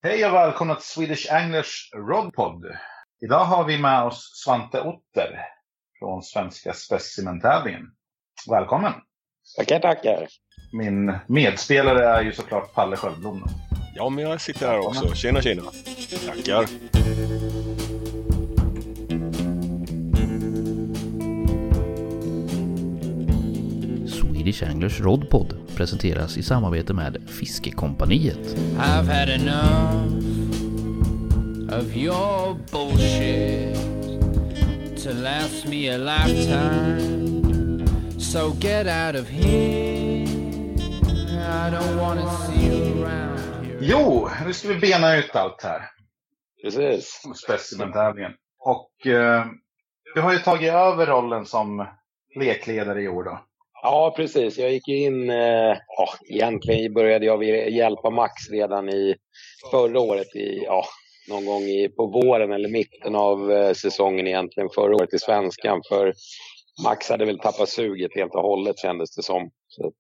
Hej och välkomna till Swedish Anglers Rodpod. Idag har vi med oss Svante Otter från Svenska Specimentävlingen. Välkommen! Tackar. Min medspelare är ju såklart Palle Sköldblom. Ja, men jag sitter här också. Tjena. Tackar. Swedish Anglers Rodpod presenteras i samarbete med Fiskekompaniet. I've had enough of your bullshit to last me a lifetime. So get out of here. I don't want to see you around here. Jo, nu ska vi bena ut allt här. Precis. Specimentävlingen. Och vi har ju tagit över rollen som lekledare i år då. Ja, precis. Jag gick ju in, egentligen började jag hjälpa Max redan i förra året, någon gång på våren eller mitten av säsongen egentligen, förra året i Svenskan. För Max hade väl tappat suget helt och hållet, kändes det som.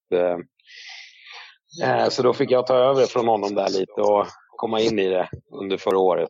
Så då fick jag ta över från honom där lite och komma in i det under förra året.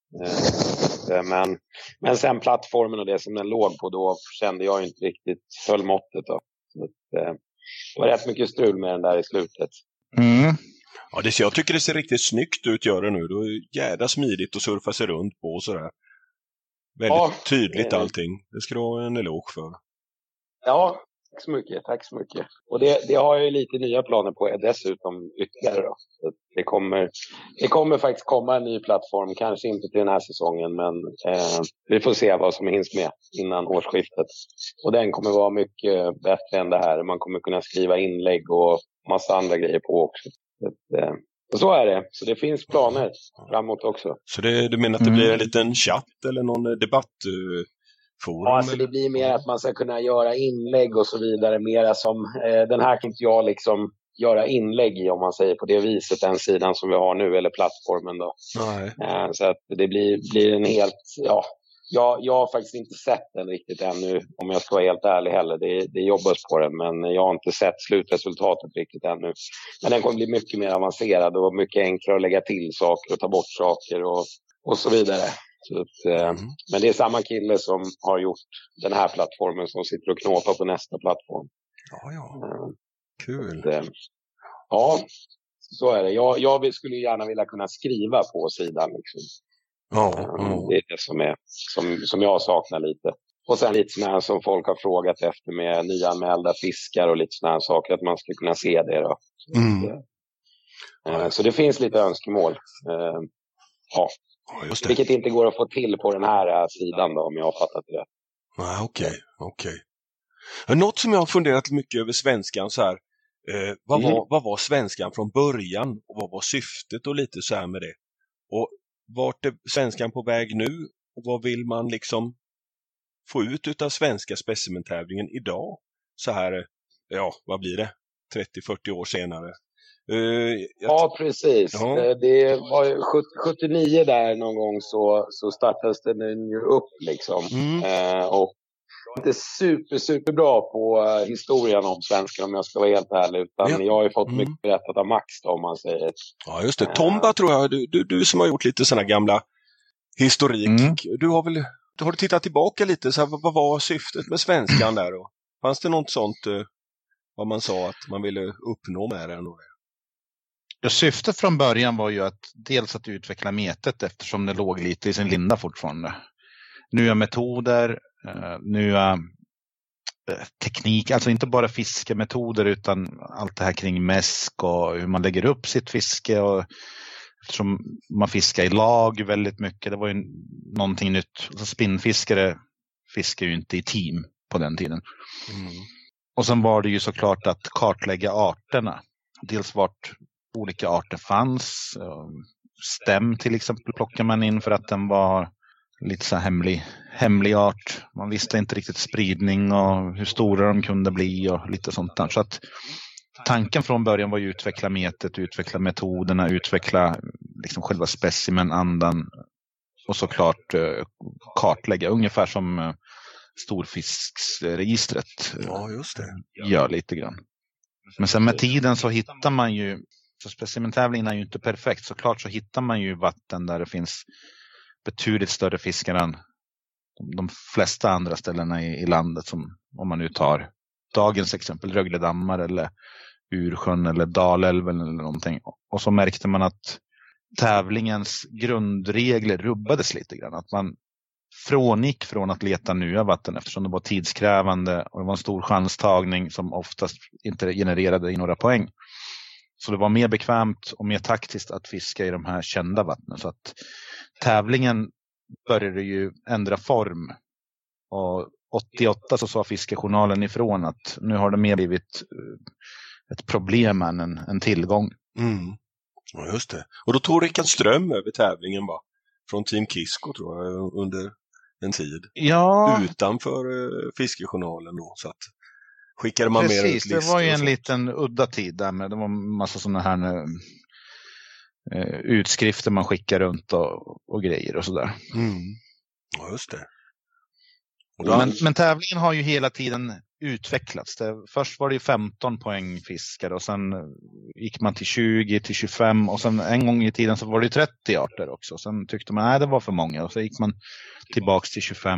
Men sen plattformen och det som den låg på då kände jag inte riktigt höll måttet då. Det var rätt mycket strul med den där i slutet. Mm. Ja, jag tycker det ser riktigt snyggt ut gör det nu. Det är jävla smidigt att surfa sig runt på och sådär. Väldigt tydligt allting. Det ska du ha en eloge för. Ja, tack så mycket. Och det har jag ju lite nya planer på dessutom ytterligare då. Det kommer faktiskt komma en ny plattform, kanske inte till den här säsongen, men vi får se vad som hinns med innan årsskiftet. Och den kommer vara mycket bättre än det här. Man kommer kunna skriva inlägg och massa andra grejer på också. Och så är det. Så det finns planer framåt också. Så du menar att det blir en liten chatt eller någon debattforum? Ja, alltså det blir mer att man ska kunna göra inlägg och så vidare. Mera som, den här kan inte jag liksom göra inlägg i, om man säger på det viset, den sidan som vi har nu, eller plattformen då. Så att det blir en helt, jag har faktiskt inte sett den riktigt ännu, om jag ska vara helt ärlig heller. Det jobbas på den, men jag har inte sett slutresultatet riktigt ännu. Men den kommer bli mycket mer avancerad och mycket enklare att lägga till saker och ta bort saker och så vidare. Så att, men det är samma kille som har gjort den här plattformen som sitter och knåpar på nästa plattform. Ja. Kul. Ja, så är det. Jag skulle gärna vilja kunna skriva på sidan liksom. Det är det som jag saknar lite. Och sen lite sådana här som folk har frågat efter med nyanmälda fiskar och lite sådana här saker, att man ska kunna se det då. Så det finns lite önskemål. Just det. Vilket inte går att få till på den här sidan då, om jag har fattat det. Okej. Något som jag har funderat mycket över svenskan så här. Vad var svenskan från början? Och vad var syftet och lite så här med det? Och vart är svenskan på väg nu? Och vad vill man liksom få ut av svenska specimentävlingen idag? Så här, vad blir det? 30-40 år senare. Ja, precis. Ja. Det var 79 där någon gång så startades den ju upp liksom. Och inte superbra på historien om svenskan, om jag ska vara helt ärlig, utan jag har ju fått mycket berättat av Max då, om man säger. Ja, just det. Tomba tror jag, du som har gjort lite sådana gamla historik. Har du tittat tillbaka lite, så här, vad var syftet med svenskan där då? Fanns det något sånt, vad man sa att man ville uppnå med den? Ja, syftet från början var ju att dels att utveckla metet, eftersom det låg lite i sin linda fortfarande. Nya metoder, nya teknik, alltså inte bara fiskemetoder utan allt det här kring mäsk och hur man lägger upp sitt fiske, och eftersom man fiskar i lag väldigt mycket, det var ju någonting nytt. Alltså spinnfiskare fiskar ju inte i team på den tiden. Och sen var det ju såklart att kartlägga arterna. Dels vart olika arter fanns. Stäm till exempel plockar man in för att den var lite så hemlig art. Man visste inte riktigt spridning och hur stora de kunde bli och lite sånt där. Så att tanken från början var ju att utveckla metet, utveckla metoderna, utveckla liksom själva specimenandan och såklart kartlägga, ungefär som storfisksregistret just det. Gör lite grann. Men sen med tiden så hittar man ju Så specimentävlingen är ju inte perfekt. Såklart så hittar man ju vatten där det finns betydligt större fiskar än de flesta andra ställena i landet, som om man nu tar dagens exempel Rögledammar eller Ursjön eller Dalälven eller någonting. Och så märkte man att tävlingens grundregler rubbades lite grann. Att man frångick från att leta nya vatten eftersom det var tidskrävande och det var en stor chanstagning som oftast inte genererade i några poäng. Så det var mer bekvämt och mer taktiskt att fiska i de här kända vattnen. Så att tävlingen började ju ändra form. Och 88 så sa Fiskejournalen ifrån att nu har det mer blivit ett problem än en tillgång. Mm. Ja, just det. Och då tog Rickard Ström över tävlingen, va? Från Team Kisko, tror jag, under en tid. Ja. Utanför Fiskejournalen då, så att skickade man precis, mer ut listor. Det var ju en liten udda tid där med. Det var en massa sådana här utskrifter man skickar runt och grejer och sådär. Mm. Ja, just det. Men tävlingen har ju hela tiden utvecklats. Först var det ju 15 poäng fiskare och sen gick man till 20, till 25 och sen en gång i tiden så var det 30 arter också. Sen tyckte man nej, det var för många och så gick man tillbaks till 25.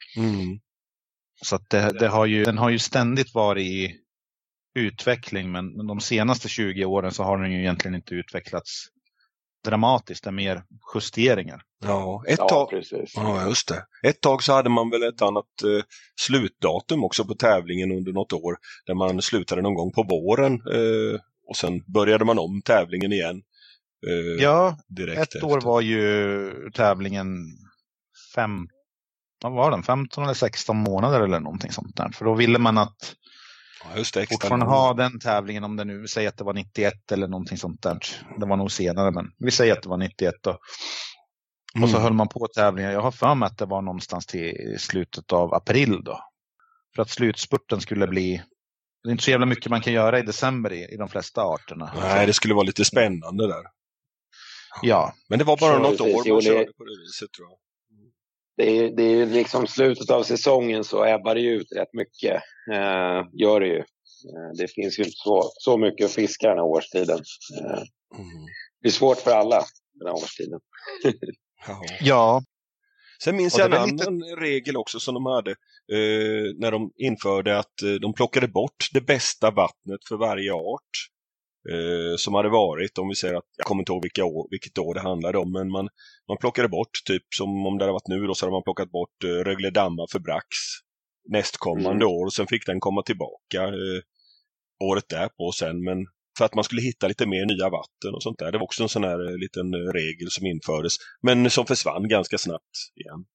Så att den har ju ständigt varit i utveckling, men de senaste 20 åren så har den ju egentligen inte utvecklats dramatiskt. Det är mer justeringar. Ja, precis. Ja, just det. Ett tag så hade man väl ett annat slutdatum också på tävlingen under något år, där man slutade någon gång på våren och sen började man om tävlingen igen. Direkt ett efter. År var ju tävlingen 15 eller 16 månader eller någonting sånt där. För då ville man att fortfarande ha den tävlingen, om det nu säger att det var 91 eller någonting sånt där. Det var nog senare, men vi säger att det var 91 då. Och så höll man på tävlingen. Jag har för mig att det var någonstans till slutet av april då. För att slutspurten skulle bli... Det är inte så jävla mycket man kan göra i december i de flesta arterna. Nej, det skulle vara lite spännande där. Ja. Men det var bara något år man körde på det viset, tror jag. Det är ju liksom slutet av säsongen så ebbar det ut rätt mycket. Gör det ju. Det finns ju inte så mycket att fiska den här årstiden. Det är svårt för alla den här årstiden. Ja. Sen minns jag en annan regel också som de hade när de införde att de plockade bort det bästa vattnet för varje art som hade varit. Om vi säger att, jag kommer inte ihåg vilket år det handlade om, men man plockade bort, typ som om det hade varit nu då, så hade man plockat bort Rögledammar för Brax nästkommande år, och sen fick den komma tillbaka året därpå sen, men för att man skulle hitta lite mer nya vatten och sånt där. Det var också en sån här liten regel som infördes, men som försvann ganska snabbt igen.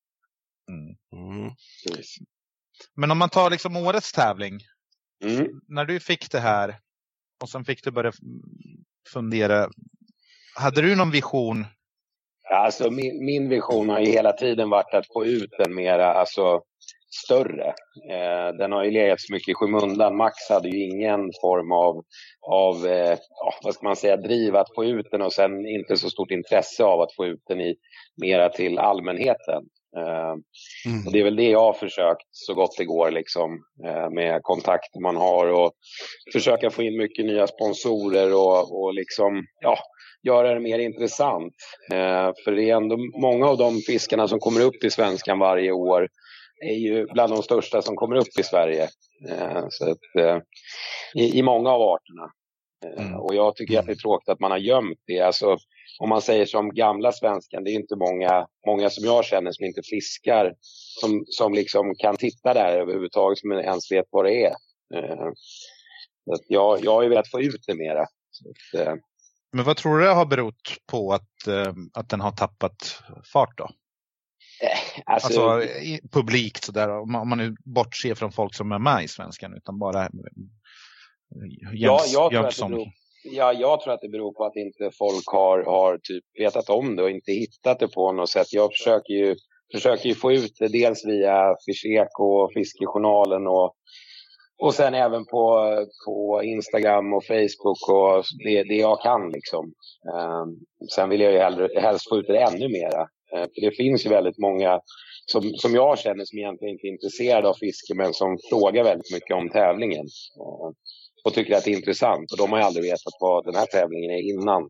Men om man tar liksom årets tävling, när du fick det här och sen fick du börja fundera, hade du någon vision? Alltså min vision har ju hela tiden varit att få ut den mera, större. Den har ju legat så mycket i skymundan. Max hade ju ingen form av vad ska man säga, driv att få ut den, och sen inte så stort intresse av att få ut den mera till allmänheten. Och det är väl det jag har försökt så gott det går liksom, med kontakter man har, och försöka få in mycket nya sponsorer och liksom, göra det mer intressant. För det är ändå många av de fiskarna som kommer upp i Svenskan varje år är ju bland de största som kommer upp i Sverige. Så att, i många av arterna. Och jag tycker att det är tråkigt att man har gömt det. Alltså, om man säger som gamla Svenskan, det är inte många som jag känner som inte fiskar som liksom kan titta där överhuvudtaget, som ens vet vad det är. Så att jag har ju velat få ut det mera. Så att, men vad tror du det har berott på att den har tappat fart då? Alltså publikt sådär, om man nu bortser från folk som är med i Svenskan, utan bara jag tror att det beror på att inte folk har typ vetat om det och inte hittat det på något sätt. Jag försöker ju få ut det dels via Fischek och Fiskejournalen och sen även på Instagram och Facebook och det jag kan liksom. Sen vill jag ju helst få ut det ännu mera. För det finns ju väldigt många som jag känner som egentligen inte är intresserade av fiske, men som frågar väldigt mycket om tävlingen. och tycker att det är intressant. Och de har ju aldrig vetat vad den här tävlingen är innan.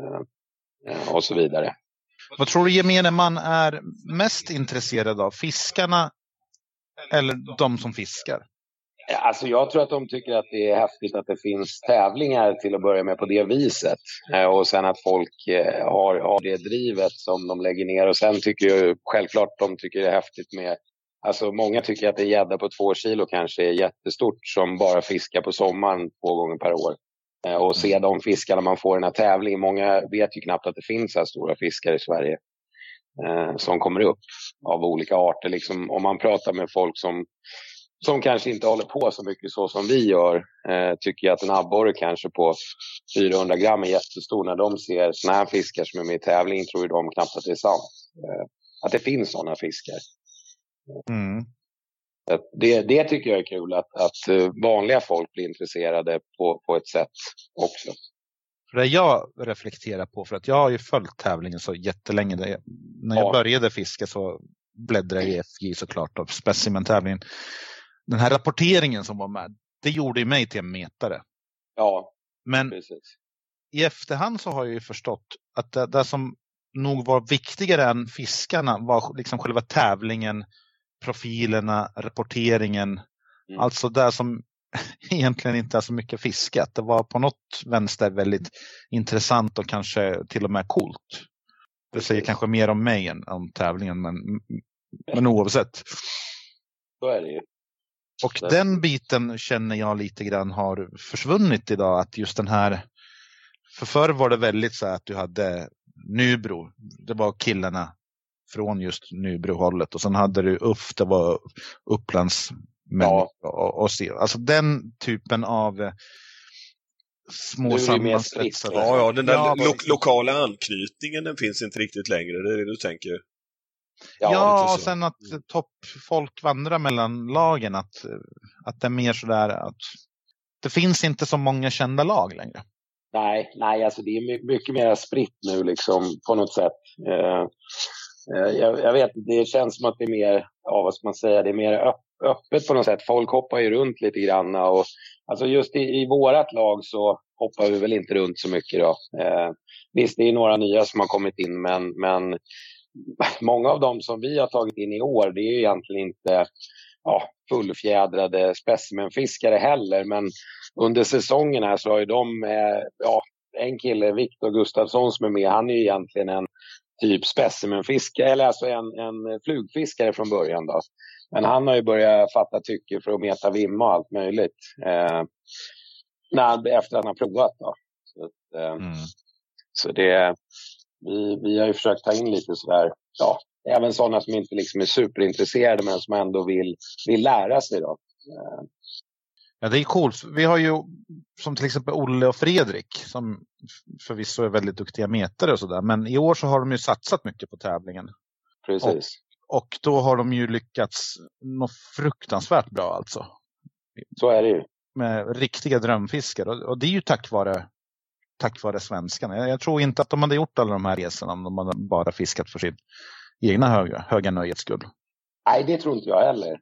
Och så vidare. Vad tror du gemene man är mest intresserad av? Fiskarna eller de som fiskar? Alltså jag tror att de tycker att det är häftigt att det finns tävlingar till att börja med på det viset. Och sen att folk har det drivet som de lägger ner. Och sen tycker jag självklart de tycker det är häftigt med... Alltså många tycker att det är gädda på 2 kilo kanske är jättestort som bara fiskar på sommaren 2 gånger per år. Och se de fiskarna man får i den här tävlingen. Många vet ju knappt att det finns så här stora fiskar i Sverige som kommer upp av olika arter. Liksom, om man pratar med folk som kanske inte håller på så mycket så som vi gör, tycker jag att en abborre kanske på 400 gram är jättestor. När de ser såna här fiskar som är med i tävling tror de knappt att det är sant. Att det finns sådana fiskar. Mm. Det tycker jag är kul att vanliga folk blir intresserade på ett sätt också. För det jag reflekterar på, för att jag har ju följt tävlingen så jättelänge. När jag började fiska så bläddrade jag i FJ såklart av specimentävlingen. Den här rapporteringen som var med, det gjorde ju mig till en metare. Ja, men precis. I efterhand så har jag ju förstått att det som nog var viktigare än fiskarna var liksom själva tävlingen, profilerna, rapporteringen. Alltså det som egentligen inte är så mycket fiskat. Det var på något vänster väldigt intressant och kanske till och med coolt. Det säger kanske mer om mig än om tävlingen, men oavsett. Så är det ju. Och den biten känner jag lite grann har försvunnit idag. Att just den här, förr var det väldigt så att du hade Nybro. Det var killarna från just Nybro-hållet. Och sen hade du det var Upplands och se. Alltså den typen av små sammansvetsade. Ja, den där lokala anknytningen den finns inte riktigt längre. Det är det du tänker. Ja, och sen att toppfolk vandrar mellan lagen. Att det är mer sådär att det finns inte så många kända lag längre. Nej, alltså det är mycket mer spritt nu liksom på något sätt. Jag vet, det känns som att det är mer, vad ska man säga, det är mer öppet på något sätt. Folk hoppar ju runt lite grann och alltså just i vårat lag så hoppar vi väl inte runt så mycket då. Visst, det är några nya som har kommit in men många av dem som vi har tagit in i år, det är ju egentligen inte fullfjädrade specimenfiskare heller, men under säsongen här så har ju de en kille, Viktor Gustafsson som är med, han är ju egentligen en typ specimenfiskare, eller alltså en flugfiskare från början då. Men han har ju börjat fatta tycker för att meta vimma och allt möjligt efter att han har provat då. Så det vi har ju försökt ta in lite sådär, även sådana som inte liksom är superintresserade men som ändå vill lära sig då. Ja, det är coolt. Vi har ju som till exempel Olle och Fredrik som förvisso är väldigt duktiga metare och sådär. Men i år så har de ju satsat mycket på tävlingen. Precis. Och då har de ju lyckats nå fruktansvärt bra alltså. Så är det ju. Med riktiga drömfiskar. Och det är ju tack vare svenskarna. Jag tror inte att de hade gjort alla de här resorna om de hade bara fiskat för sin egna höga nöjets skull. Nej, det tror inte jag heller.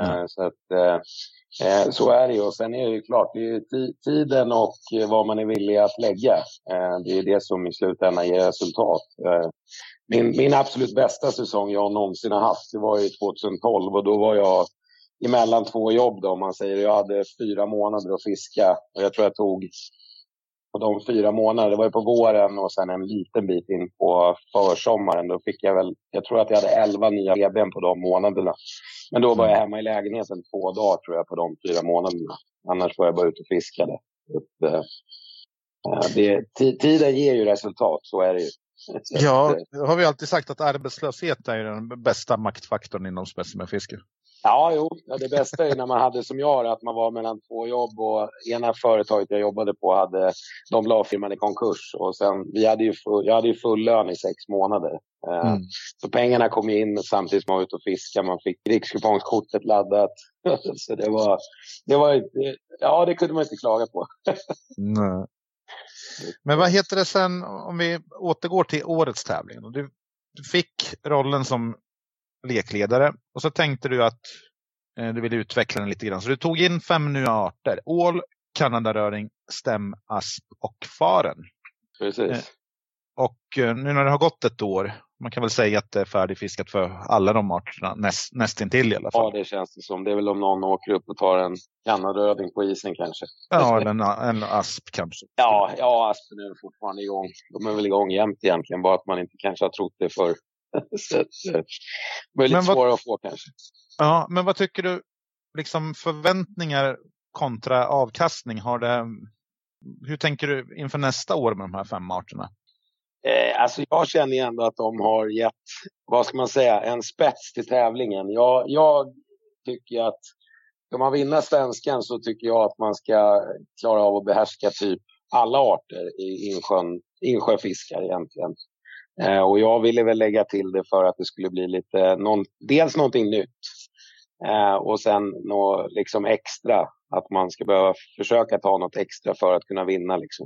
Så är det ju. Och sen är det ju klart, det är tiden och vad man är villig att lägga. Det är det som i slutändan ger resultat. Min absolut bästa säsong jag någonsin har haft, det var ju 2012 och då var jag emellan 2 jobb då, om man säger. Jag hade 4 månader att fiska och jag tror jag tog på de 4 månader, det var ju på våren och sen en liten bit in på försommaren. Då fick jag tror att jag hade 11 nya reben på de månaderna. Men då var jag hemma i lägenheten 2 dagar tror jag på de 4 månaderna. Annars var jag bara ute och fiskade. Tiden ger ju resultat, så är det ju. Ja, det har vi alltid sagt att arbetslöshet är den bästa maktfaktorn inom specimenfiske. Ja, det bästa är när man hade som jag att man var mellan 2 jobb och ena företaget jag jobbade på de la firman i konkurs och sen jag hade ju full lön i 6 månader. Så pengarna kom in samtidigt som man var ute och fiskade, man fick rikskuponskortet laddat. Så det kunde man inte klaga på. Nej. Men vad heter det sen om vi återgår till årets tävling? Du fick rollen som lekledare och så tänkte du att du ville utveckla den lite grann. Så du tog in 5 nya arter. Ål, kanadaröring, stäm, asp och faren. Precis. Och nu när det har gått ett år, man kan väl säga att det är färdigfiskat för alla de arterna, nästintill i alla fall. Ja, det känns det som. Det är väl om någon åker upp och tar en kanadaröring på isen kanske. Ja, eller en asp kanske. Ja, aspen är fortfarande igång. De är väl igång jämt egentligen, bara att man inte kanske har trott det för. Så det är lite svårare att få kanske. Ja, men vad tycker du, liksom förväntningar kontra avkastning, hur tänker du inför nästa år med de här 5 arterna? Alltså jag känner ändå att de har gett, vad ska man säga, en spets till tävlingen. Jag tycker att ska man vinna svenskan så tycker jag att man ska klara av att behärska typ alla arter i insjöfiskar egentligen. Och jag ville väl lägga till det för att det skulle bli lite, dels någonting nytt. Och sen något liksom extra, att man ska behöva försöka ta något extra för att kunna vinna liksom.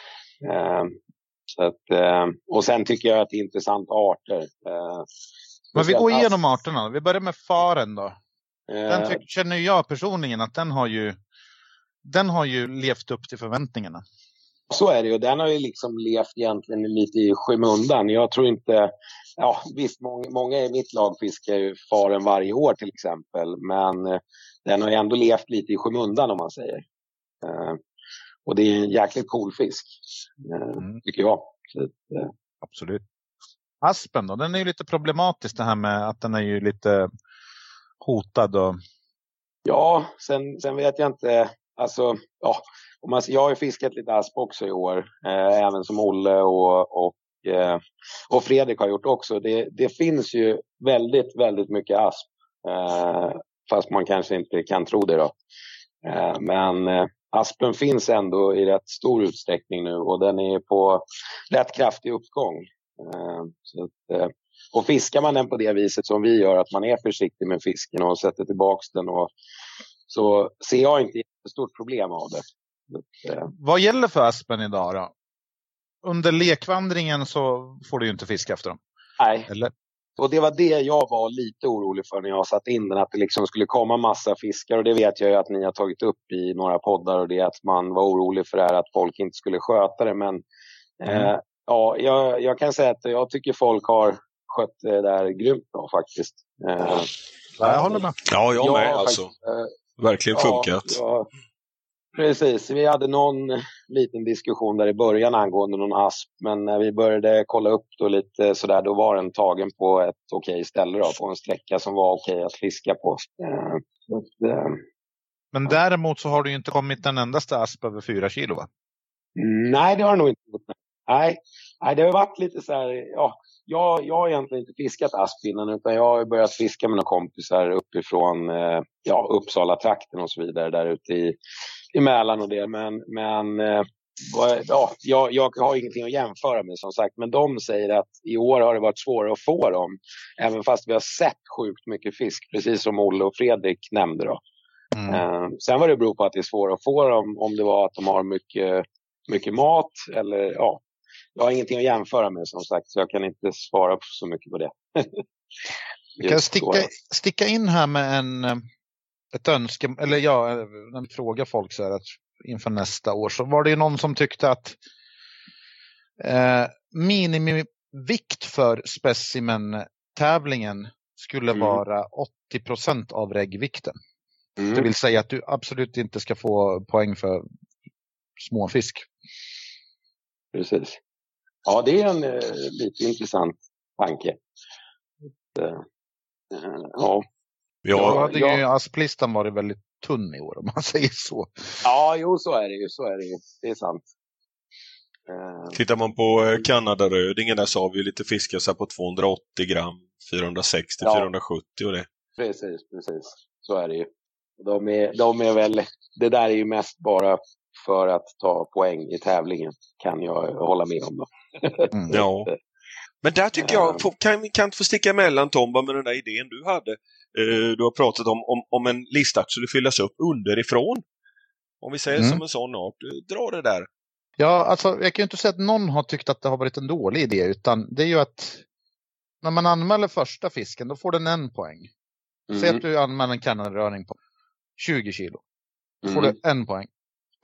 Så att, och sen tycker jag att det är intressanta arter. Men vi går igenom arterna. Vi börjar med faren då. Den känner jag personligen att den har ju levt upp till förväntningarna. Så är det ju. Den har ju liksom levt egentligen lite i skymundan. Jag tror inte, ja visst många i mitt lag fiskar ju faren varje år till exempel. Men den har ju ändå levt lite i skymundan om man säger. Och det är en jäkligt cool fisk, tycker jag. Så, absolut. Aspen då, den är ju lite problematisk det här med att den är ju lite hotad. Och... Ja, sen vet jag inte. Alltså, ja, jag har ju fiskat lite asp också i år. Även som Olle och Fredrik har gjort också. Det finns ju väldigt, väldigt mycket asp. Fast man kanske inte kan tro det då. Men aspen finns ändå i rätt stor utsträckning nu. Och den är på rätt kraftig uppgång. Så att, och fiskar man den på det viset som vi gör, att man är försiktig med fisken och sätter tillbaks den, så ser jag inte ett stort problem av det. Vad gäller för aspen idag då? Under lekvandringen så får du ju inte fiska efter dem. Nej, eller? Och det var det jag var lite orolig för när jag satt in den, att det liksom skulle komma massa fiskar. Och det vet jag ju att ni har tagit upp i några poddar, och det är att man var orolig för det här, att folk inte skulle sköta det. Men ja, jag kan säga att jag tycker folk har skött det där grymt bra faktiskt. Jag håller med. Ja, jag med alltså. Verkligen funkat. Ja, precis. Vi hade någon liten diskussion där i början angående någon asp. Men när vi började kolla upp då lite sådär, då var den tagen på ett okej ställe då, på en sträcka som var okej att fiska på. Men däremot så har du ju inte kommit den endaste asp över 4 kilo, va? Nej, det har nog inte gjort. Nej, det har varit lite så här, ja. Jag har egentligen inte fiskat asp innan, utan jag har börjat fiska med några kompisar uppifrån Uppsala-trakten och så vidare, där ute i Mälaren och det. Men ja, jag har ingenting att jämföra med som sagt. Men de säger att i år har det varit svårare att få dem, även fast vi har sett sjukt mycket fisk, precis som Olle och Fredrik nämnde då. Sen var det beror på att det är svårare att få dem, om det var att de har mycket mat eller ja. Jag har ingenting att jämföra med som sagt, så jag kan inte svara så mycket på det. Jag kan sticka in här med ett önskemål, eller ja, en fråga folk så här, att inför nästa år så var det ju någon som tyckte att minimivikt för specimen-tävlingen skulle vara 80% av reggvikten. Det vill säga att du absolut inte ska få poäng för småfisk. Precis. Ja, det är en lite intressant tanke. Ja. Då hade ju asplistan varit väldigt tunn i år, om man säger så. Ja, jo, så är det ju. Det är sant. Tittar man på Kanadarödingen, där så har vi lite fiskar så här på 280 gram, 460-470 och det. Precis. Så är det ju. De är väl, det där är ju mest bara för att ta poäng i tävlingen, kan jag hålla med om då. Ja. Men där tycker jag, kan inte få sticka emellan, Tomba, med den där idén du hade. Du har pratat om en lista skulle fyllas upp underifrån. Om vi säger som en sån art, dra det där. Ja, alltså jag kan ju inte säga att någon har tyckt att det har varit en dålig idé, utan det är ju att när man anmäler första fisken, då får den 1 poäng. Säg att du anmäler en kanadaröring på 20 kilo. Då får du 1 poäng.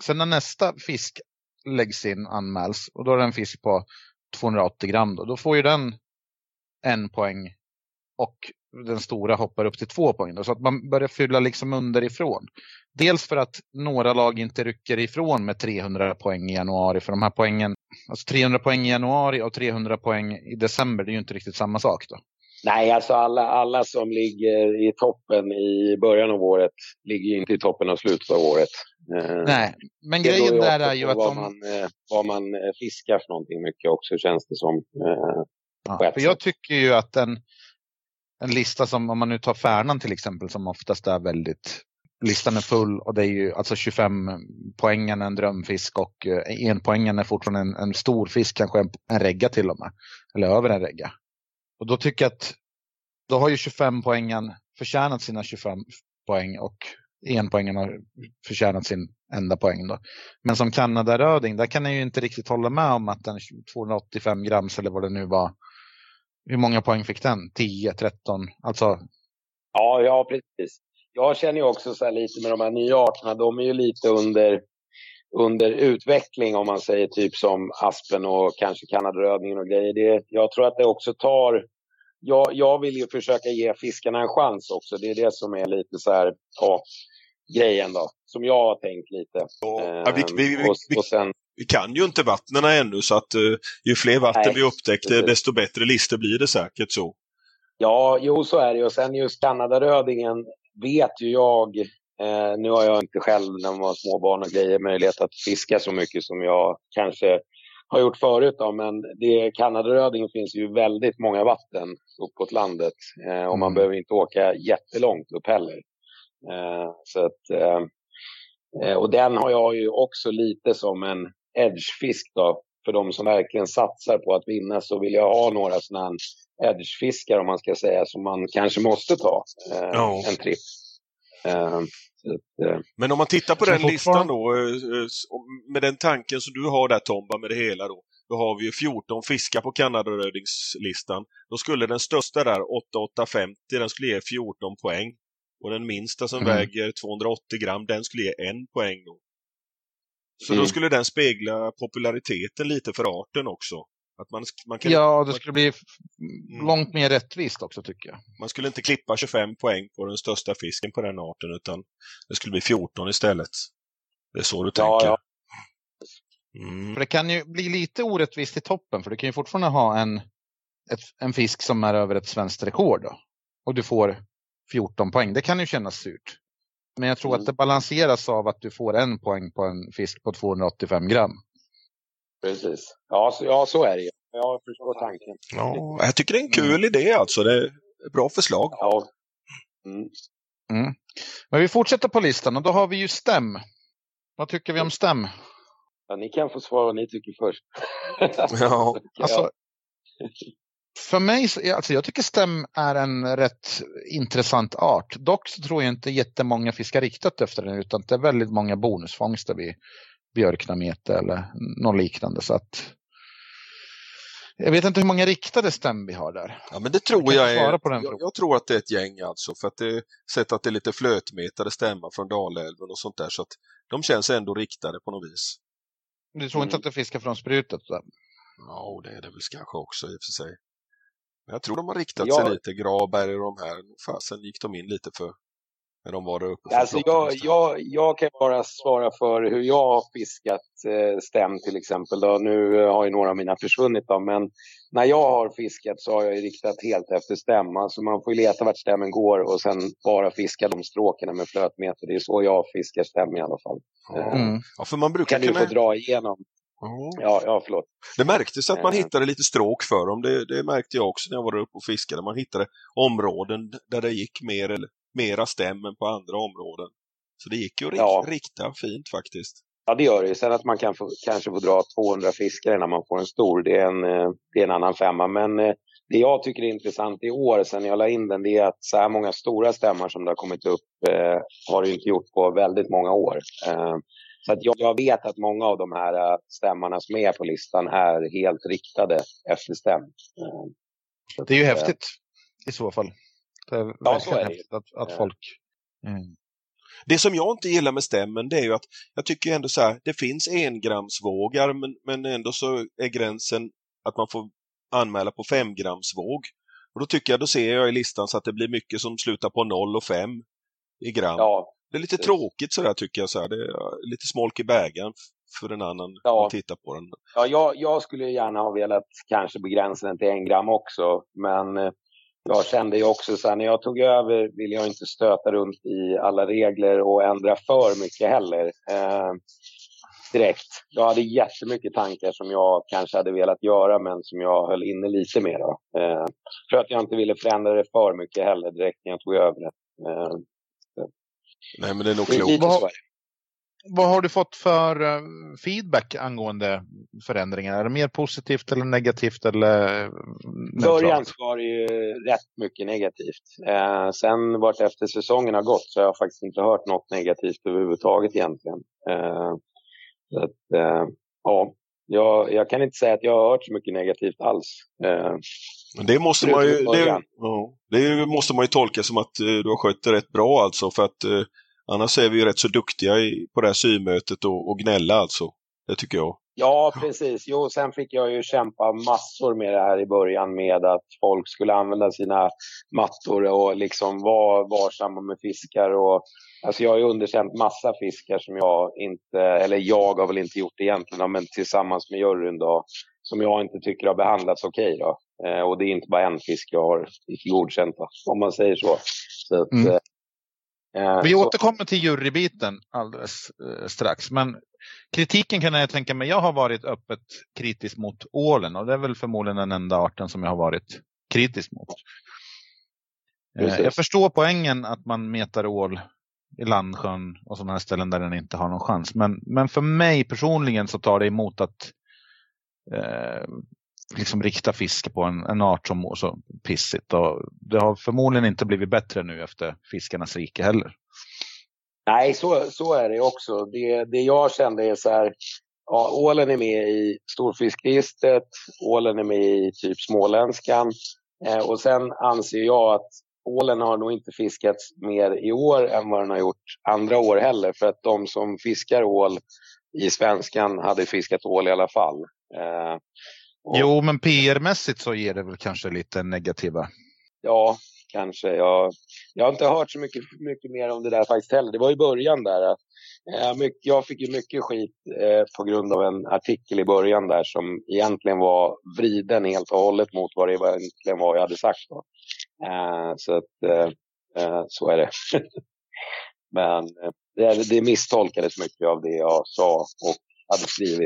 sen när nästa fisk läggs in, anmäls, och då är det en fisk på 280 gram då får ju den 1 poäng och den stora hoppar upp till 2 poäng då, så att man börjar fylla liksom underifrån. Dels för att några lag inte rycker ifrån med 300 poäng i januari, för de här poängen, alltså 300 poäng i januari och 300 poäng i december, det är ju inte riktigt samma sak då. Nej, alltså alla som ligger i toppen i början av året ligger ju inte i toppen av slutet av året. Nej, men grejen där är ju att vad man fiskar för någonting mycket också, känns det som. För jag tycker ju att en lista som, om man nu tar Färnan till exempel, som oftast är väldigt, listan är full och det är ju alltså 25 poängen en drömfisk och 1 poängen är fortfarande en stor fisk, kanske en regga till och med, eller över en regga. Och då tycker jag att då har ju 25 poängen förtjänat sina 25 poäng och 1 poängen har förtjänat sin enda poäng då. Men som Kanada-röding, där kan jag ju inte riktigt hålla med om att den 285 grams eller vad det nu var. Hur många poäng fick den? 10, 13? Alltså... Ja, precis. Jag känner ju också så här lite med de här nya arterna, de är ju lite under utveckling, om man säger, typ som aspen och kanske Kanadarödingen och grejer. Jag tror att det också tar... Jag vill ju försöka ge fiskarna en chans också. Det är det som är lite så här, grejen då. Som jag har tänkt lite. Vi kan ju inte vattnena ännu, så att ju fler vatten vi upptäckte, desto bättre listor blir det säkert så. Ja, jo, så är det. Och sen just Kanadarödingen vet ju jag, nu har jag inte själv när man var småbarn och grejer möjlighet att fiska så mycket som jag kanske har gjort förut då, men Kanadarödingen finns ju väldigt många vatten uppåt landet och man behöver inte åka jättelångt upp heller. Så att, och den har jag ju också lite som en edgefisk då, för de som verkligen satsar på att vinna, så vill jag ha några sådana edgefiskar, om man ska säga, som man kanske måste ta en tripp. Men om man tittar på den listan då, med den tanken som du har där, Tomba, med det hela då har vi ju 14 fiskar på Kanadarödingslistan. Då skulle den största där, 8850, den skulle ge 14 poäng. Och den minsta som väger 280 gram, den skulle ge 1 poäng då. Så då skulle den spegla populariteten lite för arten också. Att man kan, det skulle bli långt mer rättvist också, tycker jag. Man skulle inte klippa 25 poäng på den största fisken på den arten, utan det skulle bli 14 istället. Det är så du tänker. Ja. För det kan ju bli lite orättvist i toppen, för du kan ju fortfarande ha en fisk som är över ett svenskt rekord då. Och du får 14 poäng. Det kan ju kännas surt. Men jag tror att det balanseras av att du får 1 poäng på en fisk på 285 gram. Precis. Ja, så är det ju. Jag förstår tanken. Ja, jag tycker det är en kul idé alltså. Det är ett bra förslag. Ja. Men vi fortsätter på listan och då har vi ju stäm. Vad tycker vi om stäm? Ja, ni kan få svara vad ni tycker först. Ja. Alltså, för mig, alltså jag tycker stäm är en rätt intressant art. Dock så tror jag inte jättemånga fiskar riktat efter den, utan det är väldigt många bonusfångster vid björknamete eller något liknande. Så att jag vet inte hur många riktade stäm vi har där. Ja, men det tror jag tror att det är ett gäng alltså, för att det är sett att det är lite flötmetade stämmar från Dalälven och sånt där, så att de känns ändå riktade på något vis. Du tror inte att det fiskar från sprutet där? Ja, det är det väl kanske också i och för sig. Men jag tror de har riktat sig lite, Graberg och de här. Fasen gick de in lite för när de var där uppe. Alltså jag kan bara svara för hur jag har fiskat stäm till exempel. Då. Nu har ju några av mina försvunnit då, men när jag har fiskat så har jag riktat helt efter stäm. Alltså man får ju leta vart stämmen går och sen bara fiska de stråkarna med flötmeter. Det är så jag fiskar stäm i alla fall. Ja, för man brukar kan du få dra igenom. Ja, förlåt. Det märktes att man hittade lite stråk för dem. Det märkte jag också när jag var uppe och fiskade. Man hittade områden där det gick mera stäm än på andra områden. Så det gick ju rikta fint faktiskt. Ja, det gör det ju. Sen att man kanske får dra 200 fiskare när man får en stor, det är en annan femma. Men det jag tycker är intressant i år, sen jag la in den, det är att så här många stora stämmar som det har kommit upp har det inte gjort på väldigt många år. Så att jag vet att många av de här stämmarna som är på listan är helt riktade efter stäm. Det är ju häftigt i så fall. Det är så är det. Att folk... Det som jag inte gillar med stämmen, det är ju att jag tycker ändå så här, det finns 1-gramsvågar, men ändå så är gränsen att man får anmäla på 5-gramsvåg. Och då tycker jag, då ser jag i listan så att det blir mycket som slutar på 0 och 5 i gram. Ja. Det är lite tråkigt sådär, tycker jag. Så här. Det är lite smolk i bägaren för en annan att titta på den. Ja, jag skulle gärna ha velat kanske begränsa den till 1 gram också. Men jag kände ju också så här, när jag tog över vill jag inte stöta runt i alla regler och ändra för mycket heller. Direkt. Jag hade jättemycket tankar som jag kanske hade velat göra, men som jag höll inne lite mer då. För att jag inte ville förändra det för mycket heller direkt när jag tog över det. Nej, men det är nog klokt. Vad har du fått för feedback angående förändringar? Är det mer positivt eller negativt? Eller början var det ju rätt mycket negativt. Sen vart efter säsongen har gått så har jag faktiskt inte hört något negativt överhuvudtaget egentligen. Så att, ja, jag kan inte säga att jag har hört så mycket negativt alls. Det måste man ju tolka som att du har skött det rätt bra alltså, för att annars är vi ju rätt så duktiga på det här symötet och gnälla alltså. Det tycker jag. Ja, precis. Jo, sen fick jag ju kämpa massor med det här i början med att folk skulle använda sina mattor och liksom vara varsamma med fiskar. Och, alltså jag har ju underkänt massa fiskar som jag inte, eller jag har väl inte gjort det egentligen, men tillsammans med juryn då, som jag inte tycker har behandlats okej då. Och det är inte bara en fisk jag har godkänt då, om man säger så. Så att, vi återkommer till jurybiten alldeles strax, men kritiken kan jag tänka mig, jag har varit öppet kritisk mot ålen, och det är väl förmodligen den enda arten som jag har varit kritisk mot. Jag förstår poängen att man metar ål i Landsjön och sådana här ställen där den inte har någon chans, men för mig personligen så tar det emot att liksom rikta fiske på en art som mår så pissigt, och det har förmodligen inte blivit bättre nu efter Fiskarnas rike heller. Nej, så är det också. Det jag kände är så här, ja, ålen är med i storfiskregistret, ålen är med i typ Småländskan, och sen anser jag att ålen har nog inte fiskats mer i år än vad den har gjort andra år heller, för att de som fiskar ål i Svenskan hade fiskat ål i alla fall. Jo, men PR-mässigt så ger det väl kanske lite negativa. Ja, kanske. Jag har inte hört så mycket mer om det där faktiskt heller. Det var i början där att jag fick ju mycket skit på grund av en artikel i början där som egentligen var vriden helt och hållet mot vad det egentligen var jag hade sagt då. Så att så är det. Men det misstolkades mycket av det jag sa och hade skrivit.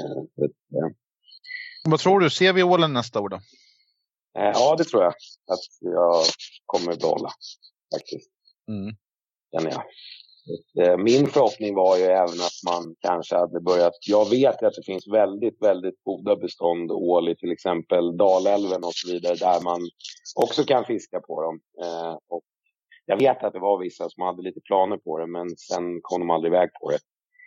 Vad tror du? Ser vi ålen nästa år då? Ja, det tror jag att jag kommer att behålla faktiskt. Känner jag. Min förhoppning var ju även att man kanske hade börjat. Jag vet att det finns väldigt, väldigt goda bestånd ål i till exempel Dalälven och så vidare, där man också kan fiska på dem. Och jag vet att det var vissa som hade lite planer på det, men sen kom de aldrig iväg på det.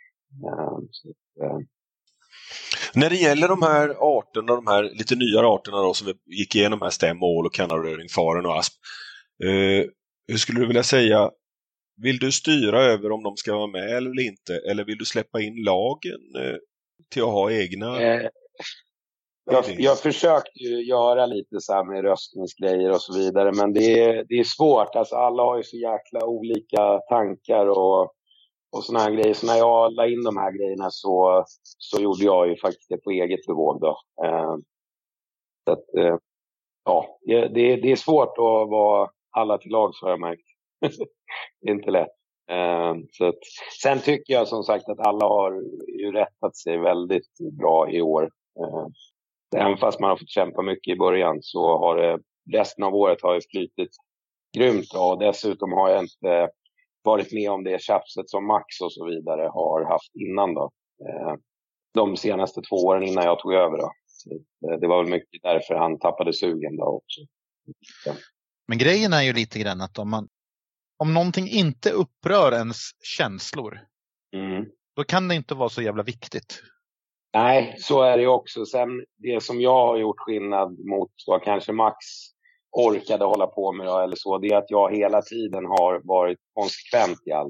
När det gäller de här arterna, de här lite nyare arterna då, som vi gick igenom här, stämål och kanaröring, faren och asp. Hur skulle du vilja säga, vill du styra över om de ska vara med eller inte? Eller vill du släppa in lagen till att ha egna? Jag försökte ju göra lite så här med röstningsgrejer och så vidare, men det är svårt. Alltså alla har ju så jäkla olika tankar och såna här grejer. Så när jag la in de här grejerna så gjorde jag ju faktiskt det på eget bevåg då. Så att, ja, det är svårt att vara alla till lag, så har jag märkt. Det är inte lätt. Så att, sen tycker jag som sagt att alla har ju rättat sig väldigt bra i år. Även fast man har fått kämpa mycket i början, så har det resten av året har ju flytit grymt. Och dessutom har jag inte varit med om det tjafset som Max och så vidare har haft innan då. De senaste 2 åren innan jag tog över då. Så det var väl mycket därför han tappade sugen då också. Ja. Men grejen är ju lite grann att om någonting inte upprör ens känslor, då kan det inte vara så jävla viktigt. Nej, så är det också. Sen det som jag har gjort skillnad mot vad kanske Max orkade hålla på med då, eller så, det är att jag hela tiden har varit konsekvent i allting.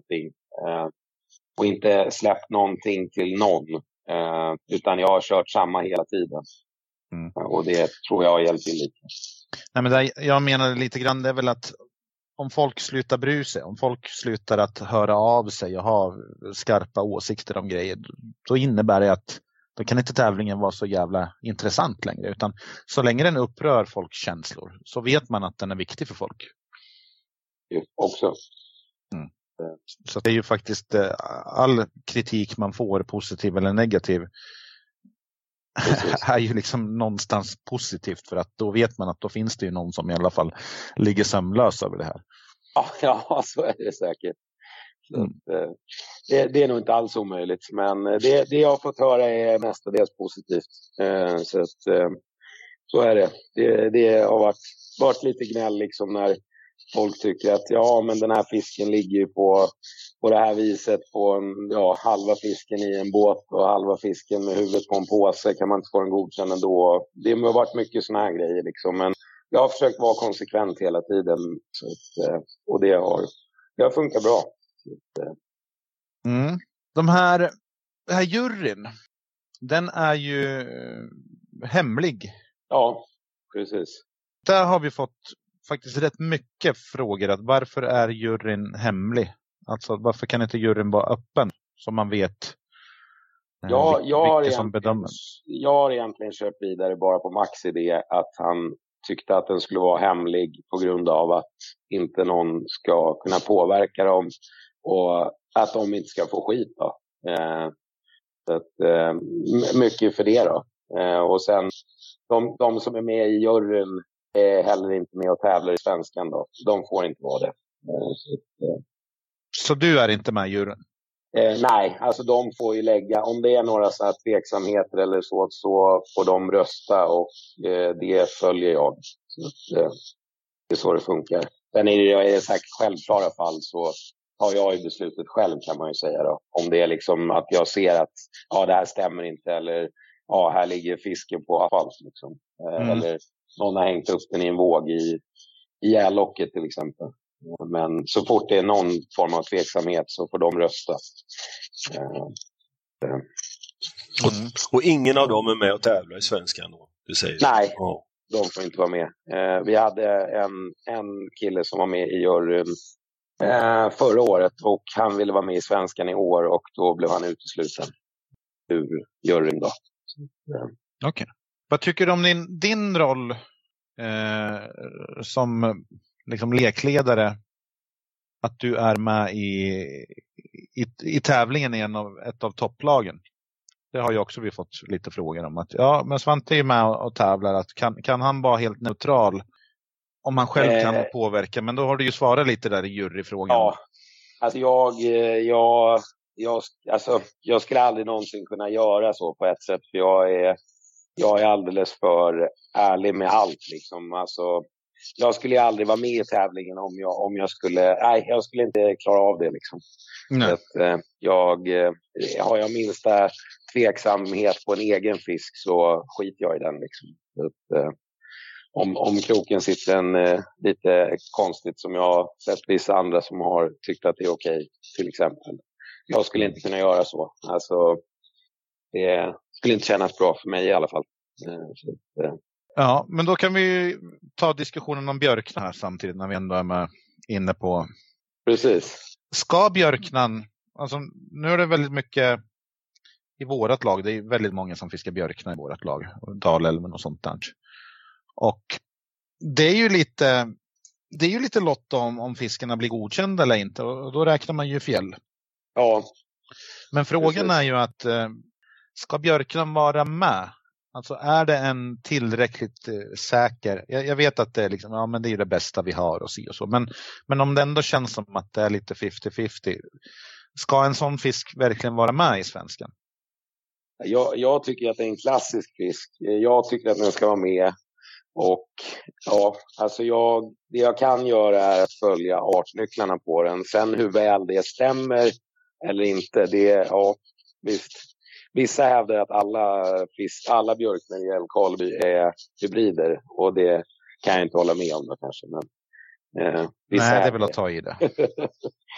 Och inte släppt någonting till någon. Utan jag har kört samma hela tiden. Och det tror jag har hjälpt till lite. Nej, men jag menar lite grann, det är väl att om folk slutar bry sig, om folk slutar att höra av sig och ha skarpa åsikter om grejer, då innebär det att då kan inte tävlingen vara så jävla intressant längre. Utan så länge den upprör folks känslor så vet man att den är viktig för folk. Också. Så det är ju faktiskt all kritik man får, positiv eller negativ, är ju liksom någonstans positivt, för att då vet man att då finns det ju någon som i alla fall ligger sömnlös över det här. Ja, så är det säkert. Det är nog inte alls omöjligt, men det jag har fått höra är mestadels positivt. Så är det. Det har varit lite gnäll liksom när folk tycker att ja, men den här fisken ligger ju på det här viset på halva fisken i en båt och halva fisken med huvudet på en påse, kan man inte få en godkänd ändå. Det har varit mycket såna här grejer liksom, men jag har försökt vara konsekvent hela tiden, och det har funkat bra. Den här juryn, den är ju hemlig. Ja, precis. Där har vi fått faktiskt rätt mycket frågor, att varför är juryn hemlig? Alltså varför kan inte juryn vara öppen så man vet vilka som bedömer? Jag har egentligen kört vidare bara på Max idé att han tyckte att den skulle vara hemlig på grund av att inte någon ska kunna påverka dem och att de inte ska få skit då. Mycket för det då. Och sen de som är med i juryn är heller inte med och tävlar i svenskan då. De får inte vara det. Så du är inte med i juryn? Nej, alltså de får ju lägga, om det är några så här tveksamheter eller så får de rösta och det följer jag. Så det är så det funkar. Sen är det säkert självklara fall så har jag ju beslutet själv, kan man ju säga då. Om det är liksom att jag ser att det här stämmer inte, eller här ligger fisken på asfalt liksom. Eller någon har hängt upp den i en våg i gällocket till exempel. Men så fort det är någon form av tveksamhet så får de rösta. Och ingen av dem är med och tävlar i svenskan då? Du säger. Nej, de får inte vara med. Vi hade en kille som var med i juryn förra året och han ville vara med i svenskan i år och då blev han utesluten ur juryn då. Okej. Vad tycker du om din roll som liksom lekledare, att du är med i tävlingen i ett av topplagen? Det har ju också vi fått lite frågor om, att men Svante är ju med och tävlar, att kan han vara helt neutral om han själv kan påverka? Men då har du ju svarat lite där i juryfrågan. Ja, alltså jag skulle aldrig någonsin kunna göra så på ett sätt, för jag är alldeles för ärlig med allt liksom. Alltså, jag skulle ju aldrig vara med i tävlingen om jag skulle inte klara av det liksom. Att, har jag minsta tveksamhet på en egen fisk så skiter jag i den liksom. Att, om kroken sitter en lite konstigt som jag har sett vissa andra som har tyckt att det är okej, till exempel. Jag skulle inte kunna göra så. Alltså, det skulle inte kännas bra för mig i alla fall. Ja, men då kan vi ta diskussionen om björkna här samtidigt när vi ändå är inne på. Precis. Ska björknan, alltså nu är det väldigt mycket i vårat lag, det är väldigt många som fiskar björkna i vårat lag, Dalälven och sånt där. Och det är ju lite lott om fiskarna blir godkända eller inte, och då räknar man ju fjäll. Ja. Men frågan är ju att ska björknan vara med? Alltså är det en tillräckligt säker, jag vet att det är liksom, men det är det bästa vi har och så. Men om det ändå känns som att det är lite 50-50, ska en sån fisk verkligen vara med i svenskan? Jag tycker att det är en klassisk fisk. Jag tycker att den ska vara med. Och alltså det jag kan göra är att följa artnycklarna på den. Sen hur väl det stämmer eller inte, visst. Vissa hävdar att alla björknar i Älvkarleby är hybrider, och det kan jag inte hålla med om då, kanske. Men, nej, det är väl att ta i det.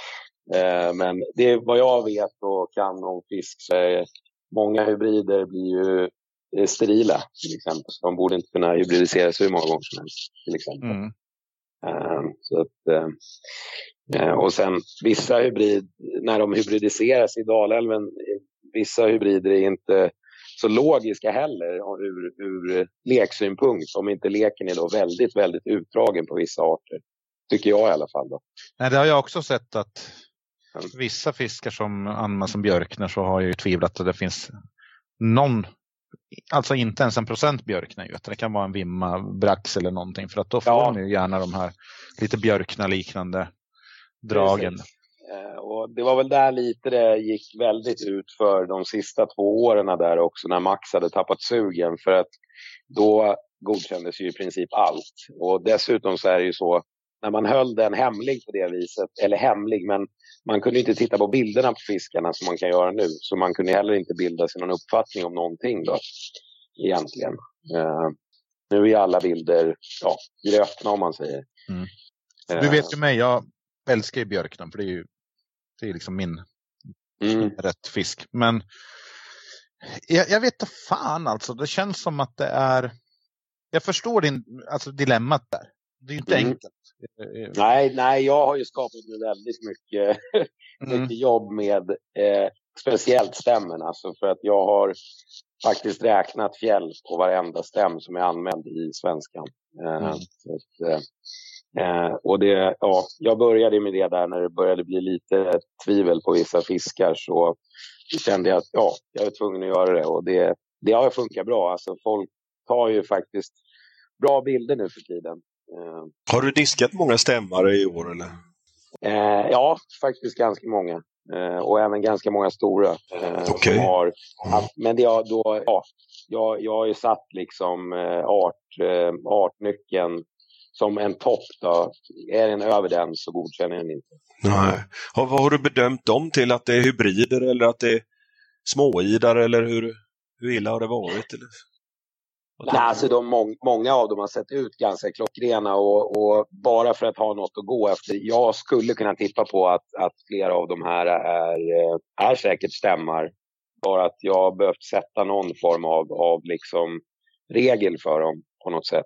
Men det är vad jag vet och kan om fisk, så är många hybrider blir ju sterila till exempel. Så de borde inte kunna hybridiseras hur många gånger som helst till exempel. Så att, och sen vissa när de hybridiseras i Dalälven, vissa hybrider är inte så logiska heller ur leksynpunkt, om inte leken är då väldigt, väldigt utdragen på vissa arter. Tycker jag i alla fall då. Nej, det har jag också sett att vissa fiskar som används som björknar, så har jag ju tvivlat att det finns någon, alltså inte ens 1% björknar ju. Det kan vara en vimma, brax eller någonting, för att då får de ju gärna de här lite björkna liknande dragen. Och det var väl där lite det gick väldigt ut för de sista 2 åren där också, när Max hade tappat sugen, för att då godkändes ju i princip allt. Och dessutom så är det ju så, när man höll den hemlig på det viset, eller hemlig, men man kunde inte titta på bilderna på fiskarna som man kan göra nu, så man kunde heller inte bilda sig någon uppfattning om någonting då, egentligen. Nu är alla bilder gröpna, om man säger. Du vet ju mig, jag älskar ju björknan, för det är liksom min rätt fisk. Men jag vet inte fan alltså. Det känns som att det är... Jag förstår dilemmat där. Det är ju inte enkelt. Nej, jag har ju skapat väldigt mycket jobb med speciellt stämmen. Alltså, för att jag har faktiskt räknat fjäll på varenda stäm som är använd i svenskan. Och det, jag började med det där när det började bli lite tvivel på vissa fiskar, så kände jag att jag är tvungen att göra det, och det har funkat bra. Alltså, folk tar ju faktiskt bra bilder nu för tiden. Har du diskat många stämmare i år eller? Ja, faktiskt ganska många. Och även ganska många stora. Okej. Men jag har ju satt liksom artnyckeln som en topp då. Är den över den så godkänner jag den inte. Nej. Vad har du bedömt dem till? Att det är hybrider eller att det är småidar, eller hur illa har det varit? Eller? Nej, alltså många av dem har sett ut ganska klockrena, och bara för att ha något att gå efter. Jag skulle kunna tippa på att flera av de här är säkert stämmar. Bara att jag har behövt sätta någon form av liksom regel för dem på något sätt.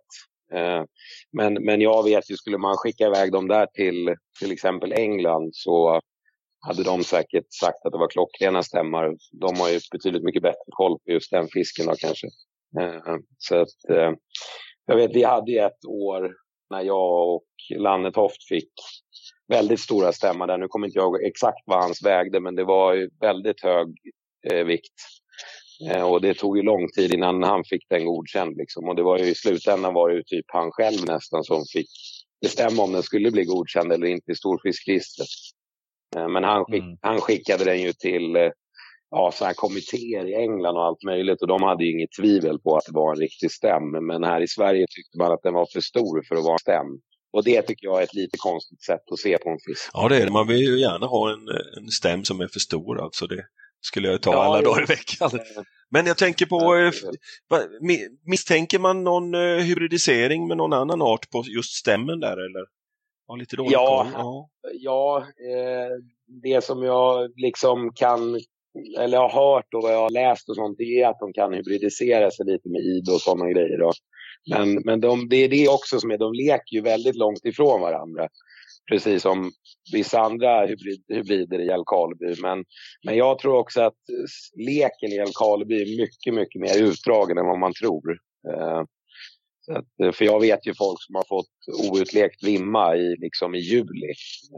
Men jag vet ju, skulle man skicka iväg dem där till exempel England, så hade de säkert sagt att det var klockrena stämmar. De har ju betydligt mycket bättre koll på just den fisken då kanske. Så att jag vet, vi hade ju ett år när jag och Lanne Toft fick väldigt stora stämmar där. Nu kommer inte jag exakt vad hans vägde, men det var ju väldigt hög vikt. Och det tog ju lång tid innan han fick den godkänd liksom. Och det var ju i slutändan var det ju typ han själv nästan som fick bestämma om den skulle bli godkänd eller inte i storfiskregistret. Men han skickade den ju till så här kommittéer i England och allt möjligt, och de hade ju inget tvivel på att det var en riktig stäm. Men här i Sverige tyckte man att den var för stor för att vara stäm. Och det tycker jag är ett lite konstigt sätt att se på en fisk. Ja, det är det. Man vill ju gärna ha en stäm som är för stor, alltså det skulle jag ta alla dagar i veckan. Men jag tänker på, misstänker man någon hybridisering med någon annan art på just stämmen där, eller? Har lite dåligt det som jag liksom kan, eller har hört och vad jag har läst och sånt, det är att de kan hybridisera sig lite med id och sådana grejer då. Men det är det också som är, de leker ju väldigt långt ifrån varandra. Precis som vissa andra hybrider i Älvkarleby. Men jag tror också att leken i Älvkarleby är mycket, mycket mer utdragen än vad man tror. För jag vet ju folk som har fått outlekt vimma i juli.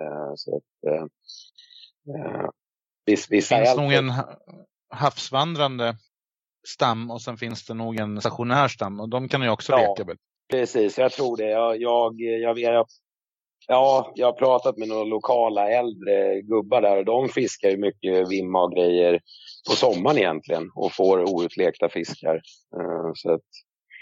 Det finns nog en havsvandrande stam, och sen finns det nog en stationär stam, och de kan ju också leka väl. Precis, jag tror det. Jag har pratat med några lokala äldre gubbar där, och de fiskar ju mycket vimma och grejer på sommaren egentligen och får outlekta fiskar. Så att,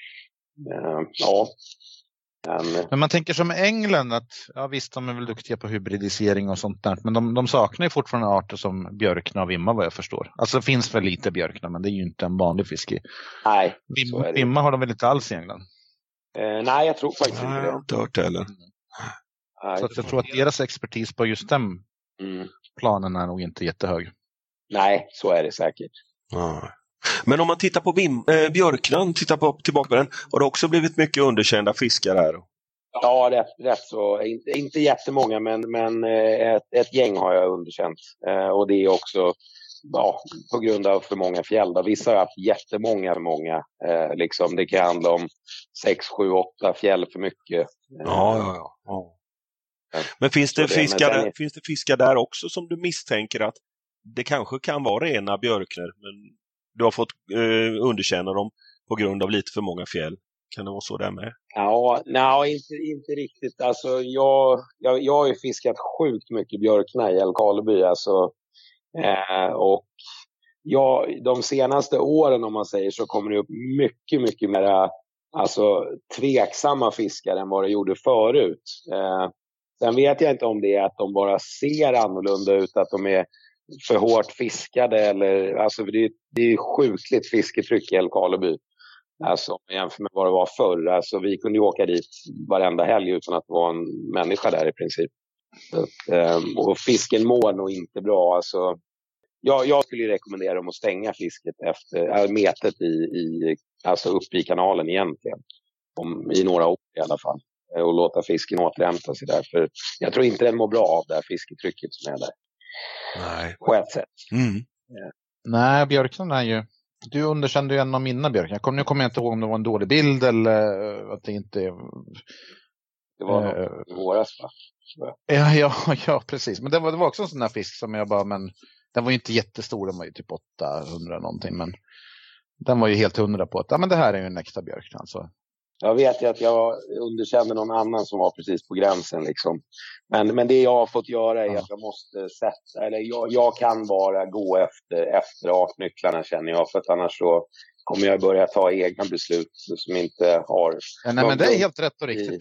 Men man tänker som England att, visst, de är väl duktiga på hybridisering och sånt där, men de saknar ju fortfarande arter som björkna och vimma, vad jag förstår. Alltså det finns väl lite björkna, men det är ju inte en vanlig fisk i. Nej. Vimma har de väl inte alls i England? Nej, jag tror faktiskt inte det. Inte hört det heller. Så att jag tror att deras expertis på just dem planen är nog inte jättehög. Nej, så är det säkert. Ja. Men om man tittar på Björknan, tillbaka på den, har det också blivit mycket underkända fiskar här? Ja, rätt så. Inte jättemånga, men ett gäng har jag underkänt. Och det är också på grund av för många fjäll. Vissa har haft jättemånga. Liksom, det kan handla om 6, 7, 8 fjäll för mycket. Ja. Men finns det fiskar där också som du misstänker att det kanske kan vara rena björkner, men du har fått underkänna dem på grund av lite för många fjäll? Kan det vara så där med? Ja, inte riktigt. Alltså, jag har ju fiskat sjukt mycket björkna i Älvkarleby. Alltså, och de senaste åren, om man säger, så kommer det upp mycket mer alltså, tveksamma fiskar än vad det gjorde förut. Sen vet jag inte om det är att de bara ser annorlunda ut, att de är för hårt fiskade. Eller, alltså, det är sjukligt fisketryck i Älvkarleby. Alltså, jämfört med vad det var förr. Alltså, vi kunde ju åka dit varenda helg utan att det var en människa där i princip. Och fisken mår nog inte bra. Alltså, jag skulle rekommendera dem att stänga fisket efter metet alltså uppe i kanalen egentligen. I några år i alla fall. Och låta fisken återhämta sig där. För jag tror inte den mår bra av det här fisketrycket som är där. Nej. På ett sätt. Nej, björknen är ju... Du underkände ju en av mina björkar. Nu kommer jag inte ihåg om det var en dålig bild eller att det inte... Det var våras, va? Ja, precis. Men det var också en sån här fisk som jag bara... Men den var ju inte jättestor, den var ju typ 800 någonting. Men den var ju helt 100 på att men det här är ju en äkta björknan. Så. Jag vet ju att jag underkände någon annan som var precis på gränsen liksom. Men det jag har fått göra är att jag måste sätta, eller jag kan bara gå efter artnycklarna, känner jag, för att annars så kommer jag börja ta egna beslut som inte har... Ja, nej, men det är helt rätt och riktigt.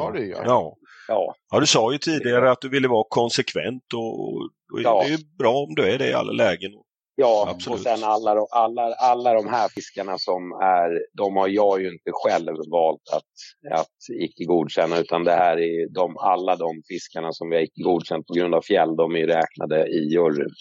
Ja, du sa ju tidigare att du ville vara konsekvent och det är ju bra om du är det i alla lägen. Ja, absolut. Och sen alla de här fiskarna som är, de har jag ju inte själv valt att icke godkänna, utan det här är alla de fiskarna som vi har icke godkänt på grund av fjäll, de är ju räknade i juryn.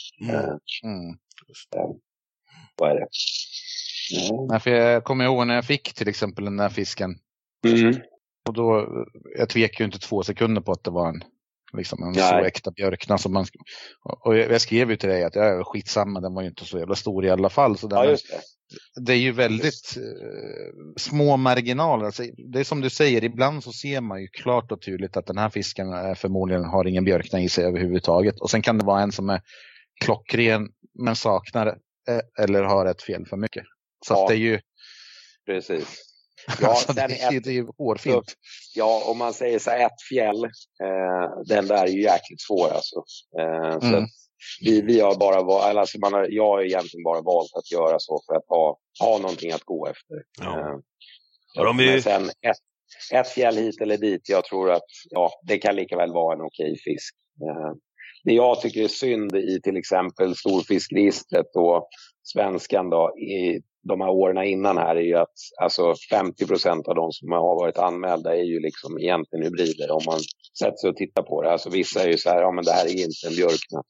Vad är det? Nej, för jag kommer ihåg när jag fick till exempel den där fisken. Och då, jag tvekade ju inte 2 sekunder på att det var en så äkta björkna som man... Och jag skrev ju till dig att jag är skitsamma, den var ju inte så jävla stor i alla fall. Så det är ju väldigt små marginaler. Alltså, det är som du säger, ibland så ser man ju klart och tydligt att den här fisken förmodligen har ingen björkna i sig överhuvudtaget. Och sen kan det vara en som är klockren men saknar eller har ett fel för mycket. Så att det är ju... Precis. Ja, alltså, det är ju hårfint. Ja, om man säger så här, ett fjäll, den där är ju jäkligt svår alltså. Så att vi har bara jag har egentligen bara valt att göra så för att ha någonting att gå efter. Men sen ett fjäll hit eller dit, jag tror att det kan lika väl vara en okej fisk. Det jag tycker är synd i till exempel storfiskregistret och svenskan då, i de här åren innan här, är ju att alltså 50% av de som har varit anmälda är ju liksom egentligen hybrider, om man sätter sig och tittar på det. Alltså vissa är ju så här, men det här är inte en björkna.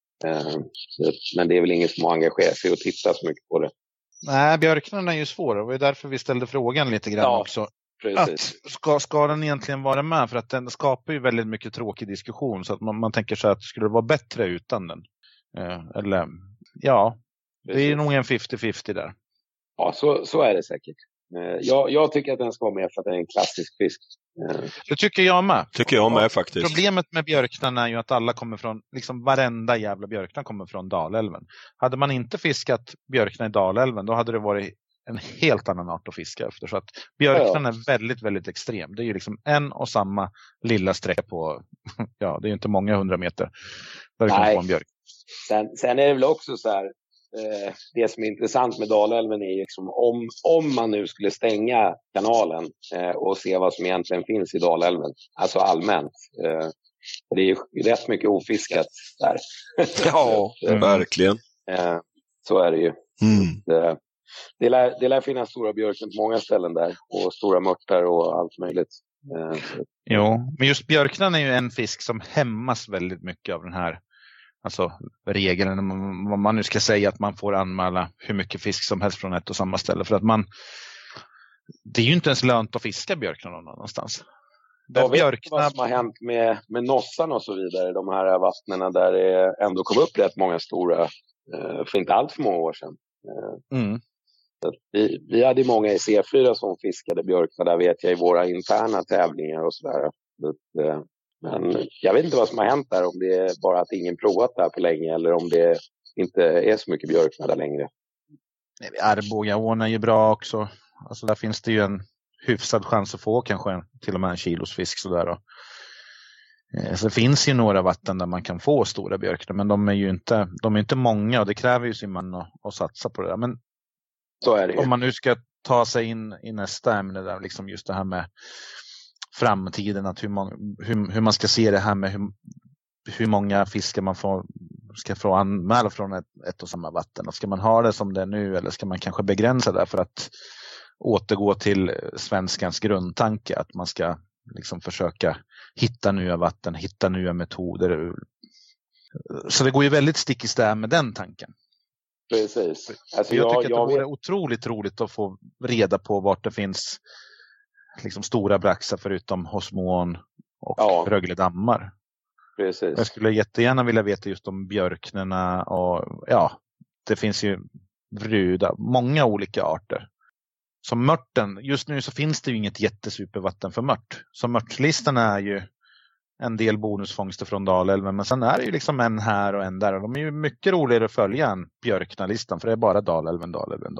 Men det är väl ingen som har engagerat sig och tittat så mycket på det. Nej, björknan är ju svår, och det är därför vi ställde frågan lite grann också. Precis. Att ska den egentligen vara med? För att den skapar ju väldigt mycket tråkig diskussion, så att man tänker så att det skulle vara bättre utan den. Eller det är nog en 50-50 där. Ja, så är det säkert. Jag tycker att den ska vara med för att den är en klassisk fisk. Det tycker jag med. Tycker jag med faktiskt. Problemet med björknan är ju att alla kommer från, liksom varenda jävla björknan kommer från Dalälven. Hade man inte fiskat björknan i Dalälven, då hade det varit en helt annan art att fiska efter. Så att björknan är väldigt, väldigt extrem. Det är ju liksom en och samma lilla sträcka på, det är ju inte många 100 meter. Där kan få en björk. Sen är det väl också så här, det som är intressant med Dalälven är liksom, om man nu skulle stänga kanalen och se vad som egentligen finns i Dalälven, alltså allmänt, det är ju rätt mycket ofiskat där. Ja, verkligen. Så är det ju. Det lär finnas stora björken på många ställen där, och stora mörtar och allt möjligt. Jo, men just björknan är ju en fisk som hämmas väldigt mycket av den här, alltså regeln, vad man nu ska säga, att man får anmäla hur mycket fisk som helst från ett och samma ställe. För att det är ju inte ens lönt att fiska björkna någon annanstans. Jag vet inte vad som har hänt med nossan och så vidare, de här vattnena där det ändå kom upp rätt många stora för inte allt för många år sedan. Vi hade många i C4 som fiskade björkna, där vet jag, i våra interna tävlingar och sådär. Men jag vet inte vad som har hänt där, om det är bara att ingen provat där på länge eller om det inte är så mycket björkna där längre. Arbogaån är ju bra också. Alltså där finns det ju en hyfsad chans att få kanske till och med en kilos fisk sådär då. Så det finns ju några vatten där man kan få stora björkar, men de är inte många och det kräver ju sin man att satsa på det där. Men så är det ju. Om man nu ska ta sig in i nästa ämne där, liksom just det här med framtiden, att hur man ska se det här med hur många fiskar man ska få anmäla från ett och samma vatten. Och ska man ha det som det är nu, eller ska man kanske begränsa det för att återgå till svenskans grundtanke, att man ska liksom försöka hitta nya vatten, hitta nya metoder. Så det går ju väldigt stick i stäv med den tanken. Precis. Alltså jag tycker att det vore otroligt roligt att få reda på vart det finns liksom stora braxar förutom Hosmån och Rögledammar. Precis. Jag skulle jättegärna vilja veta just om björknerna och det finns ju många olika arter. Som mörten, just nu så finns det ju inget jättesupervatten för mört. Så mörtlistan är ju en del bonusfångster från Dalälven, men sen är det ju liksom en här och en där. Och de är ju mycket roligare att följa än björknalistan, för det är bara Dalälven.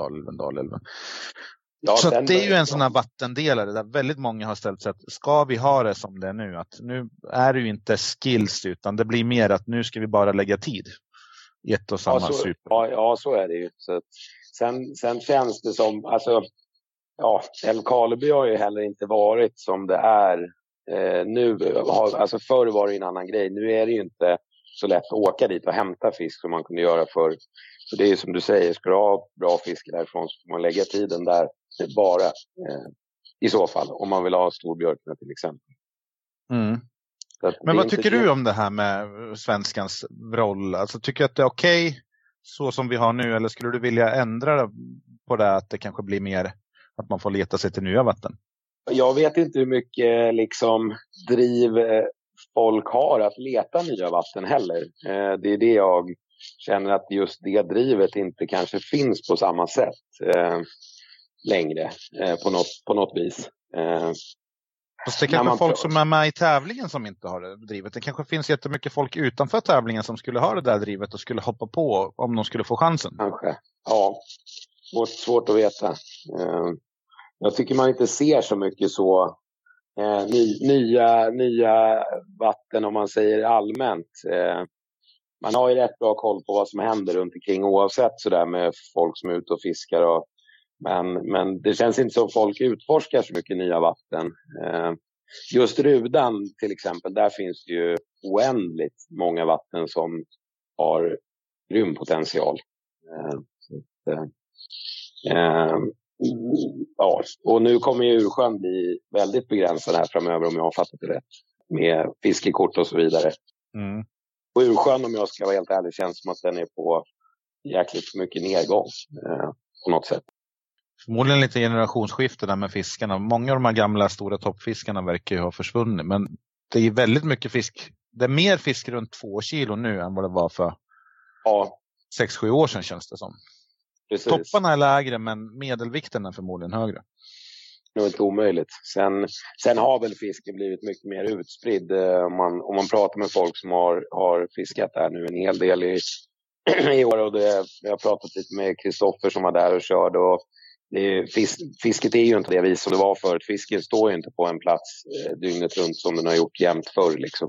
Ja, så det är ju en sån här vattendelare där väldigt många har ställt sig att ska vi ha det som det är nu? Att nu är det ju inte skills, utan det blir mer att nu ska vi bara lägga tid i ett och samma super. Ja, så är det ju. Så att, sen känns det som, alltså, Älvkarleby har ju heller inte varit som det är nu. Alltså förr var det en annan grej. Nu är det ju inte så lätt att åka dit och hämta fisk som man kunde göra förr. Så det är ju som du säger, ska du ha bra fisk därifrån så får man lägga tiden där bara i så fall, om man vill ha stor björkna till exempel. Men vad tycker du om det här med svenskans roll? Alltså, tycker du att det är okej så som vi har nu, eller skulle du vilja ändra på det, att det kanske blir mer att man får leta sig till nya vatten? Jag vet inte hur mycket liksom driv folk har att leta nya vatten heller. Det är det jag känner, att just det drivet inte kanske finns på samma sätt längre på något vis. Fast det kanske folk som är med i tävlingen som inte har det drivet. Det kanske finns jättemycket folk utanför tävlingen som skulle ha det där drivet och skulle hoppa på om de skulle få chansen. Kanske, ja. Svårt att veta. Jag tycker man inte ser så mycket så nya vatten, om man säger allmänt. Man har ju rätt bra koll på vad som händer runt omkring oavsett sådär med folk som är ute och fiskar. Men det känns inte som folk utforskar så mycket nya vatten. Just Rudan till exempel, där finns det ju oändligt många vatten som har grym potential. Och nu kommer ju Ursjön bli väldigt begränsad här framöver, om jag har fattat det rätt, med fiskekort och så vidare. Och Ursjön, om jag ska vara helt ärlig, känns som att den är på jäkligt mycket nedgång på något sätt. Förmodligen lite generationsskifte där med fiskarna. Många av de här gamla stora toppfiskarna verkar ju ha försvunnit, men det är väldigt mycket fisk. Det är mer fisk runt 2 kilo nu än vad det var för 6-7 år sedan, känns det som. Precis. Topparna är lägre, men medelvikten är förmodligen högre. Det är inte omöjligt. Sen har väl fisken blivit mycket mer utspridd. Om man pratar med folk som har fiskat där nu en hel del i år. Och jag har pratat lite med Kristoffer som var där och körde. Och fisket är ju inte det vis som det var förut. Fisken står ju inte på en plats dygnet runt som den har gjort jämt förr. Liksom.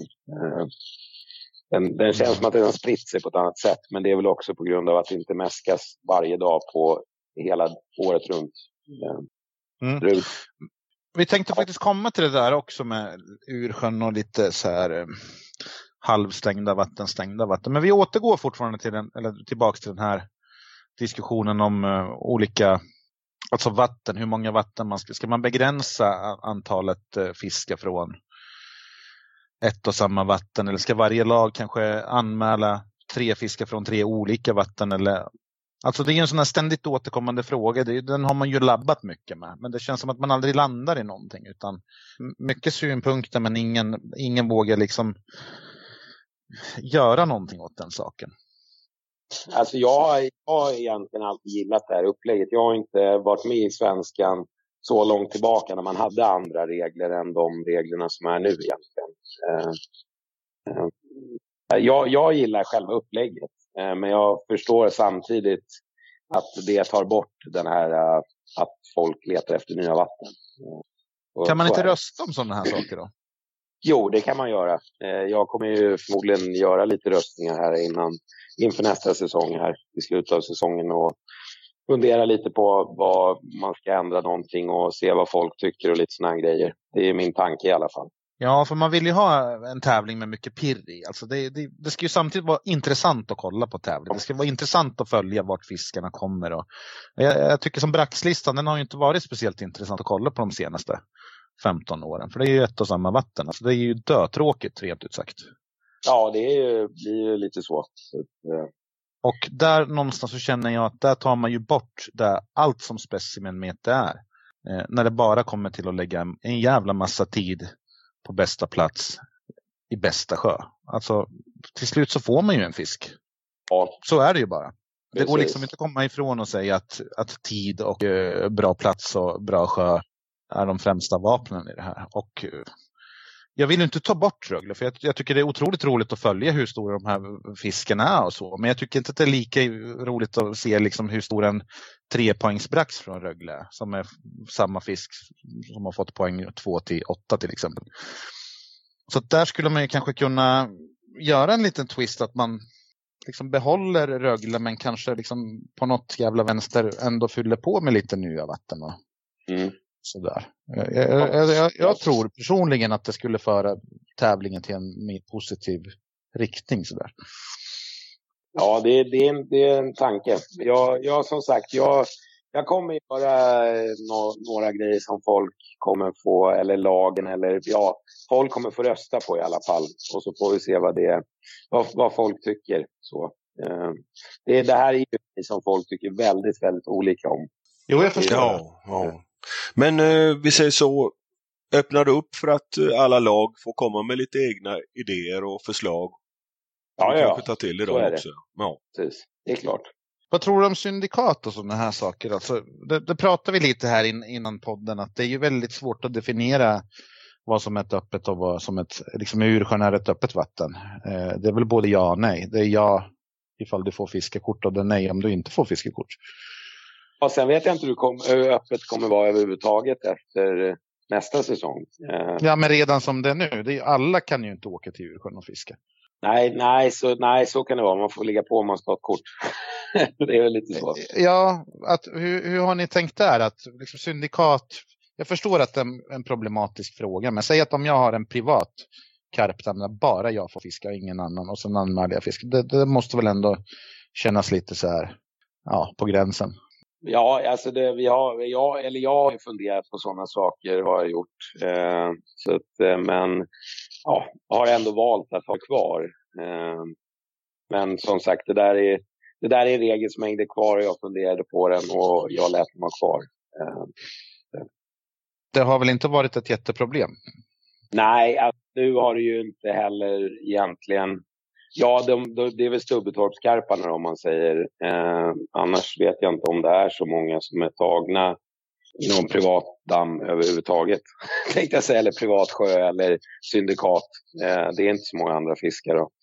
Den känns som att den har spritt sig på ett annat sätt. Men det är väl också på grund av att det inte mäskas varje dag på hela året runt. Vi tänkte faktiskt komma till det där också med Ursjön och lite så här halvstängda vatten, stängda vatten. Men vi återgår fortfarande tillbaka till den här diskussionen om olika, alltså vatten, hur många vatten man ska man begränsa antalet fiskar från ett och samma vatten, eller ska varje lag kanske anmäla 3 fiskar från 3 olika vatten? Eller... Alltså det är ju en sån här ständigt återkommande fråga. Den har man ju labbat mycket med. Men det känns som att man aldrig landar i någonting. Utan mycket synpunkter, men ingen vågar liksom göra någonting åt den saken. Alltså jag har egentligen alltid gillat det här upplägget. Jag har inte varit med i Svenskan så långt tillbaka när man hade andra regler än de reglerna som är nu egentligen. Jag gillar själva upplägget, men jag förstår samtidigt att det tar bort den här att folk letar efter nya vatten. Kan man inte rösta om sådana här saker då? Jo, det kan man göra. Jag kommer ju förmodligen göra lite röstningar här inför nästa säsong här i slutet av säsongen och fundera lite på vad man ska ändra någonting och se vad folk tycker och lite såna här grejer. Det är min tanke i alla fall. Ja, för man vill ju ha en tävling med mycket pirr i. Alltså det ska ju samtidigt vara intressant att kolla på tävling. Det ska vara intressant att följa vart fiskarna kommer. Och jag tycker som Braxlistan, den har ju inte varit speciellt intressant att kolla på de senaste 15 åren. För det är ju ett och samma vatten. Alltså det är ju dötråkigt, rent ut sagt. Ja, det blir ju lite så. Och där någonstans så känner jag att där tar man ju bort allt som specimenmeter är. När det bara kommer till att lägga en jävla massa tid på bästa plats i bästa sjö. Alltså till slut så får man ju en fisk. Ja. Så är det ju bara. Det går liksom inte att komma ifrån och säga att tid och bra plats och bra sjö är de främsta vapnen i det här. Och jag vill inte ta bort Rögle, för jag tycker det är otroligt roligt att följa hur stora de här fiskarna är och så. Men jag tycker inte att det är lika roligt att se liksom hur stor en 3-poängsbrax från Rögle är, som är samma fisk som har fått poäng 2-8 till exempel. Så där skulle man ju kanske kunna göra en liten twist att man liksom behåller Rögle men kanske liksom på något jävla vänster ändå fyller på med lite nya vatten. Sådär. Jag tror personligen att det skulle föra tävlingen till en mer positiv riktning. Sådär. Ja, det är en tanke. Jag som sagt, jag kommer göra några grejer som folk kommer få, eller lagen, eller folk kommer få rösta på i alla fall. Och så får vi se vad folk tycker. Så. Det här är ju som folk tycker väldigt, väldigt olika om. Jo, jag förstår. Ja. Men vi säger så, öppnar upp för att alla lag får komma med lite egna idéer och förslag. Ja. Kanske ta till i dem också. Ja, precis. Det är klart. Vad tror du om syndikat och sådana här saker? Alltså, det pratar vi lite här innan podden, att det är ju väldigt svårt att definiera vad som är ett öppet och vad som ett liksom Ursjön är ett öppet vatten. Det är väl både ja och nej. Det är ja ifall du får fiskekort och det är nej om du inte får fiskekort. Och sen vet jag inte hur öppet kommer vara överhuvudtaget efter nästa säsong. Ja, men redan som det är nu. Alla kan ju inte åka till Ursjön och fiska. Nej, så kan det vara. Man får ligga på om man ska ha ett kort. Det är väl lite så. Ja, hur har ni tänkt där? Att liksom syndikat, jag förstår att det är en problematisk fråga. Men säg att om jag har en privat karpdamm där bara jag får fiska och ingen annan. Och sen anmäler jag fisk. Det måste väl ändå kännas lite så här, på gränsen. Ja, alltså jag har ju funderat på sådana saker, har jag gjort. Men har ändå valt att ha kvar. Men som sagt, det där är regel som hängde kvar och jag funderade på den och jag lät den ha kvar. Det har väl inte varit ett jätteproblem? Nej, alltså, nu har det ju inte heller egentligen. Ja, det är väl Stubbetorpskarparna om man säger. Annars vet jag inte om det är så många som är tagna i någon privat damm överhuvudtaget. Tänkte jag säga, eller privat sjö eller syndikat. Det är inte så många andra fiskare då.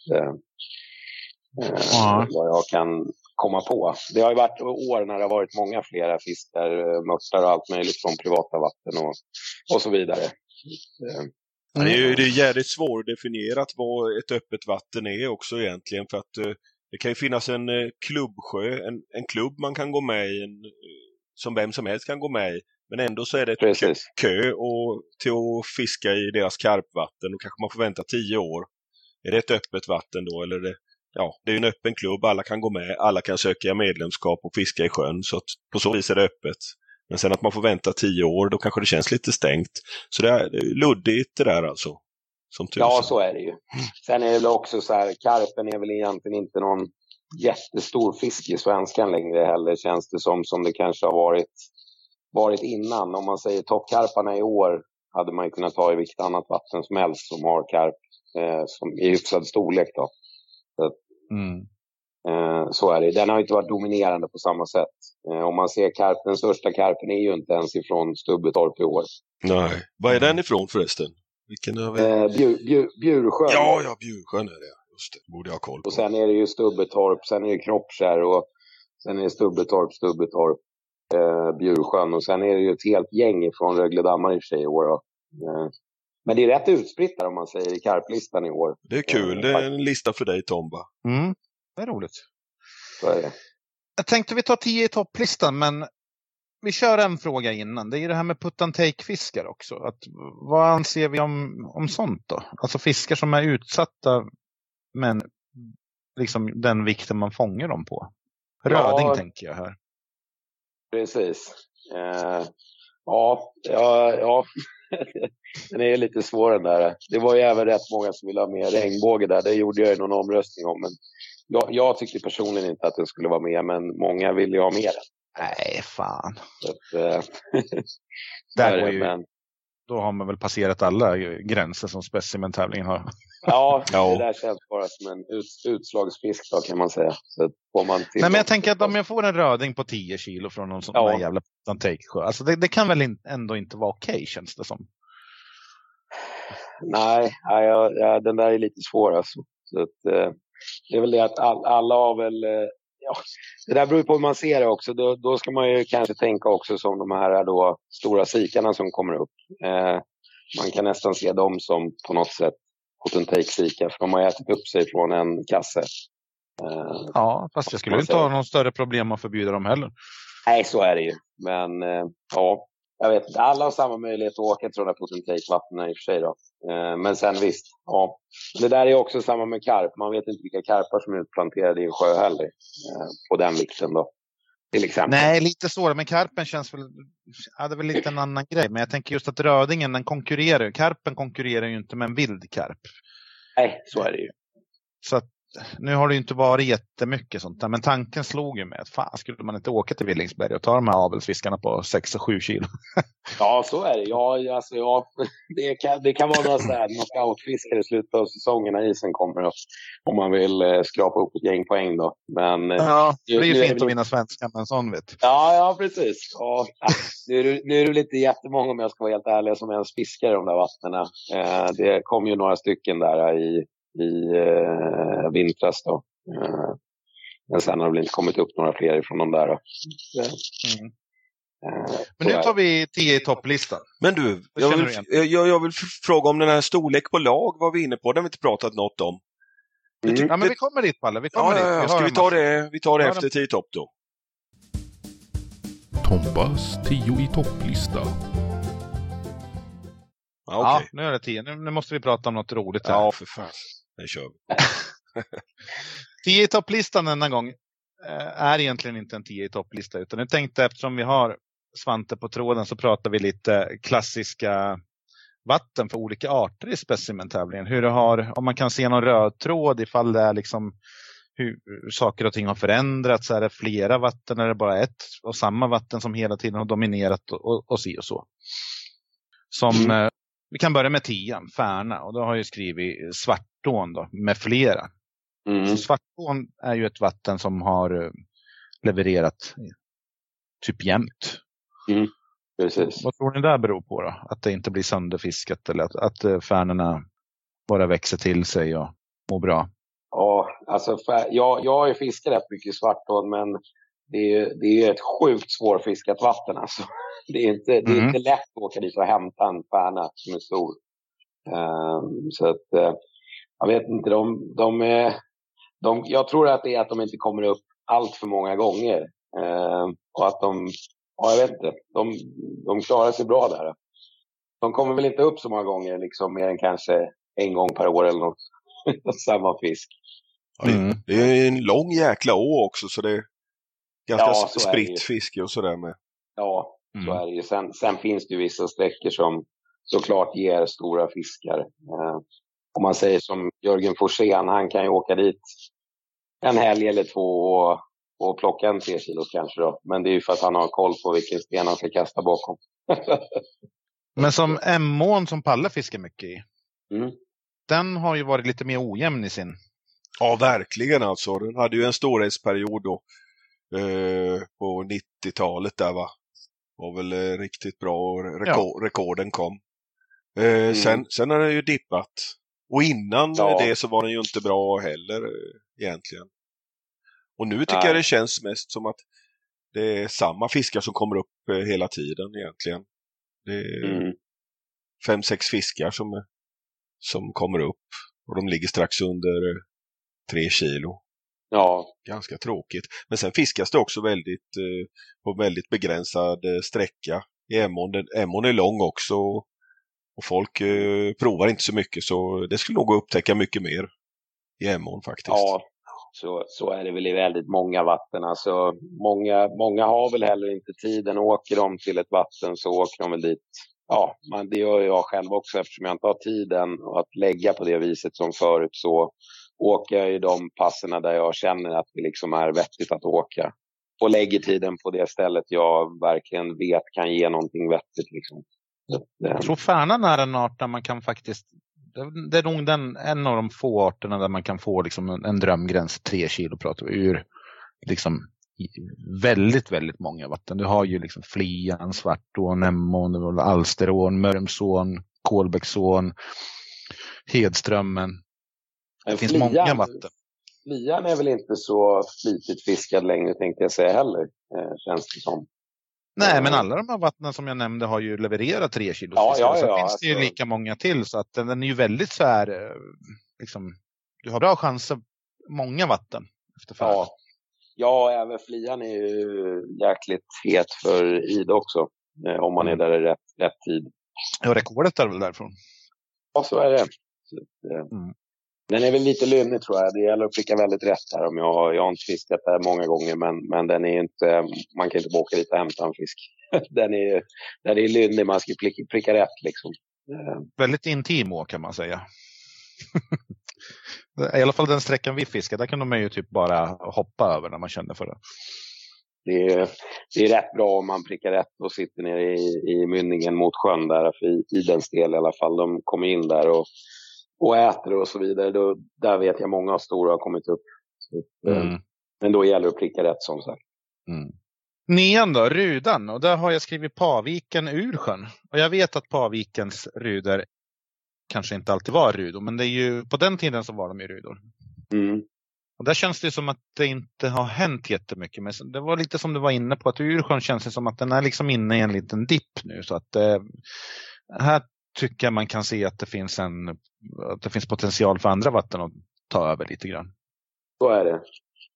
Vad jag kan komma på. Det har ju varit år när det har varit många flera fiskar, mörtar och allt möjligt från privata vatten och så vidare. Det är jävligt svårdefinierat vad ett öppet vatten är också egentligen, för att det kan ju finnas en klubbsjö, en klubb man kan gå med i, som vem som helst kan gå med i, men ändå så är det ett kö till att fiska i deras karpvatten och kanske man får vänta 10 år. Är det ett öppet vatten då, eller det är ju en öppen klubb, alla kan gå med, alla kan söka medlemskap och fiska i sjön, så att på så vis är det öppet. Men sen att man får vänta 10 år, då kanske det känns lite stängt. Så det är luddigt det där alltså. som tusen. Ja, så är det ju. Sen är det väl också så här, karpen är väl egentligen inte någon jättestor fisk i svenskan längre heller, känns det som det kanske har varit innan. Om man säger toppkarparna i år hade man kunnat ta i vilket annat vatten som helst som har karp som i hyfsad storlek då. Så, så är det. Den har inte varit dominerande på samma sätt. Om man ser den största karpen är ju inte ens ifrån Stubbetorp i år. Nej, vad är den ifrån förresten? Vilken är Bjursjön. Ja, Bjursjön är det. Just det, borde jag ha koll på. Och sen är det ju Stubbetorp, sen är det Knoppskär och sen är det Stubbetorp, Bjursjön och sen är det ju ett helt gäng från Rögledammar i och för sig i år då. Men det är rätt utspritt där om man säger i karplistan i år. Det är kul, det är en lista för dig Tomba. Det är roligt. Så är det. Jag tänkte vi tar 10 i topplistan, men vi kör en fråga innan. Det är det här med put and take-fiskar också. Vad anser vi om sånt då? Alltså fiskar som är utsatta, men liksom den vikten man fångar dem på. Röding tänker jag här. Precis. Ja. Den är lite svår den där. Det var ju även rätt många som ville ha med regnbåge där. Det gjorde jag ju någon omröstning om. Men jag tycker personligen inte att den skulle vara med. Men många vill ju ha med den. Nej, fan. Där går ju, då har man väl passerat alla gränser som specimentävlingen har. Ja, det där känns bara som en utslagsfisk då, kan man säga. Så får man till. Nej, men jag tänker att om jag får en röding på 10 kilo från någon sån där jävla take-sjö. Alltså det kan väl ändå inte vara okej, känns det som. Nej, den där är lite svår alltså. Så att, det är väl det att alla har väl... det där beror på hur man ser det också. Då ska man ju kanske tänka också som de här då stora sikarna som kommer upp. Man kan nästan se dem som på något sätt put-and-take-sika, för de har ätit upp sig från en kasse. Ja, fast jag skulle inte ha någon större problem att förbjuda dem heller. Nej, så är det ju. Men jag vet inte. Alla har samma möjlighet att åka till de där put-and-take-vattnen i och för sig då. Men sen visst, det där är också samma med karp. Man vet inte vilka karpar som är utplanterade i en sjö heller. På den vikten då. Till exempel. Nej, lite så. Men karpen känns väl... Ja, det är väl lite en annan grej. Men jag tänker just att rödingen, den konkurrerar. Karpen konkurrerar ju inte med en vild karp. Nej, så är det ju. Så att, nu har det ju inte varit jättemycket sånt där. Men tanken slog ju med att fan, skulle man inte åka till Villingsberg och ta de här avelsfiskarna på 6 och 7 kilo? Ja, så är det. Det kan vara några knockoutfiskare i slutet av säsongen när isen kommer upp. Om man vill skrapa upp ett gäng poäng då. Men, det är ju fint att vinna svenskan med en sån, vet. Ja, precis. Ja, nu är det lite jättemånga, om jag ska vara helt ärlig, som ens fiskar de där vattnena. Det kom ju några stycken där i vintras då. Men sen har det väl inte kommit upp några fler från de där då. Men nu tar vi 10 i topplistan. Men du, jag vill fråga om den här storlek på lag, var vi inne på, det har vi inte pratat något om. Ja, men vi kommer dit, Palle. Vi tar det efter 10 topp då. Tombas 10 i topplista. Ja, nu är det 10. Nu måste vi prata om något roligt här. Ja, för fan. Det kör vi. 10 i topplistan denna gång är egentligen inte en 10 i topplista, utan jag tänkte, eftersom vi har Svante på tråden, så pratar vi lite klassiska vatten för olika arter i specimentävlingen. Hur det har, om man kan se någon röd tråd, ifall det är liksom hur saker och ting har förändrats. Är det flera vatten, är det bara ett och samma vatten som hela tiden har dominerat och si och så. Som vi kan börja med 10, Färna, och då har jag skrivit Svartån då, med flera. Så Svartån är ju ett vatten som har levererat typ jämnt. Precis. Vad tror ni det beror på då? Att det inte blir sönderfiskat, eller att färnorna bara växer till sig och mår bra? Ja, alltså jag har ju fiskat rätt mycket Svartån, men det är ett sjukt svårfiskat vatten alltså. Det är inte lätt att åka dit och hämta en färna som är stor. Så att jag vet inte, jag tror att det är att de inte kommer upp allt för många gånger. Och att jag vet inte, de klarar sig bra där. De kommer väl inte upp så många gånger, liksom mer än kanske en gång per år eller något. Samma fisk. Det är en lång jäkla å också, så det är ganska spritt fiske och sådär med. Ja, så är det ju. Sen finns det ju vissa sträckor såklart ger stora fiskar. Om man säger som Jörgen Forsén, han kan ju åka dit en helg eller två och plocka en 3 kilo kanske då. Men det är ju för att han har koll på vilken sten han ska kasta bakom. Men som Emån som Palle fiskar mycket i. Den har ju varit lite mer ojämn i sin. Ja, verkligen alltså. Den hade ju en storhetsperiod då på 90-talet där va. Var väl riktigt bra och rekorden kom. Sen har den ju dippat. Och innan det så var den ju inte bra heller egentligen. Och nu tycker jag det känns mest som att det är samma fiskar som kommer upp hela tiden egentligen. Det är 5-6 fiskar som kommer upp. Och de ligger strax under 3 kilo. Ja. Ganska tråkigt. Men sen fiskas det också på väldigt begränsad sträcka. Emån är lång också. Och folk provar inte så mycket. Så det skulle nog gå att upptäcka mycket mer i Emån faktiskt. Ja, så är det väl i väldigt många vatten. Alltså, många har väl heller inte tiden. Åker de till ett vatten så åker de väl dit. Ja, men det gör jag själv också eftersom jag inte har tiden att lägga på det viset som förut. Så åker jag i de passerna där jag känner att det liksom är vettigt att åka. Och lägger tiden på det stället jag verkligen vet kan ge någonting vettigt liksom. Jag tror färnan är en art där man kan faktiskt, det är nog en av de få arterna där man kan få liksom en drömgräns 3 kilo pratar vi ur liksom väldigt, väldigt många vatten. Du har ju liksom Flian, Svartån, Emån, Alsterån, Mörmsån, Kolbäcksån, Hedströmmen. Det finns många vatten. Flian är väl inte så flitigt fiskad längre tänkte jag säga heller, känns det som. Nej, men alla de här vattnen som jag nämnde har ju levererat 3 kilo. Så finns det ju lika många till. Så att den är ju väldigt så här, liksom, du har bra chanser många vatten efter färd. Ja, även Flian är ju jäkligt het för id också. Om man är där i rätt tid. Ja, rekordet är väl därifrån. Ja, så är det. Den är väl lite lynnig tror jag. Det gäller att pricka väldigt rätt här. Jag har inte fiskat där många gånger. Men den är inte, man kan inte åka dit och hämta en fisk. Den är lynnig. Man ska pricka rätt liksom. Väldigt intim kan man säga. I alla fall den sträckan vi fiskar. Där kan man ju typ bara hoppa över när man känner för det. Det är rätt bra om man prickar rätt och sitter nere i mynningen mot sjön där. För i den del i alla fall. De kommer in där och äter och så vidare. Där vet jag många stora har kommit upp. Men då gäller det att pricka rätt som sagt. 9 då, Rudan. Och där har jag skrivit Paviken Ursjön. Och jag vet att Pavikens rudor kanske inte alltid var rudor. Men det är ju, på den tiden så var de ju rudor. Och där känns det som att det inte har hänt jättemycket. Men det var lite som du var inne på. Att Ursjön känns det som att den är liksom inne i en liten dipp nu. Så att här tycker jag man kan se att det finns potential för andra vatten att ta över lite grann. Så är det.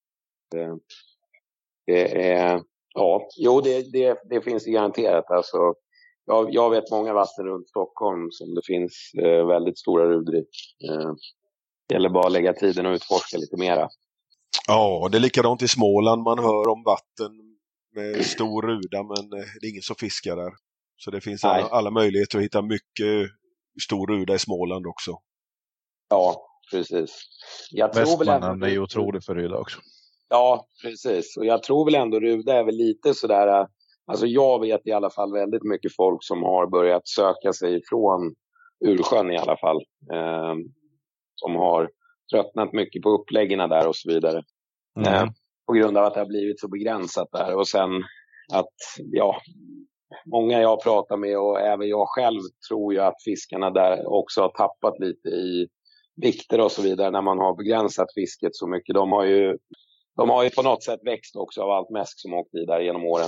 Det finns ju garanterat. Alltså, jag vet många vatten runt Stockholm som det finns väldigt stora rudor i. Det gäller bara att lägga tiden och utforska lite mera. Ja, det är likadant i Småland. Man hör om vatten med stor ruda men det är ingen som fiskar där. Så det finns alla möjligheter att hitta mycket stor ruda i Småland också. Ja, precis. Västmanland är ju otroligt för ruda också. Ja, precis. Och jag tror väl ändå ruda är väl lite sådär. Alltså jag vet i alla fall väldigt mycket folk som har börjat söka sig från Ursjön i alla fall. Som har tröttnat mycket på uppläggen där och så vidare. På grund av att det har blivit så begränsat där. Och sen att, många jag pratar med och även jag själv tror ju att fiskarna där också har tappat lite i vikter och så vidare när man har begränsat fisket så mycket. De har ju på något sätt växt också av allt mäsk som åkt i där genom åren.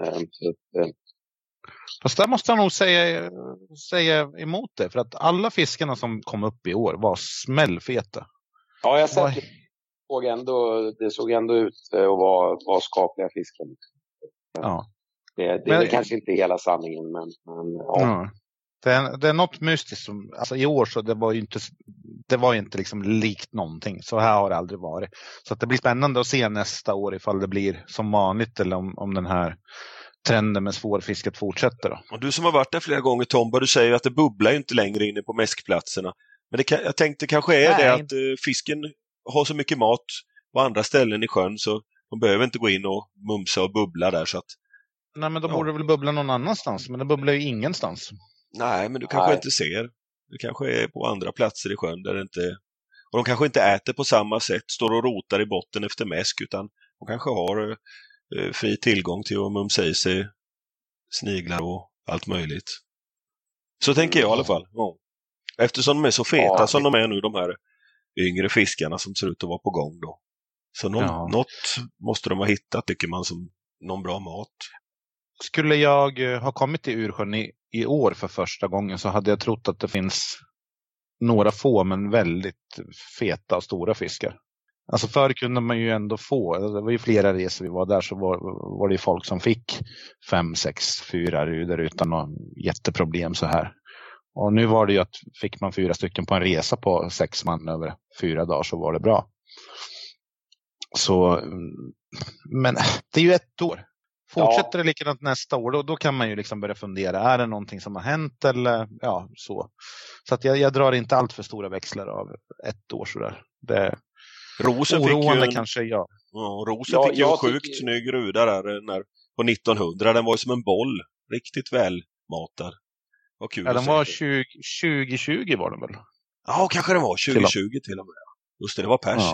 Fast där måste jag nog säga emot det. För att alla fiskarna som kom upp i år var smällfeta. Ja, jag sett det såg ändå ut att vara skapliga fiskar. Ja. Det är kanske inte hela sanningen, men ja. Det är något mystiskt som, alltså i år så det var ju inte liksom likt någonting. Så här har det aldrig varit. Så att det blir spännande att se nästa år ifall det blir som vanligt eller om den här trenden med svårfiskat fortsätter då. Och du som har varit där flera gånger, Tomba, du säger att det bubblar ju inte längre inne på mäskplatserna. Men jag tänkte kanske är det att fisken har så mycket mat på andra ställen i sjön så de behöver inte gå in och mumsa och bubbla där. Så att, nej, men då borde det väl bubbla någon annanstans. Men det bubblar ju ingenstans. Nej, men du kanske inte ser. Det kanske är på andra platser i sjön där det inte... Och de kanske inte äter på samma sätt, står och rotar i botten efter mäsk, utan de kanske har fri tillgång till att mumsa i sig sniglar och allt möjligt. Så tänker jag i alla fall. Ja. Eftersom de är så feta som de är nu, de här yngre fiskarna som ser ut att vara på gång då. Så något måste de ha hittat, tycker man, som någon bra mat. Skulle jag ha kommit till Ursjön i år för första gången så hade jag trott att det finns några få men väldigt feta och stora fiskar. Alltså förr kunde man ju ändå få, det var ju flera resor vi var där, så var det ju folk som fick 5, 6, 4 ruder utan någon jätteproblem så här. Och nu var det ju att fick man 4 stycken på en resa på 6 man över 4 dagar så var det bra. Så, men det är ju 1 år. Fortsätter det likadant nästa år, då kan man ju liksom börja fundera, är det någonting som har hänt eller så. Så att jag drar inte allt för stora växlar av 1 år sådär. Det Rosen oroande fick ju kanske, Rosen fick ju en sjukt snygg ruda där på 1900. Den var ju som en boll. Riktigt väl matad. Vad kul. Ja, den var 2020 var den väl? Ja, kanske den var 2020 till och med. Just det var pers.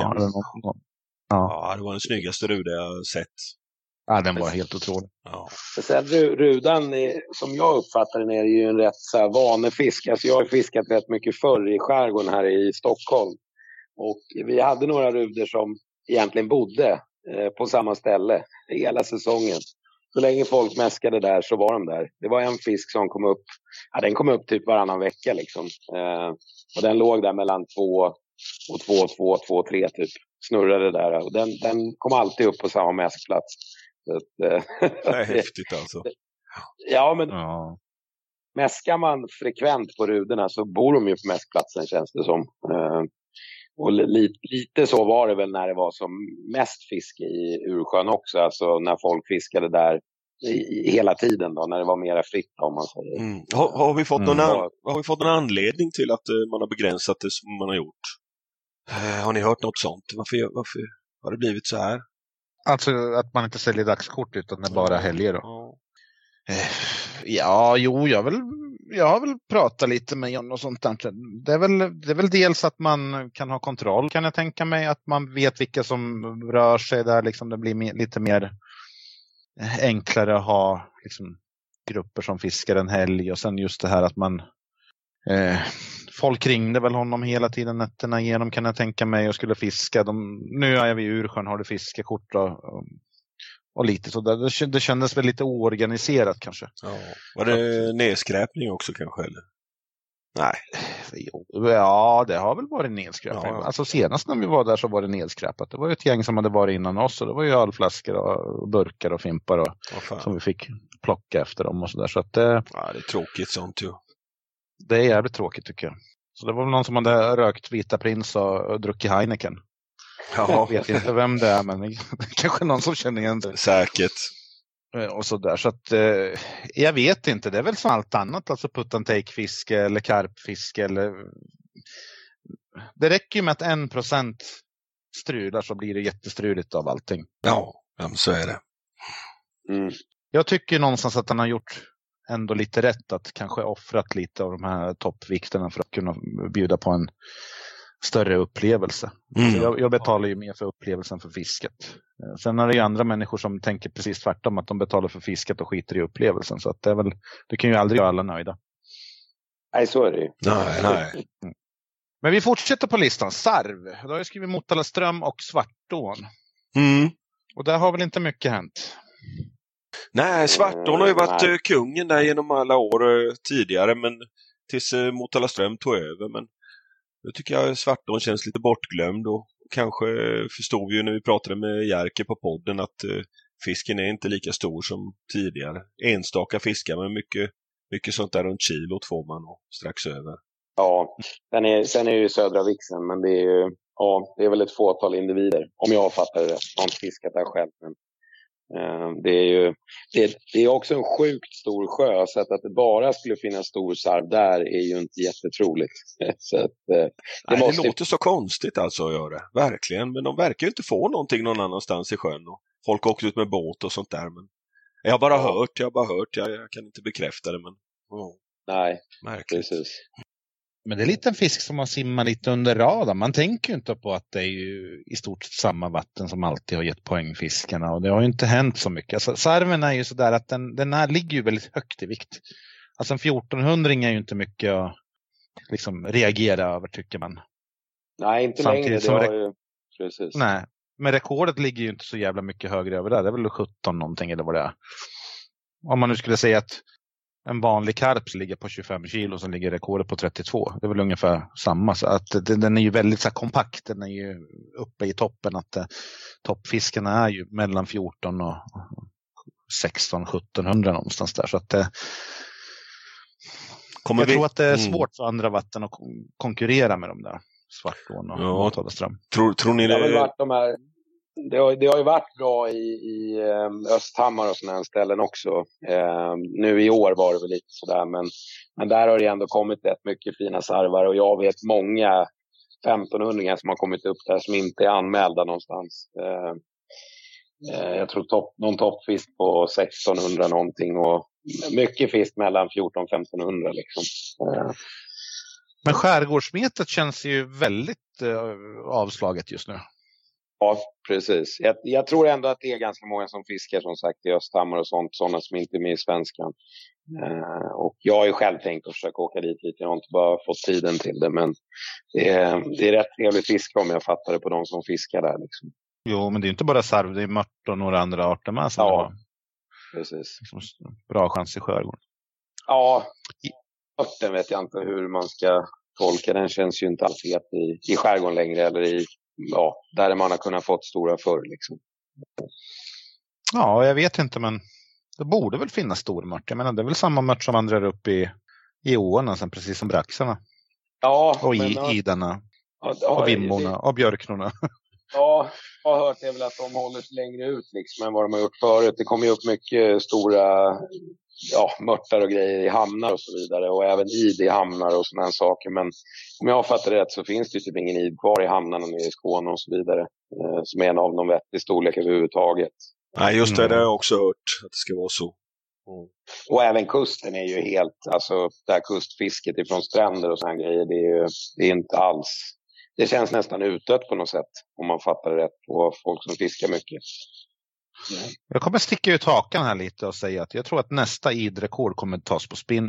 Ja, det var den snyggaste ruda jag sett. Ja, den var helt otrolig. Ja. Sen rudan, som jag uppfattar den, är ju en rätt så här vanefisk. Alltså jag har fiskat rätt mycket förr i skärgården här i Stockholm. Och vi hade några rudor som egentligen bodde på samma ställe hela säsongen. Så länge folk mäskade där så var de där. Det var en fisk som kom upp, den kom upp typ varannan vecka liksom. Och den låg där mellan 2 och 2, 2, 3 typ. Snurrade där. Och den kom alltid upp på samma mäskplats. Det är häftigt alltså. Ja, men mäskar man frekvent på rudorna så bor de ju på mäskplatsen, känns det som. Och lite så var det väl när det var som mest fiske i Ursjön också. Alltså när folk fiskade där hela tiden då, när det var mera fritt om man säger. Har vi fått någon anledning till att man har begränsat det som man har gjort? Har ni hört något sånt? Varför har det blivit så här? Alltså att man inte säljer dagskort utan det är bara helger då? Ja, jag har väl pratat lite med John och sånt där. Det är väl dels att man kan ha kontroll, kan jag tänka mig, att man vet vilka som rör sig där, liksom det blir lite mer enklare att ha liksom grupper som fiskar en helg, och sen just det här att man folk ringde väl honom hela tiden nätterna igenom, kan jag tänka mig, och skulle fiska. Nu är vi i Ursjön, har du fiskekort och lite så där. Det kändes väl lite oorganiserat kanske. Ja. Var det nedskräpning också kanske, eller? Nej. Ja, det har väl varit nedskräpning. Ja. Alltså senast när vi var där så var det nedskräpat. Det var ju ett gäng som hade varit innan oss, och det var ju ölflaskor och burkar och fimpar som vi fick plocka efter dem och sådär. Så att, det är tråkigt sånt ju. Det är jävligt tråkigt tycker jag. Så det var väl någon som hade rökt Vita Prins och druckit Heineken. Ja. Jag vet inte vem det är, men kanske någon som känner igen det. Säkert. Och så där. Så att jag vet inte. Det är väl som allt annat. Alltså put and take fiske eller karpfiske. Det räcker ju med att 1% strular så blir det jättestruligt av allting. Ja, så är det. Jag tycker någonstans att han har gjort ändå lite rätt. Att kanske offrat lite av de här toppvikterna för att kunna bjuda på en större upplevelse. Jag betalar ju mer för upplevelsen för fisket. Sen är det ju andra människor som tänker precis tvärtom, att de betalar för fisket och skiter i upplevelsen. Så att det kan ju aldrig göra alla nöjda. Nej, så är det ju. Nej. Men vi fortsätter på listan. Sarv. Då har jag skrivit Motalaström och Svartån. Och där har väl inte mycket hänt. Nej, Svartån har ju varit kungen där genom alla år tidigare, men tills Motalaström tog över. Men nu tycker jag Svartån känns lite bortglömd, och kanske förstod vi ju när vi pratade med Jerker på podden att fisken är inte lika stor som tidigare. Enstaka fiskar, men mycket sånt där runt kilot får man och strax över. Ja, sen är det ju södra vixen, men det är väl ett fåtal individer, om jag fattar det rätt. Jag har inte fiskat där själv, men Det är också en sjukt stor sjö, så att det bara skulle finnas stor sarv där är ju inte jättetroligt. Så att, det låter så konstigt alltså att göra, verkligen. Men de verkar ju inte få någonting någon annanstans i sjön. Och folk åker ut med båt och sånt där. Men jag har bara hört, jag kan inte bekräfta det. Men, nej, märkligt. precis. Men det är lite en fisk som har simmat lite under radarn. Man tänker ju inte på att det är ju i stort sett samma vatten som alltid har gett poängfiskarna. Och det har ju inte hänt så mycket. Alltså, sarven är ju sådär att den här ligger ju väldigt högt i vikt. Alltså en 1400 är ju inte mycket att liksom reagera över, tycker man. Nej, inte samtidigt längre. Det har ju... Precis. Nej, men rekordet ligger ju inte så jävla mycket högre över där. Det är väl 17 någonting eller vad det är. Om man nu skulle säga att en vanlig karp ligger på 25 kilo, som ligger rekordet på 32. Det är väl ungefär samma. Så att den är ju väldigt så här kompakt. Den är ju uppe i toppen. Att toppfiskarna är ju mellan 14 och 16-1700 någonstans där. Så att jag tror att det är svårt för andra vatten att konkurrera med de där Svartån och Motalaström. Tror ni det? Det har ju varit bra i Östhammar och sådana ställen också. Nu i år var det väl lite sådär, men där har det ändå kommit rätt mycket fina sarvar. Och jag vet många 1500-åringar som har kommit upp där som inte är anmälda någonstans. Jag tror någon toppfisk på 1600 någonting, och mycket fisk mellan 1400-1500 liksom. Men skärgårdsmetet känns ju väldigt avslaget just nu. Ja, precis. Jag tror ändå att det är ganska många som fiskar, som sagt, i Östhammar och sådana som inte är med i Svenskan. Och jag har ju själv tänkt att försöka åka dit lite. Jag har inte bara fått tiden till det, men det är rätt trevligt fiske om jag fattar det på de som fiskar där liksom. Jo, men det är inte bara sarv, det är mört och några andra arter med. Ja, precis. Bra chans i skärgården. Ja, mörten vet jag inte hur man ska tolka. Den känns ju inte alls i skärgården längre, eller där man har kunnat fått stora förr liksom. Ja, jag vet inte, men det borde väl finnas stor mört. Jag menar, det är väl samma mört som vandrar upp i åarna sen, precis som braxarna. Ja. Och idarna. Och vimmorna och björknorna. Ja, jag har hört det väl att de håller sig längre ut liksom än vad de har gjort förut. Det kommer ju upp mycket stora mörtar och grejer i hamnar och så vidare. Och även id i hamnar och sådana saker. Men om jag fattar det rätt så finns det typ ingen id kvar i hamnarna nere i Skåne och så vidare. Som är en av de vettig storlek överhuvudtaget. Nej, just det har jag också hört att det ska vara så. Och även kusten är ju helt, alltså det här kustfisket ifrån stränder och sådana grejer, det är inte alls. Det känns nästan utdött på något sätt, om man fattar det rätt, på folk som fiskar mycket. Jag kommer sticka ut hakan här lite och säga att jag tror att nästa idrekord kommer att tas på spinn.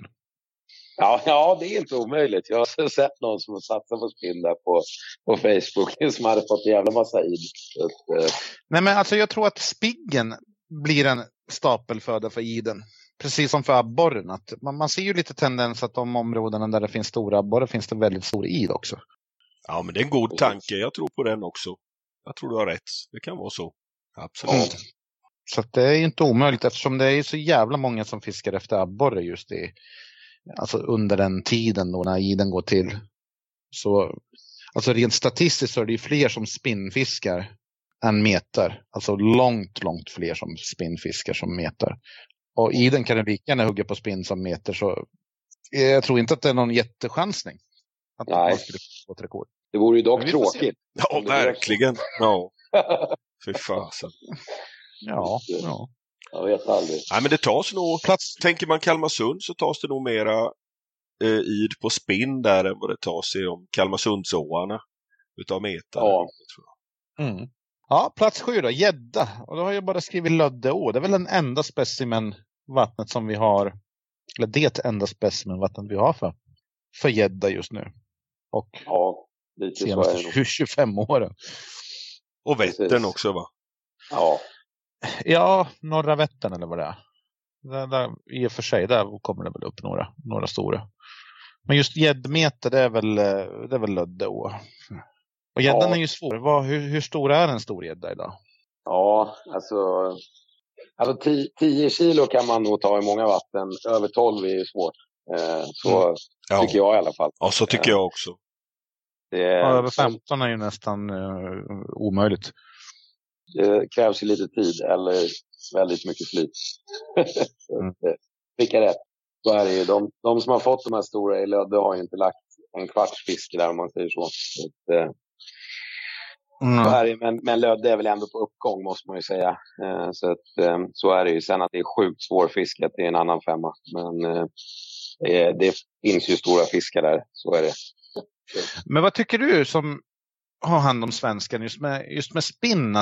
Ja, det är inte omöjligt. Jag har sett någon som har satsat på spinn där på Facebook som hade fått en jävla massa id. Nej, men alltså jag tror att spiggen blir en stapelföda för iden. Precis som för abborren. Att man ser ju lite tendens att de områdena där det finns stora abborre finns det väldigt stor id också. Ja, men det är en god tanke. Jag tror på den också. Jag tror du har rätt. Det kan vara så. Absolut. Så att det är inte omöjligt, eftersom det är så jävla många som fiskar efter abborre just alltså under den tiden då när iden går till. Så alltså rent statistiskt så är det ju fler som spinnfiskar än metar. Alltså långt fler som spinnfiskar som metar. Och iden kan det lika gärna hugga på spinn som meter, så jag tror inte att det är någon jättechansning. Att man skulle få ett rekord. Det vore ju dock tråkigt. Ja, verkligen. Ja. Fy fasen. Ja. Jag vet aldrig. Nej, men det tas nog, tänker man Kalmarsund så tas det nog mera id på spinn där än vad det tas i de Kalmarsundsåarna utav meter. Ja. Tror jag. Ja, plats 7 då, gädda. Och då har jag bara skrivit Löddeå. Det är väl den enda specimenvattnet som vi har, eller det enda specimenvattnet vi har för gädda just nu. Och lite senaste 25 åren. Och Vättern också, va? Ja, norra Vättern eller vad det är. Där, i och för sig, där kommer det väl upp några stora. Men just gäddmeter, det är väl Löddeå. Och gäddan är ju svår. Hur stor är en stor gädda idag? Ja, alltså 10 kilo kan man nog ta i många vatten. Över 12 är ju svårt. Så tycker jag i alla fall. Ja, så tycker jag också. Över 15 är ju nästan omöjligt. Det krävs ju lite tid. Eller väldigt mycket flyt. Fick jag rätt. Så är det ju. De som har fått de här stora i Lödde har ju inte lagt en kvarts fisk där, om man säger så. Så är det, men Lödde är väl ändå på uppgång, måste man ju säga. Så är det ju. Sen att det är sjukt svårfiskat, det är en annan femma. Men det finns ju stora fiskar där, så är det. Men vad tycker du som har hand om svenskan just med spinn,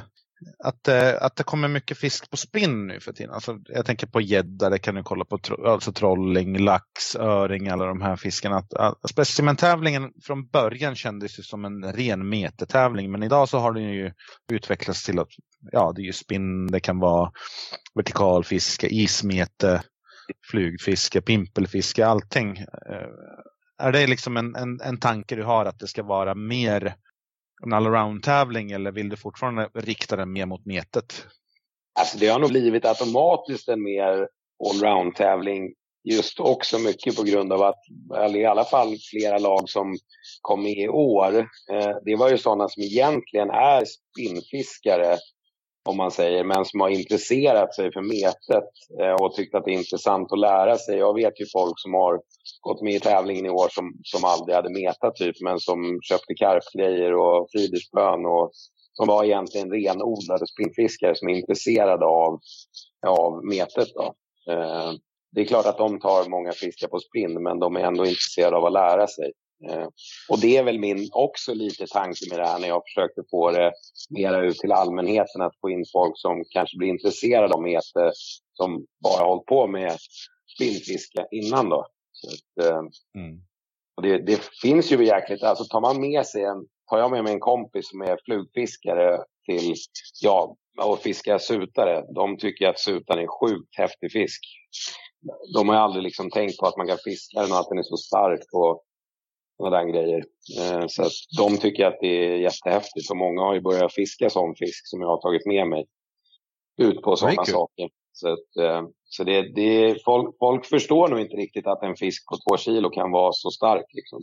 att det kommer mycket fisk på spinn nu för tiden? Alltså, jag tänker på gädda, det kan du kolla på, alltså trolling, lax, öring, alla de här fiskarna. Specimentävlingen från början kändes ju som en ren metetävling, men idag så har den ju utvecklats till att det är ju spinn, det kan vara vertikalfiske, ismete, flugfiske, pimpelfiske, allting. Är det liksom en tanke du har att det ska vara mer en allround-tävling, eller vill du fortfarande rikta den mer mot metet? Alltså det har nog blivit automatiskt en mer allround-tävling, just också mycket på grund av att, eller i alla fall flera lag som kom med i år, det var ju sådana som egentligen är spinnfiskare, om man säger, men som har intresserat sig för metet och tyckt att det är intressant att lära sig. Jag vet ju folk som har gått med i tävlingen i år som aldrig hade metat typ, men som köpte karpgrejer och friderspön, och som var egentligen renodlade spinnfiskare som är intresserade av metet då. Det är klart att de tar många fiskar på spinn, men de är ändå intresserade av att lära sig. Och det är väl min också lite tanke med det här, när jag försökte få det mera ut till allmänheten, att få in folk som kanske blir intresserade av mete, som bara hållit på med spinnfiske innan då. Så att, och det finns ju jäkligt, alltså tar jag med mig en kompis som är flugfiskare till och fiskar sutare, de tycker att sutan är sjukt häftig fisk. De har aldrig liksom tänkt på att man kan fiska den och att den är så stark och sådana grejer. Så att de tycker att det är jättehäftigt, och många har ju börjat fiska sån fisk som jag har tagit med mig ut på sådana saker. Så folk förstår nog inte riktigt att en fisk på 2 kilo kan vara så stark liksom.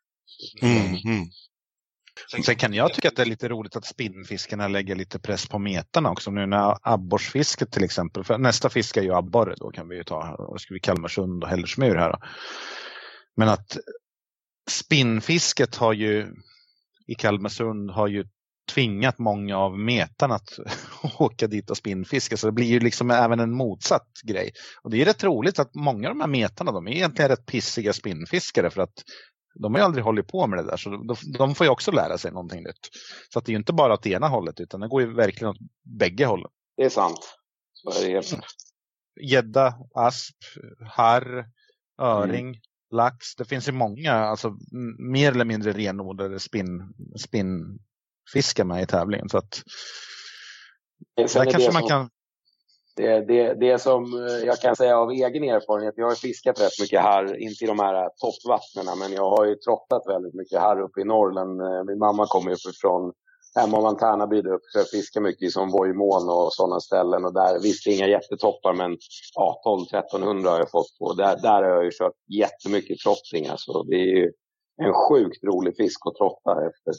Sen kan jag tycka att det är lite roligt att spinnfiskarna lägger lite press på metarna också nu, när abborrsfisket till exempel, för nästa fisk är ju abborre, då kan vi ju ta, och ska vi Kalmarsund och Hällersmyr här då. Men att spinnfisket har ju i Kalmarsund har ju tvingat många av metarna att åka dit och spinnfiska, så det blir ju liksom även en motsatt grej. Och det är rätt roligt att många av de här metarna, de är egentligen rätt pissiga spinnfiskare, för att de har ju aldrig hållit på med det där, så de får ju också lära sig någonting nytt. Så att det är ju inte bara åt ena hållet, utan det går ju verkligen åt bägge hållen. Det är sant. Så är det helt. Gädda, asp, harr, öring, lax. Det finns ju många, alltså mer eller mindre renodlade spinnfiskar med i tävlingen. Så att där kanske man kan... Det som jag kan säga av egen erfarenhet, jag har fiskat rätt mycket harr, inte i de här toppvattnena, men jag har ju trottat väldigt mycket harr uppe i Norrland. Min mamma kommer uppifrån hemma Tärnaby, där uppe, så jag fiskar mycket i som Vojmån och sådana ställen, och där visst inga jättetoppar, men 1200-1300 har jag fått på. Där har jag ju kört jättemycket trottringar, så det är ju en sjukt rolig fisk att trotta efter.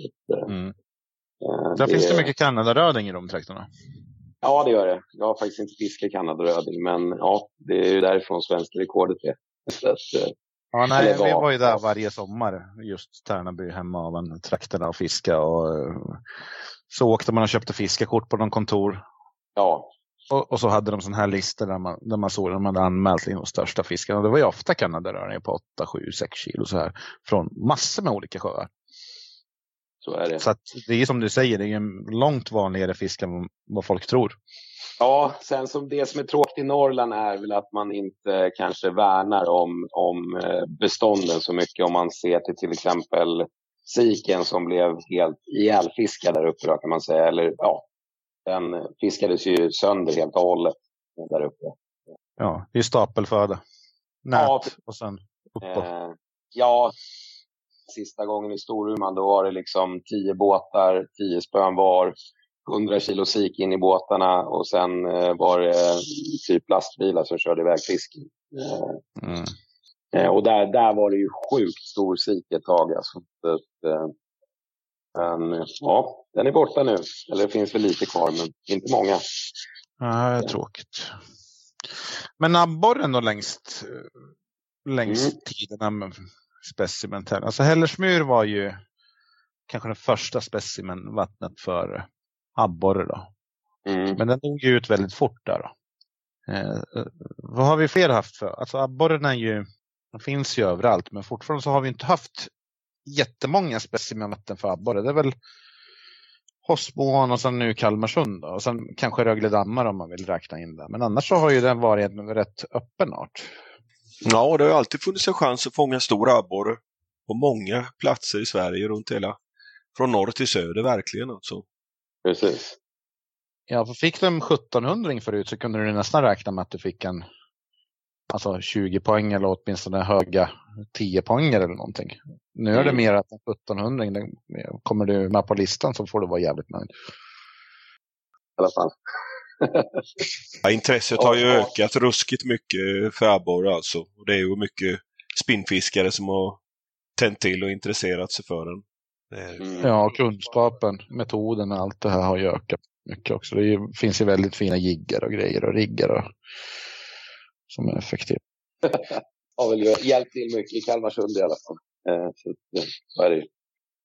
Där finns det mycket kanadaröding i de trakterna. Ja, det gör det. Jag har faktiskt inte fiskat kanadaröding, men det är ju därifrån svenska rekordet är. Vi var ju där varje sommar, just Tärnaby, hemma av en trakterna och fiska, och så åkte man och köpte fiskekort på någon kontor. Ja. Och så hade de sån här listor där man såg att de hade anmält de största fiskarna. Det var ju ofta kanadaröringar på 8, 7, 6 kilo så här, från massor med olika sjöar. Så är det. Så att det är som du säger, det är en långt vanligare fisk än vad folk tror. Ja, sen som det som är tråkigt i Norrland är väl att man inte kanske värnar om bestånden så mycket, om man ser till exempel siken som blev helt ihjälfiskad där uppe då, kan man säga. Eller den fiskades ju sönder helt och hållet där uppe. Ja, det är stapelföda. Nät och sen uppåt. Sista gången i Storuman, då var det liksom 10 båtar, 10 spön var, 100 kilo sik in i båtarna, och sen var det typ lastbilar som körde iväg fisken. Och där var det ju sjukt stor sik ett tag. Alltså. Men den är borta nu. Eller det finns väl lite kvar, men inte många. Ja, det är tråkigt. Men abborren då längst tiderna med specimen. Alltså Hällersmyr var ju kanske den första specimenvattnet för abborre då. Men den dog ju ut väldigt fort där då. Vad har vi fler haft för? Alltså abborren de finns ju överallt, men fortfarande så har vi inte haft jättemånga specimenvatten för abborre. Det är väl Hossboån och sen nu Kalmarsund då. Och sen kanske Rögledammar om man vill räkna in det. Men annars så har ju den varit en rätt öppen art. Ja, det har ju alltid funnits en chans att fånga stora abborre på många platser i Sverige runt hela. Från norr till söder verkligen alltså. Precis. Ja, för fick du en 1700 förut så kunde du nästan räkna med att du fick en 20 poäng eller åtminstone höga 10 poäng eller någonting. Nu är det mer att en 1700 kommer du med på listan så får du vara jävligt nöjd. I alla fall. Ja, intresset har ju ökat ruskigt mycket för abborre alltså. Och det är ju mycket spinnfiskare som har tänt till och intresserat sig för den. Ja, kunskapen, metoden och allt det här har ju ökat mycket också. Finns ju väldigt fina jiggar och grejer och riggar som är effektiva. Har väl hjälpt till mycket i Kalmarsund i alla fall. Så är det ju.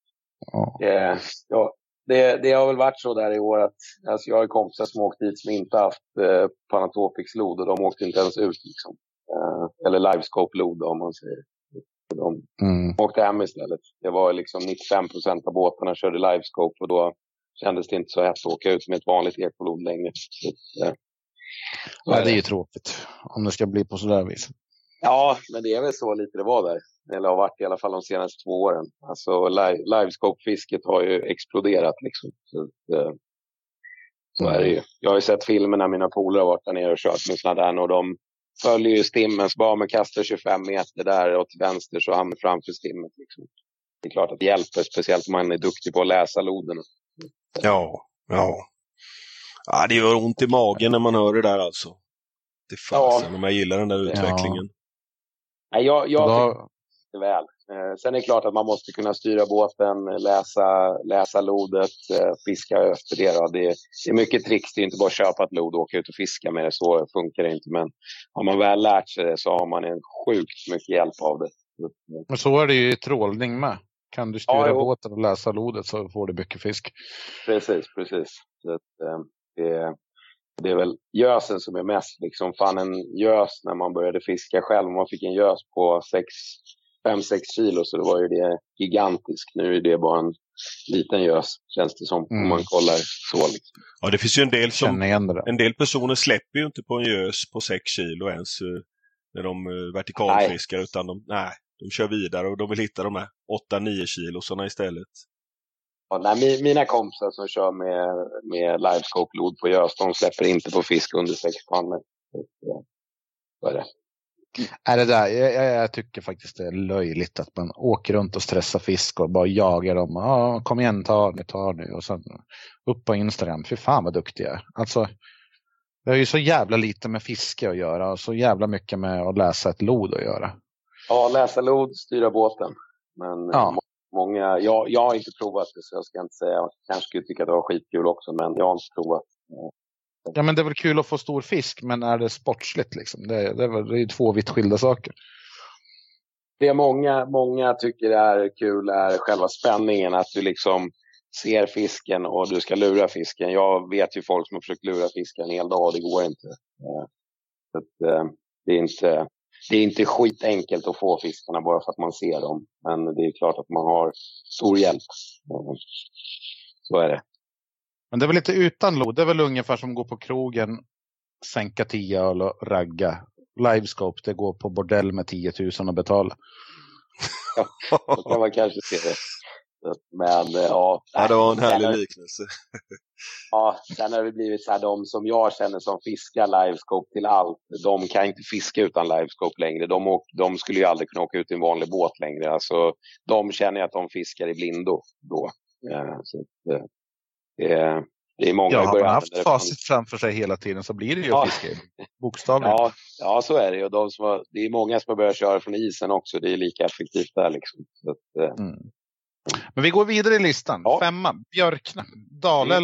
Ja, det har väl varit så där i år att alltså jag har kompisar som åkt dit som inte haft Panatopics-lod och de åkte inte ens ut liksom. Eller Livescope-lod om man säger. De åkte hem istället. Det var liksom 95% av båtarna körde Livescope och då kändes det inte så hett att åka ut med ett vanligt ekolod längre. Ja, det är ju tråkigt om det ska bli på sådär vis. Ja, men det är väl så lite det var där. Eller har varit i alla fall de senaste 2 åren. Alltså livescope-fisket har ju exploderat liksom. Så är det ju. Jag har ju sett filmer när mina polare har varit där nere och kört med sådana där och de följer ju stimmen. Så bara man kastar 25 meter där och till vänster så hamnar framför stimmet liksom. Det är klart att det hjälper, speciellt om man är duktig på att läsa loden. Ja, det gör ont i magen när man hör det där alltså. Det är fasen om jag gillar den där utvecklingen. Nej, jag tycker det väl. Sen är det klart att man måste kunna styra båten, läsa lodet, fiska efter det. Då. Det är mycket tricks, det är inte bara att köpa ett lod och åka ut och fiska med det. Så funkar det inte. Men har man väl lärt sig det så har man en sjukt mycket hjälp av det. Men så är det ju i trålning med. Kan du styra båten och läsa lodet så får du mycket fisk. Precis. Så att, det är väl gösen som är mest liksom. Fan en gös när man började fiska själv. Man fick en gös på 5-6 kilo så det var ju det gigantiskt. Nu är det bara en liten gös känns det som om man kollar så liksom. Ja, det finns ju en del personer släpper ju inte på en gös på 6 kilo ens när de vertikalfiskar utan de kör vidare och de vill hitta de här 8-9 kilosarna istället. Ja, nej, mina kompisar som kör med livescope-lod på gös, de släpper inte på fisk under 6 pannor. Vad är det? Det där, jag tycker faktiskt det är löjligt att man åker runt och stressar fisk och bara jagar dem. Kom igen, ta nu. Och sen upp på Instagram. Fy fan vad duktig jag är. Alltså, det är ju så jävla lite med fiske att göra och så jävla mycket med att läsa ett lod att göra. Ja, läsa lod, styra båten. Men många, jag har inte provat det så jag ska inte säga. Jag kanske skulle tycka att det var skitkul också, men jag har inte provat. Ja, men det är väl kul att få stor fisk, men är det sportsligt liksom? Det är 2 vitt skilda saker. Det många tycker är kul är själva spänningen, att du liksom ser fisken och du ska lura fisken. Jag vet ju folk som har försökt lura fisken en hel dag och det går inte. Så att, det är inte skitenkelt att få fiskarna bara för att man ser dem. Men det är klart att man har stor hjälp. Så är det. Men det är väl lite utan lod. Det är väl ungefär som gå på krogen, sänka 10 öl och ragga. Livescope, det går på bordell med 10 000 att betala. Ja, då kan man kanske se det. Men det var en härlig liknelse. Ja, sen har det blivit så här, de som jag känner som fiskar livescope till allt, de kan inte fiska utan livescope längre. De skulle ju aldrig kunna åka ut i en vanlig båt längre. Alltså, de känner att de fiskar i blindo då. Så det är många. Ja, har man haft facit framför sig hela tiden så blir det ju fiske, bokstavligen. Ja, så är det ju. Det är många som har börjat köra från isen också. Det är lika effektivt där liksom. Så att, Men vi går vidare i listan. 5, Björkna, Dalälven.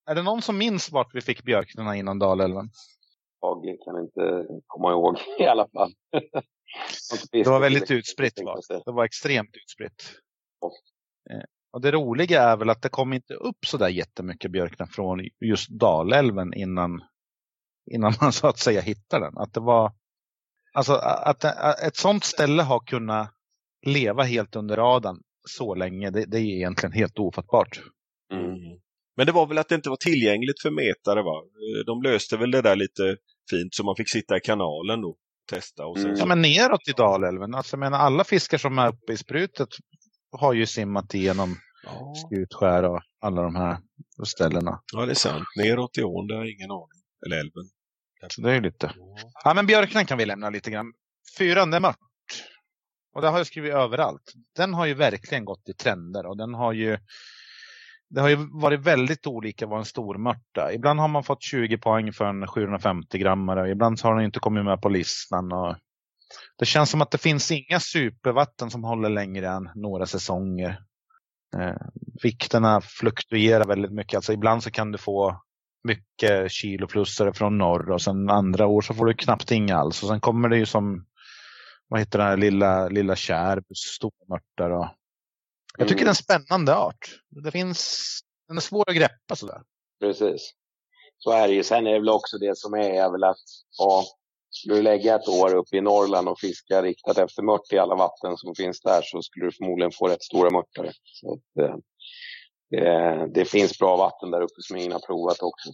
Är det någon som minns vart vi fick björknarna innan Dalälven? Jag kan inte komma ihåg i alla fall. Det var väldigt utspritt, va? Det var extremt utspritt. Och det roliga är väl att det kom inte upp så där jättemycket björknar från just Dalälven innan man så att säga hittar den. Att det var, alltså att ett sånt ställe har kunnat leva helt under radarn så länge, det är egentligen helt ofattbart. Mm. Men det var väl att det inte var tillgängligt för metare, va? De löste väl det där lite fint så man fick sitta i kanalen då, testa och sen Ja, men neråt i Dalälven, alltså jag menar, alla fiskar som är uppe i sprutet har ju simmat igenom Skutskär och alla de här ställena. Ja, det är sant. Neråt i ån, det har ingen aning. Eller älven. Så det är ju lite. Ja, men björknan kan vi lämna lite grann. 4 är mört. Och det har jag skrivit överallt. Den har ju verkligen gått i trender och det har ju varit väldigt olika vad en stor mört är. Ibland har man fått 20 poäng för en 750 grammare och ibland har den inte kommit med på listan. Och det känns som att det finns inga supervatten som håller längre än några säsonger. Vikterna fluktuerar väldigt mycket. Alltså ibland så kan du få mycket kiloplussare från norr och sen andra år så får du knappt inga alls. Och sen kommer det ju som, vad heter den här lilla kärp, stormörtar och jag tycker det är en spännande art. Den är svår att greppa sådär. Precis. Så är det ju. Sen är det väl också det som är väl att skulle du lägga ett år uppe i Norrland och fiska riktat efter mört i alla vatten som finns där så skulle du förmodligen få rätt stora mörtare. Så att, det finns bra vatten där uppe som ingen har provat också.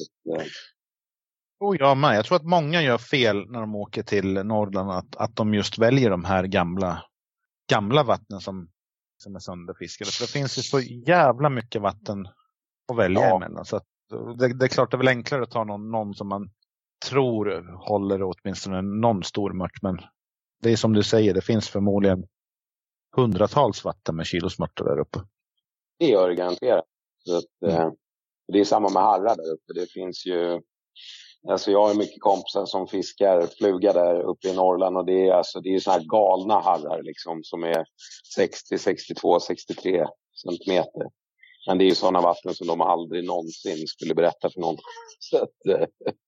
Ja, men jag tror att många gör fel när de åker till Norrland att de just väljer de här gamla vattnen som är sönderfiskade. För det finns ju så jävla mycket vatten att välja emellan. Så att det är klart det är väl enklare att ta någon som man tror håller åtminstone någon stor mört. Men det är som du säger, det finns förmodligen hundratals vatten med kilosmörtar där uppe. Det gör det garanterat. Så att, det är samma med harrar där uppe. Det finns ju, alltså jag har mycket kompisar som fiskar fluga där uppe i Norrland och det är såna här galna harrar liksom som är 60, 62, 63 centimeter. Men det är ju sådana vatten som de aldrig någonsin skulle berätta för någon. Så att,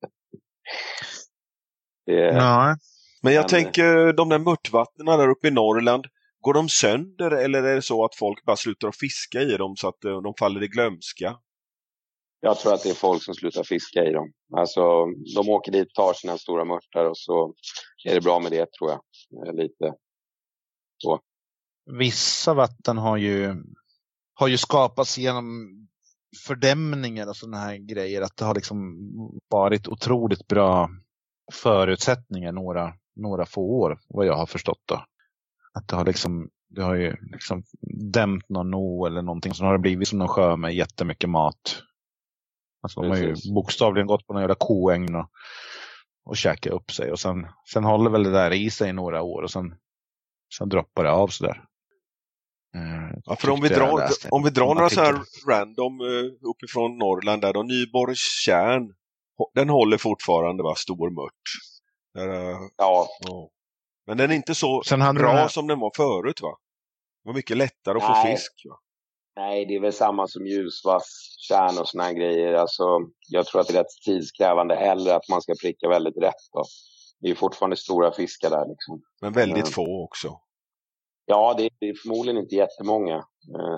Men jag tänker, de där mörtvattnen där uppe i Norrland, går de sönder eller är det så att folk bara slutar att fiska i dem så att de faller i glömska? Jag tror att det är folk som slutar fiska i dem. Alltså, de åker dit, tar sina stora mörtar och så är det bra med det, tror jag. Lite så. Vissa vatten har ju skapats genom fördämningar och sådana här grejer. Att det har liksom varit otroligt bra förutsättningar några få år, vad jag har förstått då. Att det har ju liksom dämt någon no eller någonting, så har det blivit som någon sjö med jättemycket mat. Alltså de har ju bokstavligen gått på några jävla koäng och käkat upp sig. Och sen håller väl det där i sig i några år och sen droppar det av sådär. Ja, för om vi drar några så här random uppifrån Norrland där då, Nyborgs Tjärn, den håller fortfarande, va, stor mört. Ja. Men den är inte så bra som den var förut, va? Det var mycket lättare att få fisk, va? Nej, det är väl samma som ljusvass, kärn och såna här grejer. Alltså, jag tror att det är rätt tidskrävande hellre att man ska pricka väldigt rätt då. Det är ju fortfarande stora fiskar där liksom. Men väldigt få också. Ja, det är förmodligen inte jättemånga.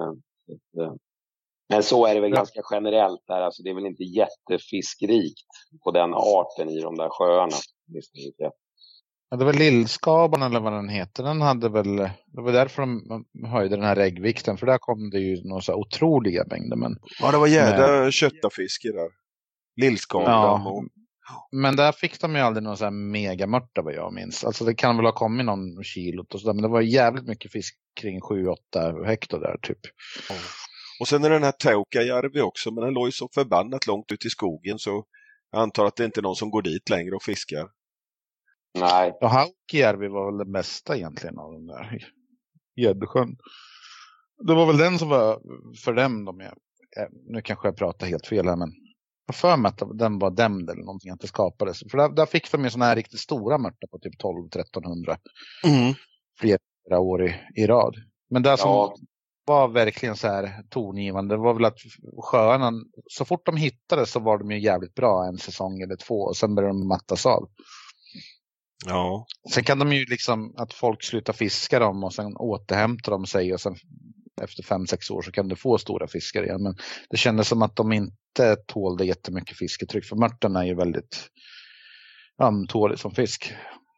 Men så är det väl ganska generellt där. Alltså, det är väl inte jättefiskrikt på den arten i de där sjöarna. Ja, det var Lillskaban eller vad den heter. Den hade väl, det var därför de höjde den här äggvikten. För där kom det ju några så otroliga mängder. Men, ja, det var jävla köttafiske där. Lillskaban. Ja, men där fick de ju aldrig någon så här megamörta vad jag minns. Alltså det kan väl ha kommit någon kilot och sådär. Men det var jävligt mycket fisk kring 7-8 hektar där typ. Ja. Och sen är den här Taukajärvi också. Men den låg ju så förbannat långt ut i skogen. Så jag antar att det inte är någon som går dit längre och fiskar. Nej. Ja, Haukijärvi var väl det bästa egentligen av den där Gäddesjön. Det var väl den som var fördämd om nu kanske jag pratar helt fel här, men jag för mig att den var dämd eller någonting, att det skapades. För där fick de ju såna här riktigt stora mörtar på typ 12-1300 flera år i rad. Men där var verkligen så här tongivande. Det var väl att sjöarna, så fort de hittade så var de ju jävligt bra en säsong eller 2 och sen började de mattas av. Ja. Sen kan de ju liksom att folk slutar fiska dem och sen återhämtar de sig och sen efter 5-6 år så kan du få stora fiskar igen. Men det kändes som att de inte tålde jättemycket fisketryck, för mörten är ju väldigt ömtålig som fisk.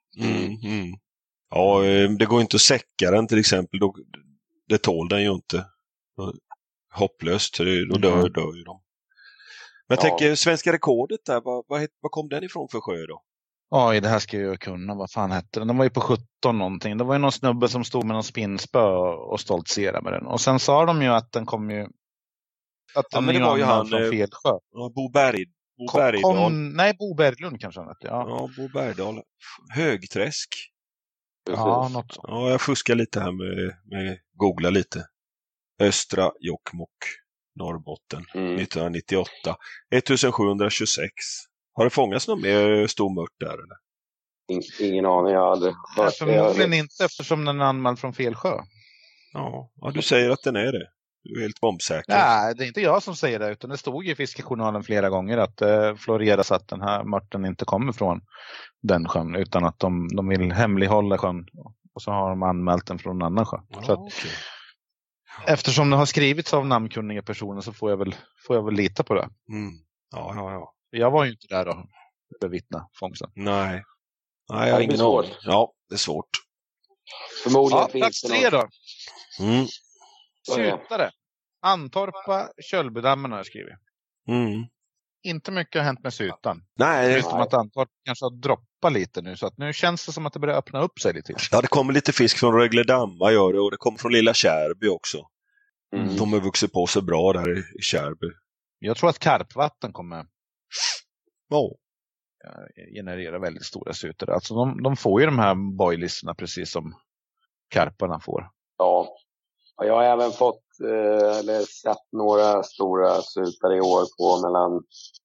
Ja, det går inte att säcka den till exempel. Det tål den ju inte. Hopplöst, då dör ju de. Men jag tänker, svenska rekordet där, vad kom den ifrån för sjö då? Ja, det här ska jag ju kunna. Vad fan hette den? Den var ju på 17 någonting. Det var ju någon snubbe som stod med någon spinnspö och stoltserade med den. Och sen sa de ju att den kom ju... Att den men det var ju han från Felsjö. Bo Bergdahl. Nej, Bo Berglund kanske han hette. Ja, Bo Bergdahl. Högträsk. Ja, något sånt. Ja, jag fuskar lite här med googla lite. Östra Jokkmokk, Norrbotten, 1998. 1726. Har det fångats någon mer stor mört där eller? Ingen aning, jag hade hört. Förmodligen inte, eftersom den är anmäld från Felsjö. Ja, du säger att den är det. Du är helt bombsäker. Nej, det är inte jag som säger det, utan det stod i Fiskejournalen flera gånger att floreras att den här mörten inte kommer från den sjön, utan att de vill hemlighålla sjön och så har de anmält den från en annan sjö. Så att, eftersom det har skrivits av namnkunniga personer så får jag väl lita på det. Ja. Jag var ju inte där och bevittna fångsten. Nej, jag har ingen aning. Ja, det är svårt. Förmodligen finns det 3 då. Sutare. Antorpa, Köllbydammen har jag skrivit. Inte mycket har hänt med sutan. Nej. Förutom att Antorpa kanske har droppat lite nu. Så att nu känns det som att det börjar öppna upp sig lite. Ja, det kommer lite fisk från Rögledamma gör det. Och det kommer från Lilla Kärby också. De har vuxit på sig bra där i Kärby. Jag tror att karpvatten kommer Ja. generera väldigt stora sutor. Alltså de får ju de här boilisterna precis som karparna får. Ja, jag har även fått eller sett några stora sutar i år på mellan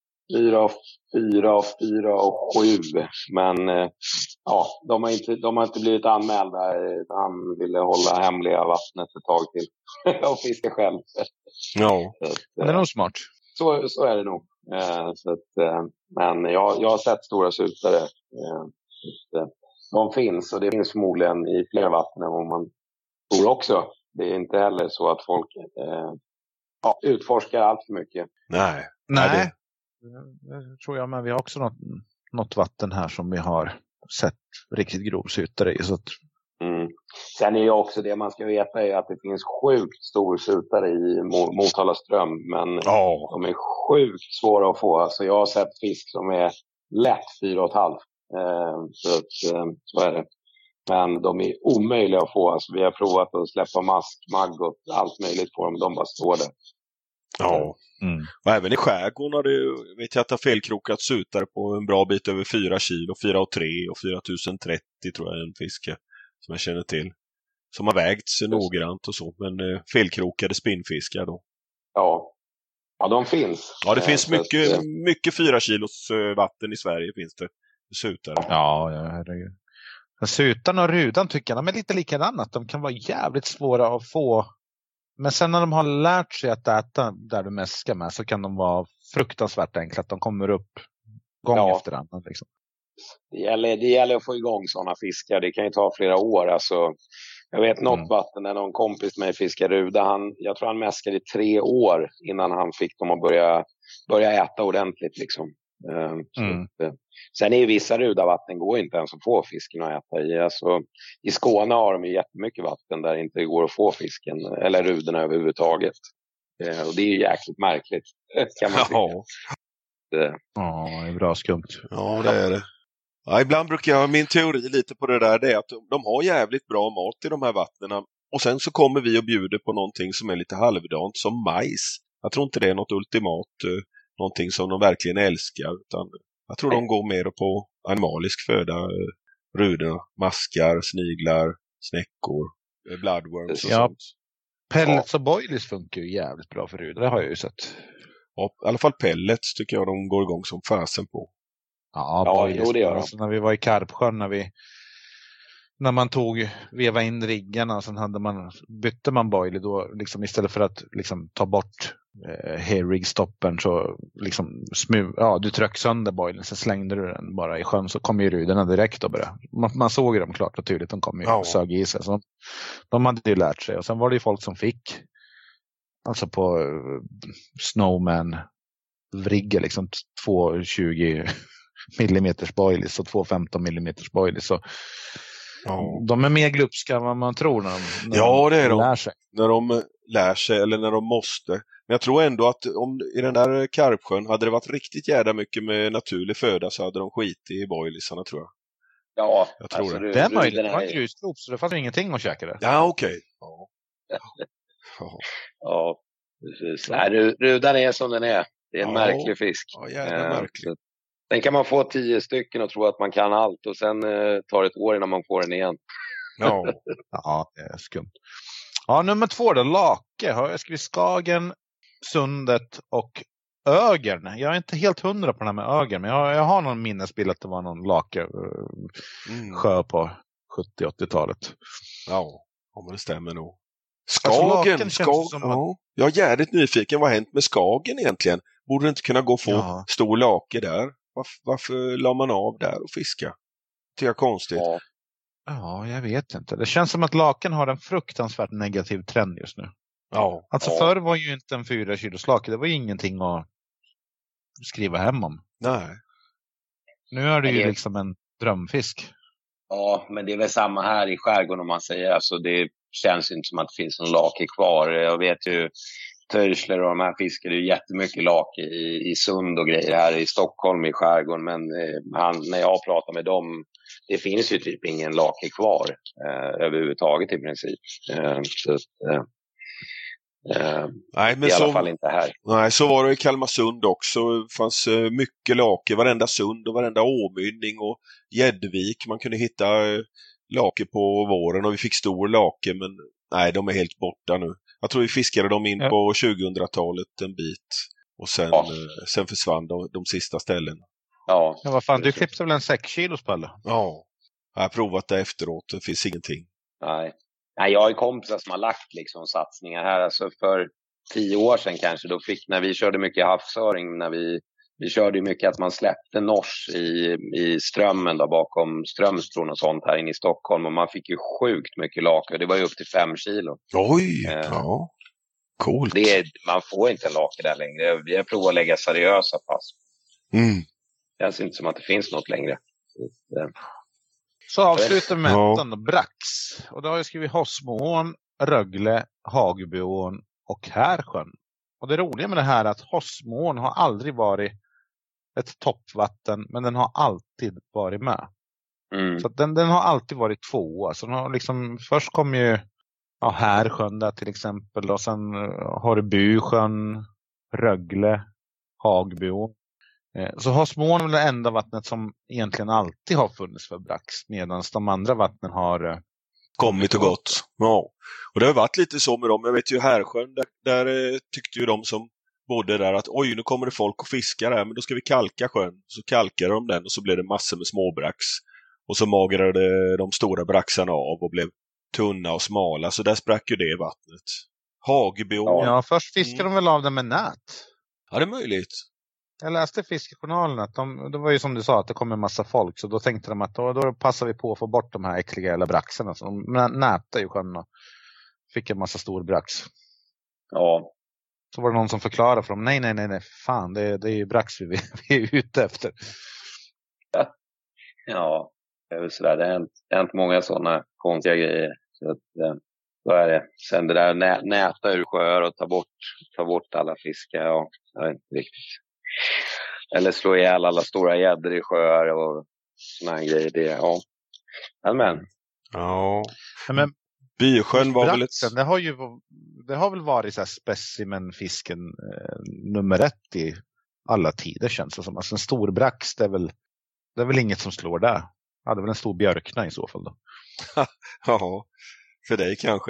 4 och 7. Men ja, de har inte blivit anmälda. Han ville hålla hemliga vattnet ett tag till och fiska själv. Ja, det är nog smart. Så är det nog. Men jag har sett stora sutare. De finns, och det finns förmodligen i fler vatten än vad man tror också. Det är inte heller så att folk utforskar allt för mycket. Nej. Det tror jag, men vi har också något vatten här som vi har sett riktigt grov sutare i. Så att... Sen är ju också det man ska veta är att det finns sjukt stor sutare i Motala ström, men de är sjukt svåra att få. Alltså jag har sett fisk som är lätt 4,5. Så är det. Men de är omöjliga att få. Alltså vi har provat att släppa mask, maggot, allt möjligt på dem. De bara står där. Ja. Och även i skärgården har det, vet jag att det har felkrokat sutare på en bra bit över 4 kilo. 4,3 och 4030 tror jag är en fiske som jag känner till. Som har vägts noggrant och så. Men felkrokade spinnfiskar då. Ja, de finns. Ja, det finns mycket 4 kilos vatten i Sverige finns det. Sutare. Ja, herregud. Sutan och rudan tycker jag de är lite likadana. Att de kan vara jävligt svåra att få. Men sen när de har lärt sig att äta där du mäskar med så kan de vara fruktansvärt enkla. Att de kommer upp gång efter annan. Liksom. Det gäller att få igång sådana fiskar. Det kan ju ta flera år. Alltså, jag vet något vatten där någon kompis med fiskar ruda. Jag tror han mäskade i 3 år innan han fick dem att börja äta ordentligt. Liksom. Sen är ju vissa rudavatten går inte ens att få fisken att äta i. Alltså, i Skåne har de ju jättemycket vatten där det inte går att få fisken eller ruderna överhuvudtaget. Och det är ju jäkligt märkligt, kan man tycka. Ja, det är bra skumt. Ja, det är det. Ja, ibland brukar jag, min teori lite på det där, det är att de har jävligt bra mat i de här vattnen. Och sen så kommer vi och bjuder på någonting som är lite halvdant, som majs. Jag tror inte det är något ultimat, någonting som de verkligen älskar, utan jag tror de går mer på animalisk föda, rudor, maskar, sniglar, snäckor, bloodworms och sånt. Pellets och boilies funkar ju jävligt bra för rudor, det har jag ju sett. Ja, i alla fall pellets tycker jag de går igång som fasen på. Ja, boilies. Det gör de. Alltså när vi var i Karpsjön, när vi när man veva in riggarna och sen bytte man boilie då liksom istället för att liksom ta bort hair-rig-stoppen så liksom du tryckte sönder boilien, så slängde du den bara i sjön så kom ju ruderna direkt då bara. Man såg ju dem klart och tydligt, de kom ju och sög i sig. Så de hade ju lärt sig och sen var det ju folk som fick alltså på Snowman-riggar liksom 2,20 millimeters boilies och 2,15 millimeters boilies. Så de är mer glupska än vad man tror när de lär sig. När de lär sig eller när de måste. Men jag tror ändå att om i den där Karpsjön hade det varit riktigt jävla mycket med naturlig föda så hade de skit i boiliesarna, tror jag. Ja, jag tror alltså, det är möjligt. Det var en grusgrop så det fanns ingenting att käka där. Ja, okej. Ja, precis. Nej, rudan är som den är. Det är en märklig fisk. Ja, jävla märklig. Den kan man få 10 stycken och tro att man kan allt och sen tar det ett år innan man får den igen. Ja, det är skumt. Ja, nummer 2 då, lake. Har jag skrivit Skagen, Sundet och Ögern. Jag är inte helt 100 på den här med Ögern, men jag har någon minnesbild att det var någon lake sjö på 70-80-talet. Ja, men det stämmer nog. Skagen, alltså, Jag är jävligt nyfiken. Vad har hänt med Skagen egentligen? Borde det inte kunna gå och få stor lake där? Varför la man av där och fiska? Det är konstigt. Ja, jag vet inte. Det känns som att laken har en fruktansvärt negativ trend just nu. Ja. Alltså förr var ju inte en 4 kilos lake. Det var ju ingenting att skriva hem om. Nej. Nu är det ju liksom en drömfisk. Ja, men det är väl samma här i skärgården om man säger. Alltså det känns inte som att det finns någon lake kvar. Jag vet ju Törsler och de här fiskar ju jättemycket lake i Sund och grejer här i Stockholm i skärgården. Men när jag pratar med dem, det finns ju typ ingen lake kvar överhuvudtaget i princip. Nej, men i alla fall inte här. Nej, så var det i Kalmarsund också. Det fanns mycket lake, varenda sund och varenda åmynning och Gäddvik. Man kunde hitta lake på våren och vi fick stor lake, men nej, de är helt borta nu. Jag tror vi fiskade dem in på 2000-talet en bit och sen försvann de sista ställen. Ja, vad fan, du klippte väl en 6 kilos Palle? Ja, jag har provat det efteråt, det finns ingenting. Nej, jag har ju kompisar som har lagt liksom satsningar här. Alltså för 10 år sedan kanske, när vi körde mycket havsöring, när vi körde ju mycket att man släppte nors i strömmen då, bakom Strömstron och sånt här inne i Stockholm. Och man fick ju sjukt mycket lake. Det var ju upp till 5 kilo. Oj, ja. Coolt. Man får inte lake där längre. Vi har provat att lägga seriösa pass. Det känns inte som att det finns något längre. Så avslutar vi med Brax. Och då har jag skrivit Hossmoån, Rögle, Hagbyån och Härsjön. Och det roliga med det här är att Hossmoån har aldrig varit ett toppvatten, men den har alltid varit med. Så att den har alltid varit 2. Så den har liksom, först kom ju Härsjön där till exempel. Och sen har du Busjön, Rögle, Hagbyån. Så Hossmoån är väl det enda vattnet som egentligen alltid har funnits för brax, medan de andra vattnen har kommit och gått. Ja. Och det har varit lite så med dem. Jag vet ju Härsjön, där tyckte ju de som bodde där att oj, nu kommer det folk och fiskar här, men då ska vi kalka sjön. Så kalkade de den och så blev det massor med småbrax. Och så magrade de stora braxarna av och blev tunna och smala. Så där sprack ju det vattnet. Hagebyån. Ja, först fiskade de väl av den med nät. Ja, det är möjligt. Jag läste i Fiskejournalen att det var ju som du sa att det kom en massa folk. Så då tänkte de att då passar vi på att få bort de här äckliga jävla braxarna. Så de nätade ju sjön och fick en massa stor brax. Ja. Så var det någon som förklarade för dem. Nej. Fan, det är ju brax vi är ute efter. Ja, det är väl sådär. Det har hänt många sådana konstiga grejer. Så att, då är det. Sen det där näta ur sjöar och ta bort alla fiskar. Ja, jag vet inte riktigt. Eller slå ihjäl alla stora gäddor i sjöar och såna här grejer. Men Bysjön var väl det har väl varit så här specimenfisken nummer 1 i alla tider, känns det som. Alltså en stor brax, det är väl inget som slår där. Ja, det är väl en stor björkna i så fall då. Ja, för dig kanske.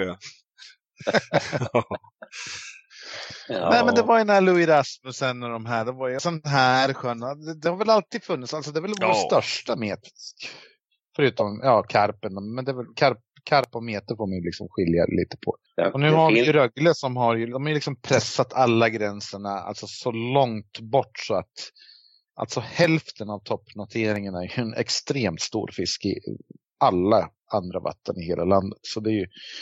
Ja. Nej, men det var ju när Louis Rasmussen och de här, det var ju sån här sjön. Det har väl alltid funnits, alltså det är väl vår största metfisk. Förutom karpen. Men det är väl karp och meter får man ju liksom skilja lite på. Ja, och nu har vi ju Rögle som har ju, de har ju liksom pressat alla gränserna. Alltså så långt bort så att alltså hälften av toppnoteringarna är ju en extremt stor fisk i alla andra vatten i hela landet. Så det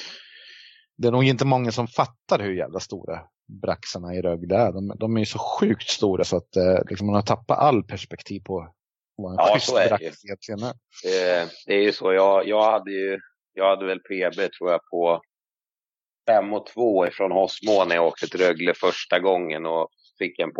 är nog inte många som fattar hur jävla stora braxarna i Rögle är. De är ju så sjukt stora så att liksom man har tappat all perspektiv på vad en schysst brax egentligen är. Det är ju så. Jag hade väl PB tror jag på 5,2 ifrån Hossmån när jag åkte till Rögle första gången och fick en på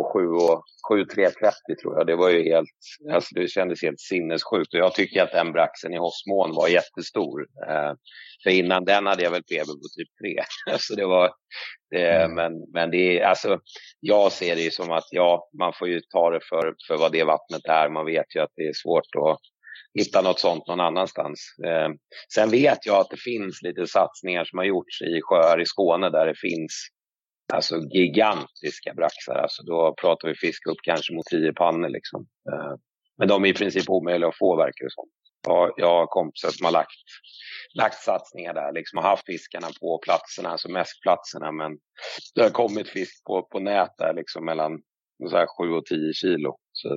7,330 tror jag. Det var ju helt, alltså det kändes helt sinnessjukt. Och jag tycker att den braxen i Hossmån var jättestor. För innan den hade jag väl PB på typ 3. Så det var, men det är, alltså jag ser det ju som att man får ju ta det för vad det vattnet är. Man vet ju att det är svårt att hitta något sånt någon annanstans. Sen vet jag att det finns lite satsningar som har gjorts i sjöar i Skåne där det finns alltså gigantiska braxar. Alltså då pratar vi fisk upp kanske mot 10 pannor liksom. Men de är i princip omöjliga att få, verkar det som. Jag har kompisar som har lagt satsningar där liksom, och haft fiskarna på platserna, alltså mäskplatserna, men det har kommit fisk på nät där liksom mellan så här 7 och 10 kilo. Så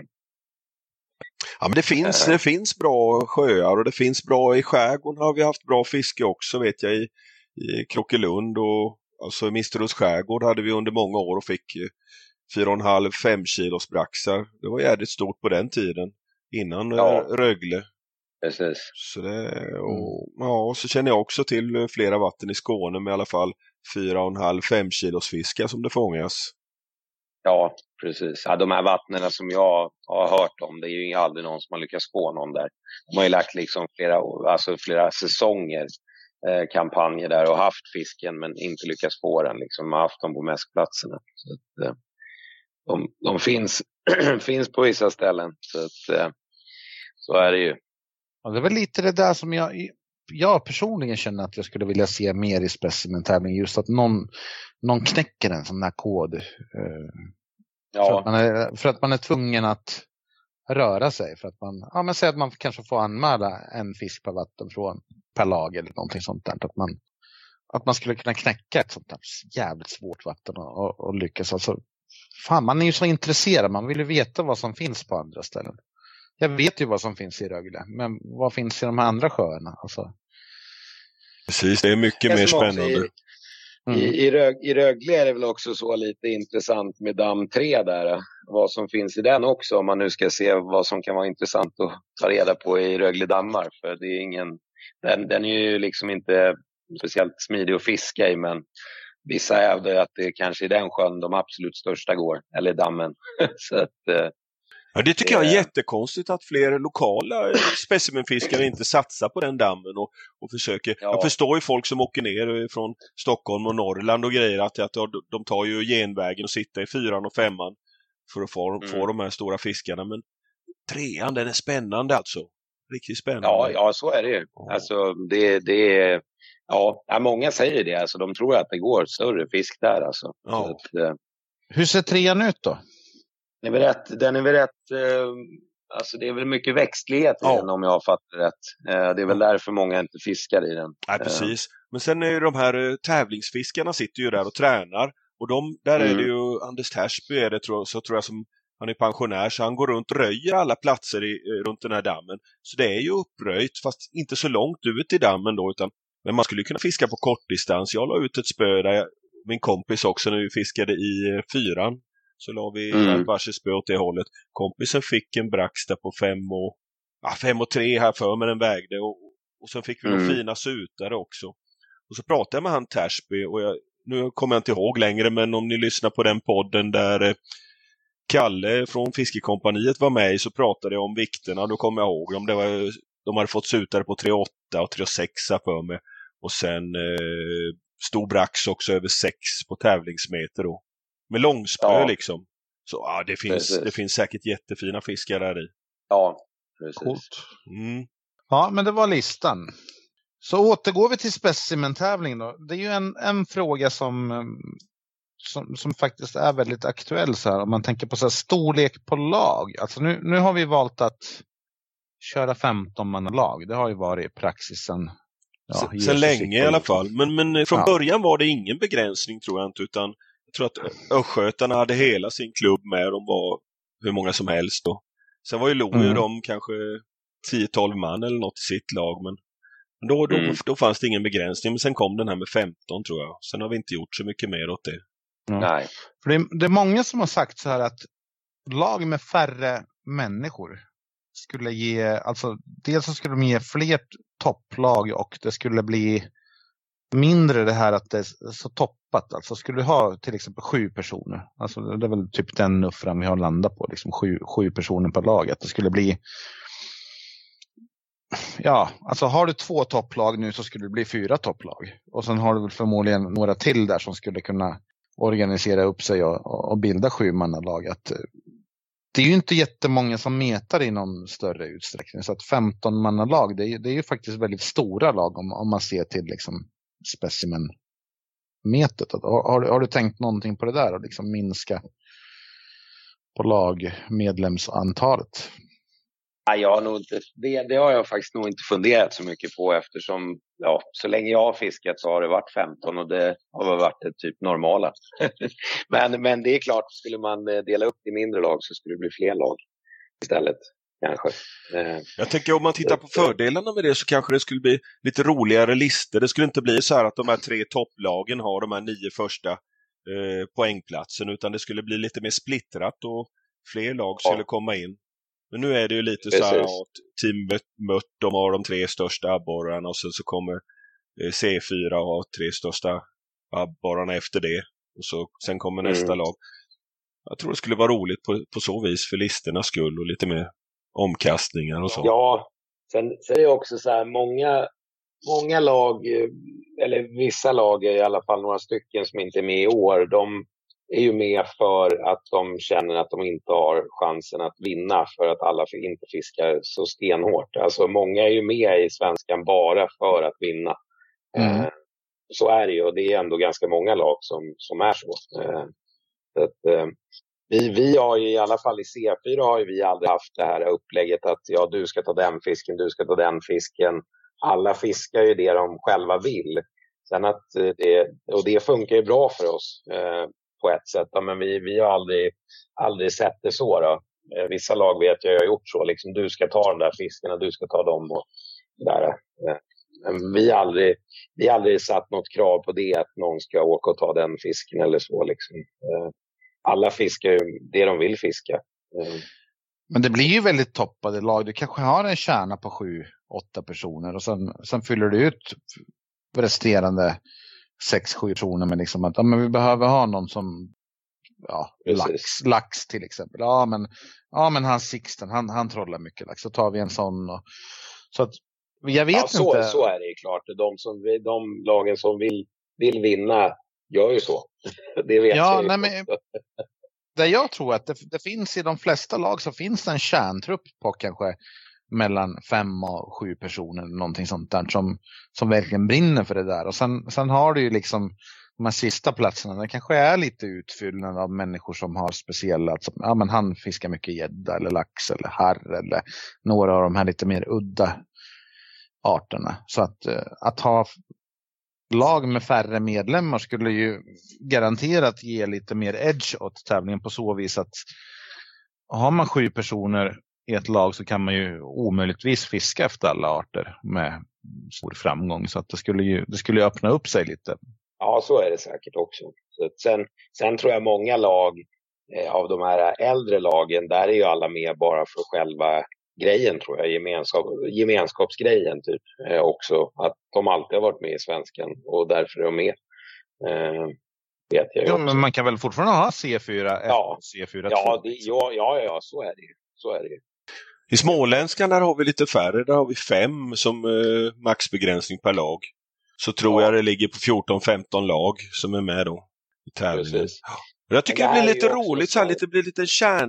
ja, men det finns bra sjöar och det finns bra i skärgården. Har vi haft bra fiske också, vet jag, i Krockelund och alltså i Misterus skärgård hade vi under många år och fick 4,5-5 kilos braxar. Det var jävligt stort på den tiden innan Rögle. Precis. Så och så känner jag också till flera vatten i Skåne med i alla fall 4,5-5 kilos fiskar som det fångas. Ja, precis. Ja, de här vattnen som jag har hört om, det är ju aldrig någon som har lyckats få någon där. De har ju lagt liksom flera säsonger kampanjer där och haft fisken men inte lyckats få den. Liksom. Man har haft dem på mäskplatserna. Så att, de finns på vissa ställen. Så är det ju. Ja, det är väl lite det där som jag personligen känner att jag skulle vilja se mer i specimentävling. Just att någon knäcker en sån här kod. För att man är tvungen att röra sig. För att man säger att man kanske får anmäla en fisk per vatten per lag eller någonting sånt där. Att man skulle kunna knäcka ett sånt där jävligt svårt vatten och lyckas. Alltså, fan, man är ju så intresserad. Man vill ju veta vad som finns på andra ställen. Jag vet ju vad som finns i Rögle. Men vad finns i de här andra sjöarna? Alltså. Precis, det är mycket mer spännande. I Rögle är det väl också så lite intressant med damm 3 där. Vad som finns i den också, om man nu ska se vad som kan vara intressant att ta reda på i Rögle dammar. För det är den är ju liksom inte speciellt smidig att fiska i, men vissa hävdar att det kanske är den sjön de absolut största går, eller dammen. Så att, ja, det tycker jag är jättekonstigt att fler lokala specimenfiskare inte satsar på den dammen och försöker. Ja. Jag förstår ju folk som åker ner från Stockholm och Norrland och grejer att de tar ju genvägen och sitter i 4:an och 5:an för att få de här stora fiskarna. Men 3:an, den är spännande alltså. Riktigt spännande. Ja, så är det ju. Alltså, det är... Ja, många säger det. Alltså, de tror att det går större fisk där. Alltså. Ja. Hur ser 3:an ut då? Den är väl rätt, alltså det är väl mycket växtlighet i den om jag har fattat rätt. Det är väl därför många inte fiskar i den. Ja, precis. Men sen är ju de här tävlingsfiskarna sitter ju där och tränar. Och där är det ju Anders Tärsby tror jag som han är pensionär, så han går runt och röjer alla platser runt den här dammen. Så det är ju uppröjt, fast inte så långt ut i dammen då, men man skulle kunna fiska på kortdistans. Jag la ut ett spö där min kompis också när vi fiskade i 4:an. Så la vi ett varsitt spö åt det hållet. Kompisen fick en brax där på 5,3 här för mig den vägde. Och sen fick vi några fina sutare också. Och så pratade jag med han Tärsby. Och nu kommer jag inte ihåg längre, men om ni lyssnar på den podden där Kalle från Fiskekompaniet var med, så pratade jag om vikterna. Då kommer jag ihåg dem. De hade fått sutare på 3,8 och 3,6 för mig. Och sen stor brax också över 6 på tävlingsmeter då. Med långspö liksom. Så ja, det finns säkert jättefina fiskar där i. Ja, precis. Coolt. Ja, men det var listan. Så återgår vi till specimentävling då. Det är ju en fråga som faktiskt är väldigt aktuell så här. Om man tänker på så här storlek på lag. Alltså nu har vi valt att köra 15-mannalag. Det har ju varit praxisen. Ja, sen länge i alla fall. Men från början var det ingen begränsning tror jag inte. Utan jag tror att östgötarna hade hela sin klubb med. De var hur många som helst då. Sen var ju Lojo de kanske 10-12 man eller något i sitt lag. Men då fanns det ingen begränsning. Men sen kom den här med 15 tror jag. Sen har vi inte gjort så mycket mer åt det. Nej. För det är många som har sagt så här att lag med färre människor skulle ge, alltså dels så skulle de ge fler topplag och det skulle bli mindre det här att det är så toppat. Alltså skulle du ha till exempel 7 personer, alltså det är väl typ den nuffran vi har landat på, liksom 7 personer per lag. Att det skulle bli, ja, alltså har du 2 topplag nu så skulle det bli 4 topplag. Och sen har du väl förmodligen några till där som skulle kunna organisera upp sig och bilda 7-mannalag. Att det är ju inte jättemånga som metar i någon större utsträckning. Så att 15-mannalag, det är ju faktiskt väldigt stora lag om man ser till liksom specimenmetet. Har du tänkt någonting på det där och liksom minska på lagmedlemsantalet? Nej, jag har nog inte, det har jag faktiskt nog inte funderat så mycket på eftersom så länge jag har fiskat så har det varit 15 och det har väl varit det typ normala. men det är klart, skulle man dela upp i mindre lag så skulle det bli fler lag istället kanske. Jag tänker om man tittar på fördelarna med det så kanske det skulle bli lite roligare listor. Det skulle inte bli så här att de här 3 topplagen har de här 9 första poängplatsen utan det skulle bli lite mer splittrat och fler lag skulle komma in. Men nu är det ju lite så här att Team Mött, de har de 3 största abborrarna och så kommer C4 ha 3 största abborrarna efter det. Och sen kommer nästa lag. Jag tror det skulle vara roligt på så vis för listernas skull och lite mer omkastningar och så. Ja, sen är det också så här många lag, eller vissa lag i alla fall några stycken som inte är med i år, de är ju med för att de känner att de inte har chansen att vinna för att alla inte fiskar så stenhårt. Alltså många är ju med i Svenskan bara för att vinna. Så är det ju och det är ändå ganska många lag som är så. Så att, vi har ju i alla fall i C4 har ju vi aldrig haft det här upplägget att du ska ta den fisken, du ska ta den fisken. Alla fiskar ju det de själva vill. Sen att det funkar ju bra för oss på ett sätt. Men vi har aldrig sett det så då. Vissa lag vet jag har gjort så. Liksom, du ska ta de där fiskarna, du ska ta dem och där. Vi har aldrig satt något krav på det att någon ska åka och ta den fisken eller så. Liksom. Alla fiskar ju det de vill fiska. Men det blir ju väldigt toppade lag. Du kanske har en kärna på 7-8 personer och sen fyller du ut resterande 6-7 personer med liksom att men vi behöver ha någon som lax till exempel. Ja men han Sixten, han trollar mycket lax. Så tar vi en sån så att jag vet inte. Så är det ju klart. De lagen som vill vinna gör ju så. Det vet jag ju. Men det jag tror att det finns i de flesta lag så finns det en kärntrupp på kanske mellan 5 och 7 personer eller någonting sånt där som verkligen brinner för det där. Och sen har du ju liksom de här sista platserna, det kanske är lite utfyllnad av människor som har speciella, alltså, men han fiskar mycket gädda eller lax eller harr eller några av de här lite mer udda arterna. Så att ha lag med färre medlemmar skulle ju garanterat ge lite mer edge åt tävlingen på så vis att har man 7 personer i ett lag så kan man ju omöjligtvis fiska efter alla arter med stor framgång. Så att det skulle ju öppna upp sig lite. Ja, så är det säkert också. Så sen tror jag många lag av de här äldre lagen, där är ju alla med bara för själva grejen tror jag. Gemenskapsgrejen typ också. Att de alltid har varit med i Svenskan och därför är de med. Vet jag också. Men man kan väl fortfarande ha C4 C4 Ja, så är det ju. Så är det ju. I Småländskan där har vi lite färre. Där har vi 5 som maxbegränsning per lag. Så tror jag det ligger på 14-15 lag som är med då i tävlingen. Jag tycker det blir lite roligt så här, det blir lite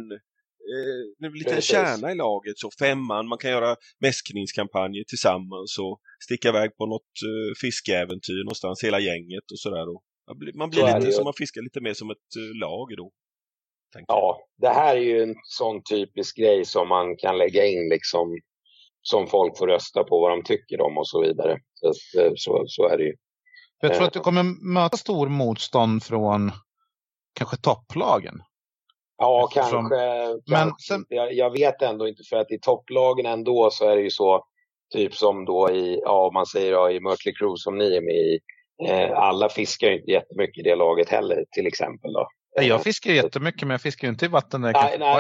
en kärna i laget. Så 5 man, man kan göra mäskningskampanjer tillsammans och sticka iväg på något fiskeäventyr någonstans, hela gänget och sådär. Man blir lite som man fiskar lite mer som ett lag då. Ja, det här är ju en sån typisk grej som man kan lägga in liksom som folk får rösta på vad de tycker om och så vidare. Så är det ju. Jag tror att du kommer möta stor motstånd från kanske topplagen. Ja, kanske. Men sen... jag vet ändå inte, för att i topplagen ändå så är det ju så, typ som då om man säger då, i Mötley Crüe som ni är med i, alla fiskar ju inte jättemycket i det laget heller, till exempel då. Jag fiskar ju jättemycket, men jag fiskar ju inte i vatten där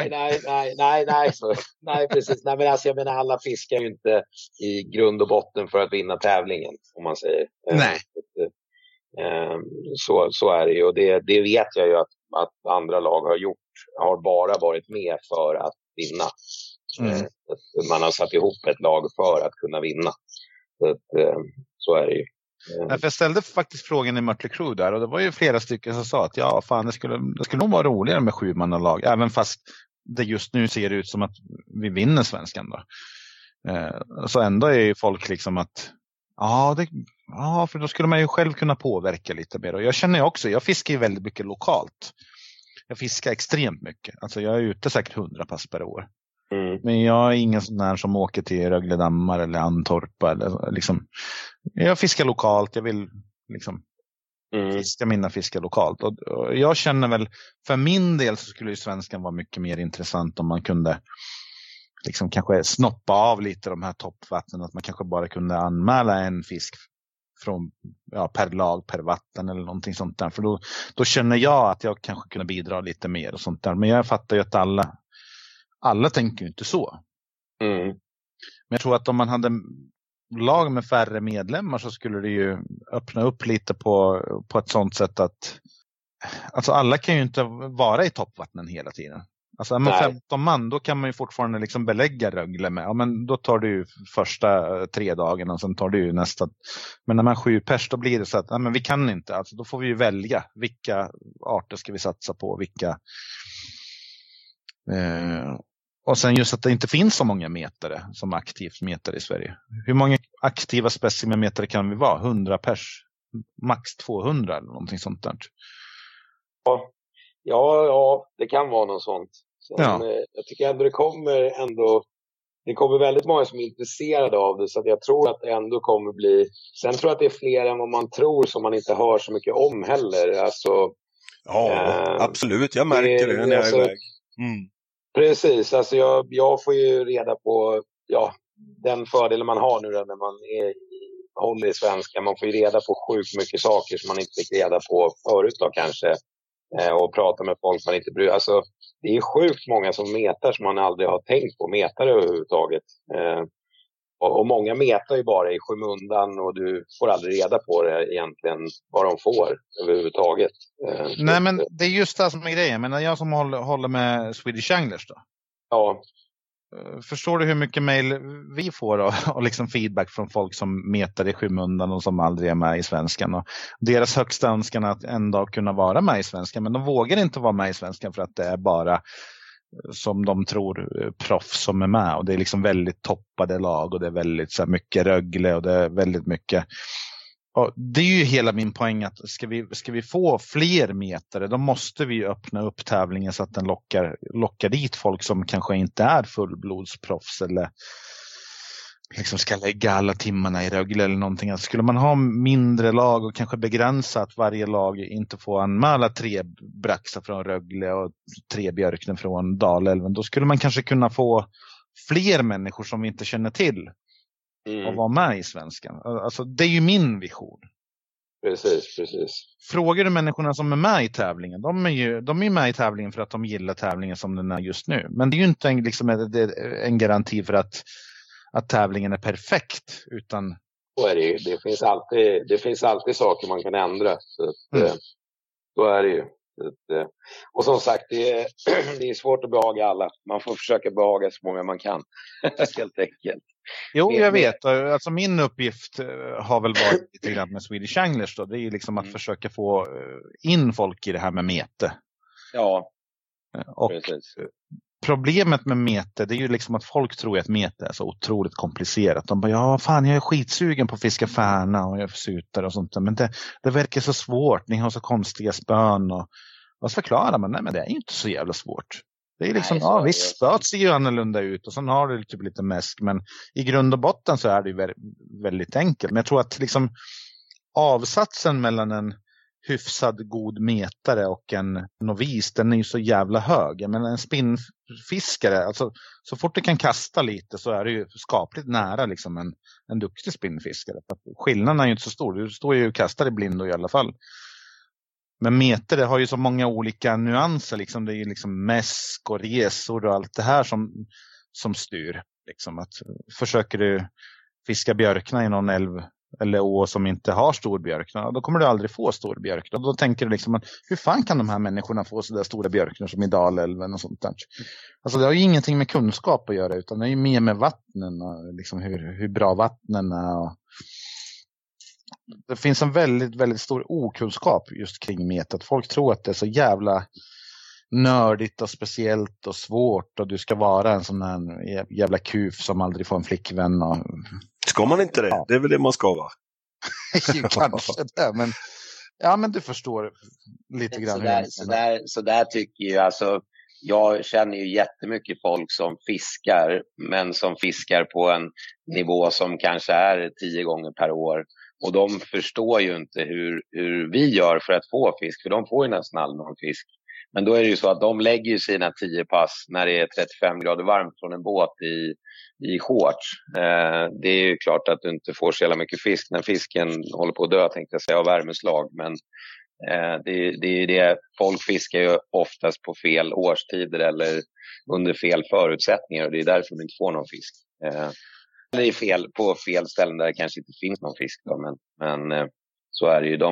nej, precis. Nej, men alltså, jag menar, alla fiskar ju inte i grund och botten för att vinna tävlingen, om man säger. Nej. Så är det ju, och det vet jag ju att andra lag har bara varit med för att vinna. Man har satt ihop ett lag för att kunna vinna. Så är det ju. För jag ställde faktiskt frågan i Mötley Crüe där, och det var ju flera stycken som sa att ja, fan, det skulle nog vara roligare med 7-mannalag, även fast det just nu ser ut som att vi vinner svenskan då. Så ändå är ju folk liksom att för då skulle man ju själv kunna påverka lite mer. Och jag känner ju också, jag fiskar ju väldigt mycket lokalt. Jag fiskar extremt mycket. Alltså jag är ute säkert 100 pass per år. Men jag är ingen sån där som åker till Rögledammar eller Antorpa eller liksom. Jag fiskar lokalt, jag vill liksom fiska mina fiskar lokalt. Och jag känner väl, för min del så skulle ju svenskan vara mycket mer intressant om man kunde liksom kanske snoppa av lite de här toppvattnen, att man kanske bara kunde anmäla en fisk från per lag, per vatten eller någonting sånt där. För då känner jag att jag kanske kunde bidra lite mer och sånt där. Men jag fattar ju att alla tänker ju inte så. Men jag tror att om man hade lag med färre medlemmar så skulle det ju öppna upp lite på ett sånt sätt att alltså alla kan ju inte vara i toppvattnen hela tiden. Alltså är man 15 man, då kan man ju fortfarande liksom belägga Rögle med. Ja, men då tar du ju första 3 dagarna och sen tar du ju nästa. Men när man 7 pers, då blir det så att men vi kan inte. Alltså då får vi ju välja vilka arter ska vi satsa på, vilka. Och sen just att det inte finns så många metare som aktivt metar i Sverige. Hur många aktiva specimenmetare kan vi vara? 100 pers? Max 200 eller någonting sånt där. Ja, det kan vara något sånt. Jag tycker ändå det kommer väldigt många som är intresserade av det, så att jag tror att det ändå kommer bli. Sen tror jag att det är fler än vad man tror som man inte hör så mycket om heller. Alltså, absolut, jag märker det när jag är iväg. Precis, alltså jag får ju reda på den fördelen man har nu när man håller i svenska. Man får ju reda på sjukt mycket saker som man inte fick reda på förut då kanske. Och prata med folk man inte bryr. Alltså, det är sjukt många som metar som man aldrig har tänkt på metar överhuvudtaget. Och många metar ju bara i skymundan och du får aldrig reda på det egentligen vad de får överhuvudtaget. Nej, men det är just det som är grejen. Men jag som håller med Swedish Anglers då. Ja. Förstår du hur mycket mejl vi får och liksom feedback från folk som metar i skymundan och som aldrig är med i svenskan, och deras högsta önskan att en dag kunna vara med i svenskan, men de vågar inte vara med i svenskan för att det är bara som de tror proffs som är med, och det är liksom väldigt toppade lag och det är väldigt så här mycket Rögle och det är väldigt mycket. Och det är ju hela min poäng att ska vi få fler metare, då måste vi öppna upp tävlingen så att den lockar dit folk som kanske inte är fullblodsproffs eller liksom ska lägga alla timmarna i Rögle eller någonting. Alltså skulle man ha mindre lag och kanske begränsa att varje lag inte får anmäla 3 braxar från Rögle och 3 björknen från Dalälven, då skulle man kanske kunna få fler människor som vi inte känner till och vara med i svenskan. Alltså det är ju min vision. Precis. Frågar du människorna som är med i tävlingen, de är med i tävlingen för att de gillar tävlingen som den är just nu. Men det är ju inte en garanti för att tävlingen är perfekt, utan så är det ju. Det finns alltid saker man kan ändra. Så är det ju. Och som sagt, det är svårt att behaga alla. Man får försöka behaga så många man kan. Helt enkelt. Jo, jag vet. Alltså min uppgift har väl varit lite grann med Swedish Anglers då. Det är ju liksom att försöka få in folk i det här med mete. Ja, och precis. Problemet med mete, det är ju liksom att folk tror att mete är så otroligt komplicerat. De bara, jag är skitsugen på att fiska färna och jag sutar och sånt där. Men det verkar så svårt. Ni har så konstiga spön och så förklarar man, nej men det är ju inte så jävla svårt. Det är liksom, visst, spöt ser ju annorlunda ut och sen har du typ lite mäsk, men i grund och botten så är det ju väldigt enkelt. Men jag tror att liksom avsatsen mellan en hyfsad god metare och en novis, den är ju så jävla hög. Men en spinnfiskare, alltså så fort du kan kasta lite så är det ju skapligt nära liksom en duktig spinnfiskare. Skillnaden är ju inte så stor, du står ju och kastar i blindo i alla fall. Men meter, det har ju så många olika nyanser. Liksom. Det är ju liksom mäsk och resor och allt det här som styr. Liksom. Att försöker du fiska björkna i någon älv eller å som inte har stor björkna, då kommer du aldrig få stor björkna. Då tänker du liksom att hur fan kan de här människorna få så där stora björknar som i Dalälven och sånt där. Alltså det har ju ingenting med kunskap att göra, utan det är ju mer med vattnen och liksom hur bra vattnen är. Och det finns en väldigt, väldigt stor okunskap just kring metet. Folk tror att det är så jävla nördigt och speciellt och svårt och du ska vara en sån här jävla kuf som aldrig får en flickvän. Och... Ska man inte det? Ja. Det är väl det man ska vara. Kanske det, men du förstår lite grann. Så där tycker jag, alltså, jag känner ju jättemycket folk som fiskar, men som fiskar på en nivå som kanske är 10 gånger per år. Och de förstår ju inte hur vi gör för att få fisk, för de får ju nästan aldrig någon fisk. Men då är det ju så att de lägger ju sina 10 pass när det är 35 grader varmt från en båt i shorts. Det är ju klart att du inte får så jävla mycket fisk när fisken håller på att dö, tänkte jag säga, av värmeslag. Men det är det, folk fiskar ju oftast på fel årstider eller under fel förutsättningar, och det är därför de inte får någon fisk. Eller på fel ställen där det kanske inte finns någon fisk då, men så är det ju,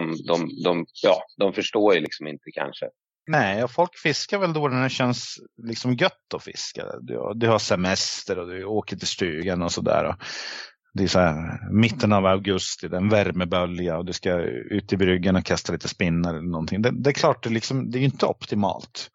de förstår ju liksom inte kanske. Nej, och folk fiskar väl då när det känns liksom gött att fiska. Du har semester och du åker till stugan och sådär. Det är så här mitten av augusti, det är en värmebölja och du ska ut i bryggan och kasta lite spinnar eller någonting. Det är klart, det är ju inte optimalt.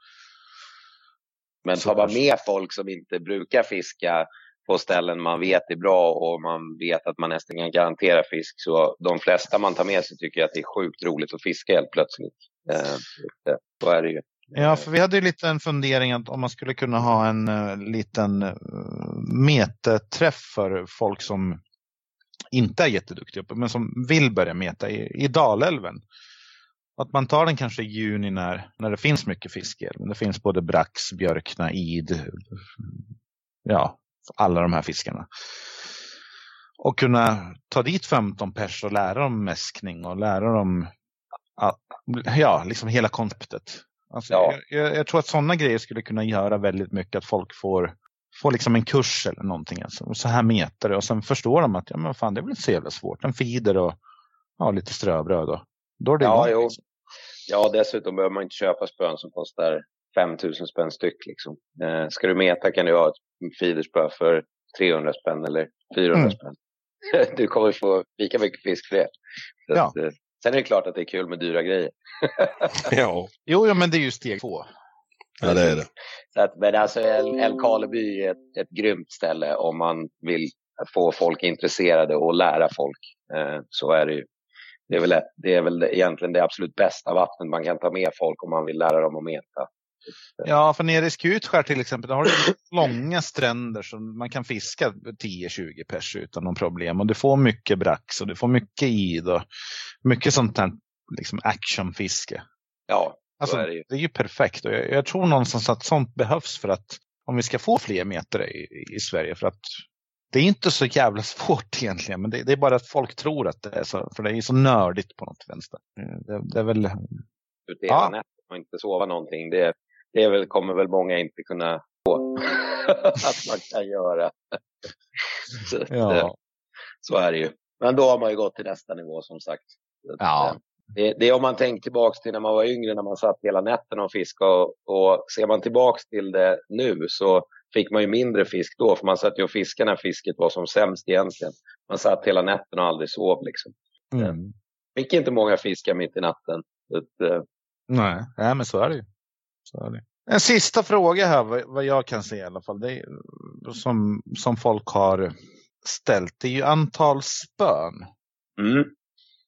Men tar man med folk som inte brukar fiska på ställen man vet är bra och man vet att man nästan kan garantera fisk, så de flesta man tar med sig tycker att det är sjukt roligt att fiska helt plötsligt. Så är det ju. Ja, för vi hade ju lite en fundering att om man skulle kunna ha en liten meteträff för folk som inte är jätteduktiga men som vill börja meta i Dalälven. Att man tar den kanske i juni när det finns mycket fisk. Men det finns både brax, björkna, id, ja, alla de här fiskarna. Och kunna ta dit 15 pers och lära dem mäskning och lära dem liksom hela konceptet. Alltså, ja. Jag tror att sådana grejer skulle kunna göra väldigt mycket, att folk får liksom en kurs eller någonting. Alltså. Så här meter, och sen förstår de att men fan, det är väl inte så jävla svårt. En feeder och lite ströbröd. Då är det jo. Ja, dessutom behöver man inte köpa spön som kostar 5 000 spänn styck. Liksom. Ska du meta kan du ha ett feederspö för 300 spänn eller 400 spänn. Du kommer få lika mycket fisk för det. Så sen är det klart att det är kul med dyra grejer. Ja. Jo, men det är ju steg 2. Ja, det är det. Så att, men alltså Älvkarleby är ett grymt ställe om man vill få folk intresserade och lära folk. Så är det ju. Det är väl egentligen det absolut bästa vattnet man kan ta med folk om man vill lära dem att meta. Ja, för nere i Skutskär till exempel, där har du långa stränder som man kan fiska 10-20 pers utan någon problem. Och du får mycket brax och du får mycket id och mycket sånt här liksom actionfiske. Ja, alltså, är det ju. Det är ju perfekt. Och jag tror någonstans att sånt behövs för att om vi ska få fler meter i Sverige, för att det är inte så jävla svårt egentligen, men det är bara att folk tror att det är så, för det är så nördigt på något vänster. Det är väl... Nätet och inte sova någonting, kommer väl många inte kunna få att man kan göra. Så är det ju. Men då har man ju gått till nästa nivå som sagt. Ja. Det är om man tänker tillbaka till när man var yngre, när man satt hela nätten och fiskade, och ser man tillbaka till det nu så fick man ju mindre fisk då, för man satt ju och fiskade när fisket var som sämst egentligen. Man satt hela nätten och aldrig sov liksom. Fick inte många fiskar mitt i natten. Nej, men så är det ju. En sista fråga här, vad jag kan se i alla fall, det är, som folk har ställt, det är ju antal spön.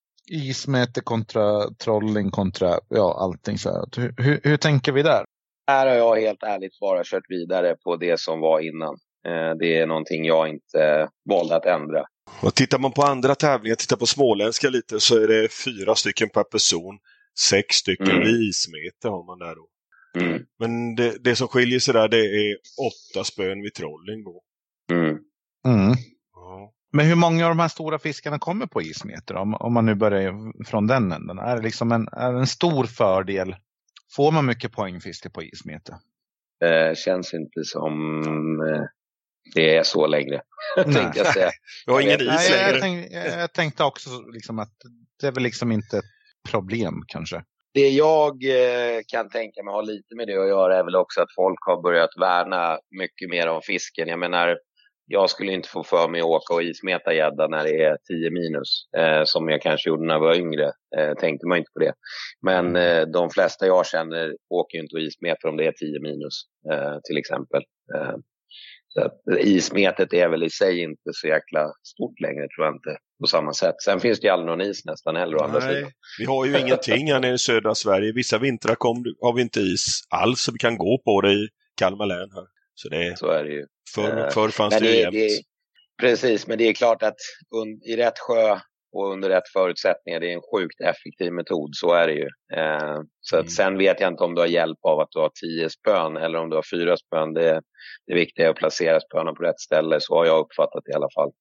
Ismäte kontra trolling kontra allting så här. Hur tänker vi där? Här har jag helt ärligt bara kört vidare på det som var innan. Det är någonting jag inte valde att ändra. Och tittar man på andra tävlingar, tittar på småländska lite, så är det 4 stycken per person. 6 stycken vid ismeter har man där då. Mm. Men det som skiljer sig där, det är 8 spön vid trolling då. Mm. Ja. Men hur många av de här stora fiskarna kommer på ismeter? Om man nu börjar från den änden. Är det liksom en stor fördel? Får man mycket poängfiske på ismeter? Känns inte som det är så längre. Tänkte jag säga. Jag har ingen is längre. Jag tänkte också liksom att det är väl liksom inte ett problem kanske. Det jag kan tänka mig har lite med det att göra är väl också att folk har börjat värna mycket mer om fisken. Jag menar, jag skulle inte få för mig att åka och ismeta gädda när det är 10 minus. Som jag kanske gjorde när jag var yngre. Tänkte man inte på det. Men de flesta jag känner åker ju inte och ismeter om det är 10 minus. Till exempel. Så att ismetet är väl i sig inte så jäkla stort längre, tror jag inte. På samma sätt. Sen finns det ju aldrig någon is nästan heller å andra sidan. Vi har ju ingenting här nere i södra Sverige. Vissa vintrar har vi inte is alls, så vi kan gå på det i Kalmar län här. Så är det ju. Förr fanns det ju jämt. Precis, men det är klart att i rätt sjö och under rätt förutsättningar, det är en sjukt effektiv metod, så är det ju. Så att sen vet jag inte om du har hjälp av att du har 10 spön eller om du har 4 spön. Det viktiga är att placera spöna på rätt ställe, så har jag uppfattat det i alla fall.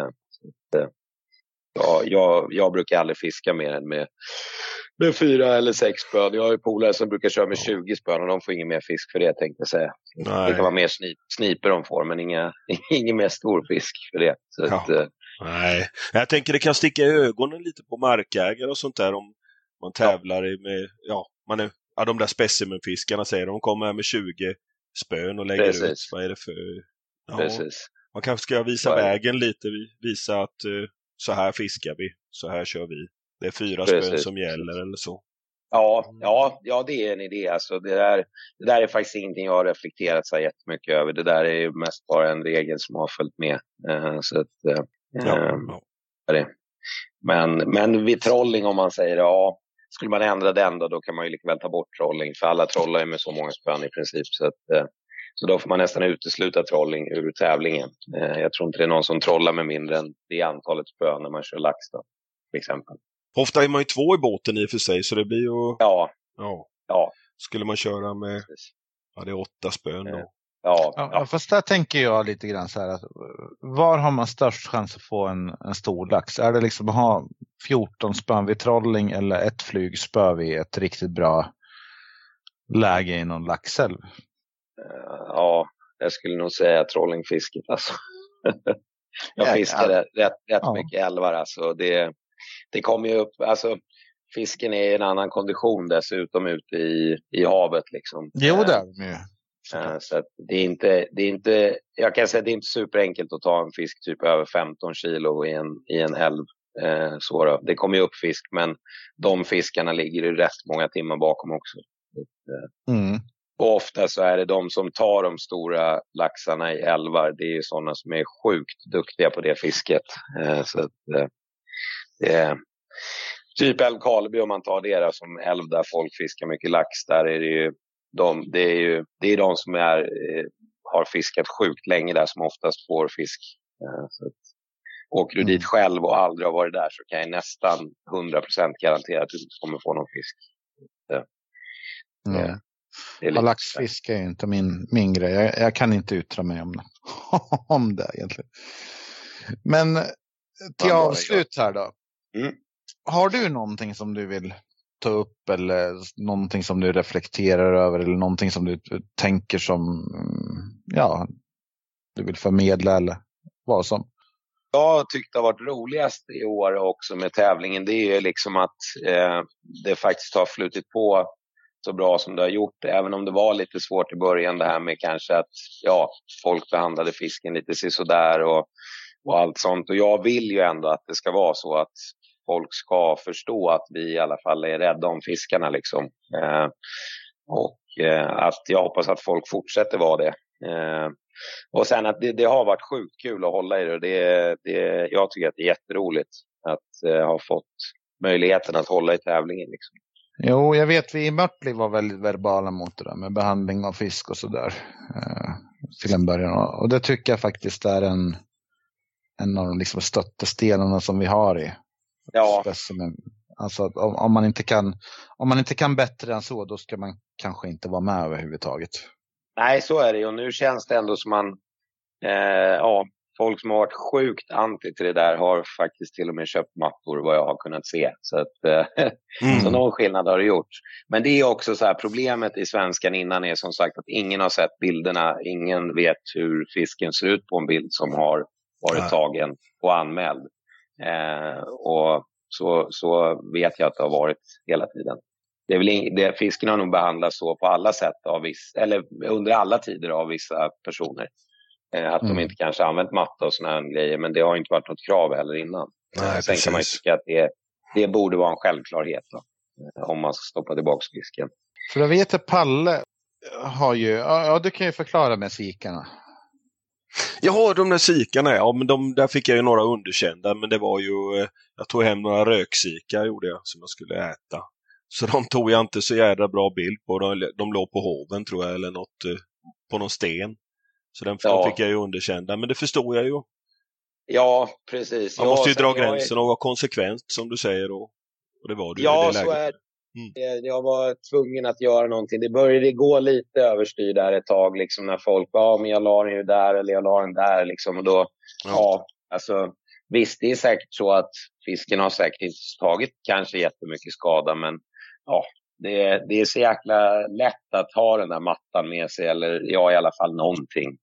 Jag brukar aldrig fiska mer än med 4 eller 6 spön. Jag har ju polare som brukar köra med 20 spön och de får ingen mer fisk för det, tänkte jag säga. Nej. Det kan vara mer sniper de får, men ingen mer stor fisk för det. Så att, nej, jag tänker det kan sticka i ögonen lite på markägare och sånt där om man tävlar med, de där specimenfiskarna säger de kommer här med 20 spön och lägger ut. Vad är det för? Ja, precis. Man kanske ska visa vägen lite, visa att så här fiskar vi, så här kör vi. Det är 4 spön som gäller eller så. Ja, det är en idé. Alltså, det där är faktiskt ingenting jag har reflekterat så jättemycket över. Det där är ju mest bara en regel som har följt med. Så att, det. Men vid trolling, om man säger skulle man ändra den då kan man ju lika väl ta bort trolling. För alla trollar ju med så många spön i princip. Så då får man nästan utesluta trolling ur tävlingen. Jag tror inte det är någon som trollar med mindre än det antalet spön när man kör lax då, till exempel. Ofta är man ju 2 i båten i och för sig, så det blir ju... Ja. Skulle man köra med... det är 8 spön då. Ja, fast där tänker jag lite grann så här att var har man störst chans att få en stor lax? Är det liksom att ha 14 spön vid trolling eller ett flygspö vid ett riktigt bra läge i någon laxälv? Ja, jag skulle nog säga trollingfisket alltså. Jag fiskade rätt mycket älvar alltså. Det kommer ju upp, alltså fisken är i en annan kondition dessutom ute i havet liksom. Jo, det är det. Så att det är inte, jag kan säga att det är inte superenkelt att ta en fisk typ över 15 kilo i en älv. Så då. Det kommer ju upp fisk, men de fiskarna ligger i rätt många timmar bakom också. Och ofta så är det de som tar de stora laxarna i älvar, det är ju sådana som är sjukt duktiga på det fisket. Så att det är typ Älvkarleby, om man tar det där som älv där folk fiskar mycket lax, där är det ju det är de som har fiskat sjukt länge där som oftast får fisk. Så att, åker du dit själv och aldrig har varit där, så kan jag nästan 100% garantera att du inte kommer få någon fisk. Laxfiske är inte min grej. Jag kan inte yttra mig om det egentligen. Men till avslut här då. Har du någonting som du vill ta upp, eller någonting som du reflekterar över, eller någonting som du tänker som du vill förmedla, eller vad som? Jag tyckte det har varit roligast i år också med tävlingen, det är ju liksom att det faktiskt har flutit på så bra som det har gjort, även om det var lite svårt i början det här med kanske att folk behandlade fisken lite sådär och allt sånt. Och jag vill ju ändå att det ska vara så att folk ska förstå att vi i alla fall är rädda om fiskarna liksom. Att jag hoppas att folk fortsätter vara det. Och sen att det har varit sjukt kul att hålla i det. Jag tycker att det är jätteroligt att ha fått möjligheten att hålla i tävlingen liksom. Jo, jag vet vi i Mörtli var väldigt verbala mot det där med behandling av fisk och sådär till en början. Och det tycker jag faktiskt är en av de liksom stöttestenarna som vi har i specimen. Alltså att om man inte kan bättre än så, då ska man kanske inte vara med överhuvudtaget. Nej, så är det. Och nu känns det ändå som man folk som har varit sjukt anti till det där har faktiskt till och med köpt mattor, vad jag har kunnat se. Så att så någon skillnad har det gjort. Men det är också så här, problemet i Svenskan innan är som sagt att ingen har sett bilderna. Ingen vet hur fisken ser ut på en bild som har varit tagen och anmäld. Och så vet jag att det har varit hela tiden. Det är väl fisken har nog behandlats så på alla sätt eller under alla tider av vissa personer. Att de inte kanske använt matta och såna här grejer, men det har inte varit något krav heller innan. Nej, sen kan man ju tycka att det borde vara en självklarhet då, om man ska stoppa tillbaka fisken. För jag vet att Palle har ju, du kan ju förklara med sikarna. Ja, de där sikarna, men där fick jag ju några underkända, men det var ju, jag tog hem några röksikar gjorde jag som jag skulle äta. Så de tog jag inte så jävla bra bild på, de låg på hoven tror jag, eller något på någon sten. Så den fick jag ju underkända, men det förstod jag ju. Ja, precis. Man måste ju dra gränsen och vara konsekvent som du säger, och det var det ju i det läget. Så är jag var tvungen att göra någonting. Det började gå lite överstyr där ett tag liksom, när folk men jag la den ju där eller jag la den där liksom, och då alltså visst, det är säkert så att fisken har säkert inte tagit kanske jättemycket skada, men det är så jäkla lätt att ha den där mattan med sig, eller i alla fall någonting.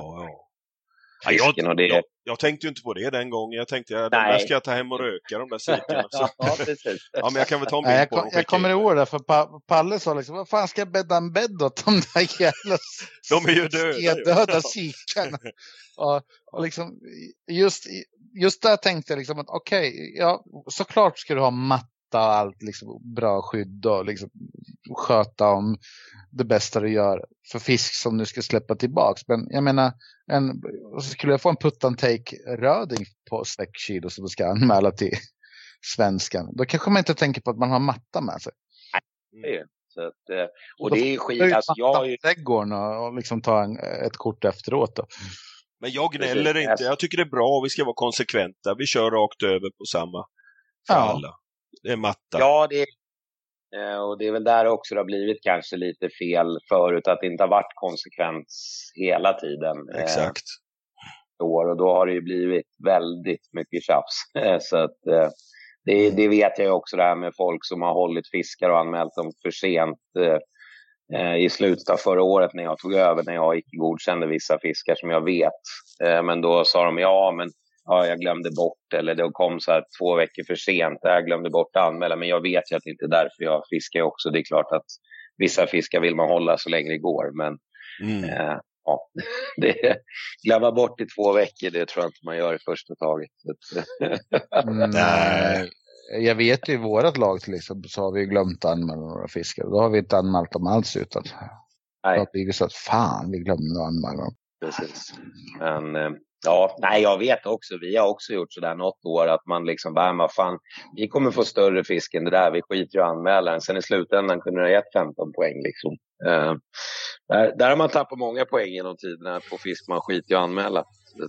Jag tänkte ju inte på det den gången. Jag tänkte de där ska jag ta hem och röka, de där sikarna. Precis. Men jag kan väl ta en bild på dem. Jag kommer ihåg det, för Palle sa liksom, vad fan ska jag bädda en bädd åt de där jävla de är ju döda sikarna. och liksom, just där tänkte jag liksom att såklart ska du ha matta och allt liksom, bra skydd och liksom sköta om det bästa du gör för fisk som du ska släppa tillbaks. Men jag menar, skulle jag få en put-and-take röding på 6 kilo som du ska anmäla till Svenskan, då kanske man inte tänker på att man har matta med sig. Så att, och det är skit. Alltså, jag trädgården och liksom ta ett kort efteråt då. Men jag gnäller inte. Jag tycker det är bra. Vi ska vara konsekventa. Vi kör rakt över på samma för alla. Det är matta. Ja, och det är väl där också det har blivit kanske lite fel förut, att det inte har varit konsekvens hela tiden. Exakt. Och då har det ju blivit väldigt mycket tjafs. Så att det vet jag ju också, det här med folk som har hållit fiskar och anmält dem för sent. I slutet av förra året när jag tog över, när jag icke godkände vissa fiskar som jag vet. Men då sa de jag glömde bort, eller det kom så här 2 veckor för sent. Jag glömde bort att anmäla, men jag vet ju att det inte är därför jag fiskar också. Det är klart att vissa fiskar vill man hålla så länge det går, men glömma bort i 2 veckor, det tror jag inte man gör i första taget. Nej. Jag vet ju i vårat lag till exempel så har vi glömt att anmäla några fiskar. Då har vi inte anmält dem alls, utan då blir det så att vi glömde att anmäla dem. Precis. Men jag vet också, vi har också gjort sådär något år att man liksom vi kommer få större fisk än det där, vi skiter ju anmälaren. Sen i slutändan kunde det ha gett 15 poäng liksom. Där har man tappat många poäng genom tiderna på fisk man skiter ju anmäla.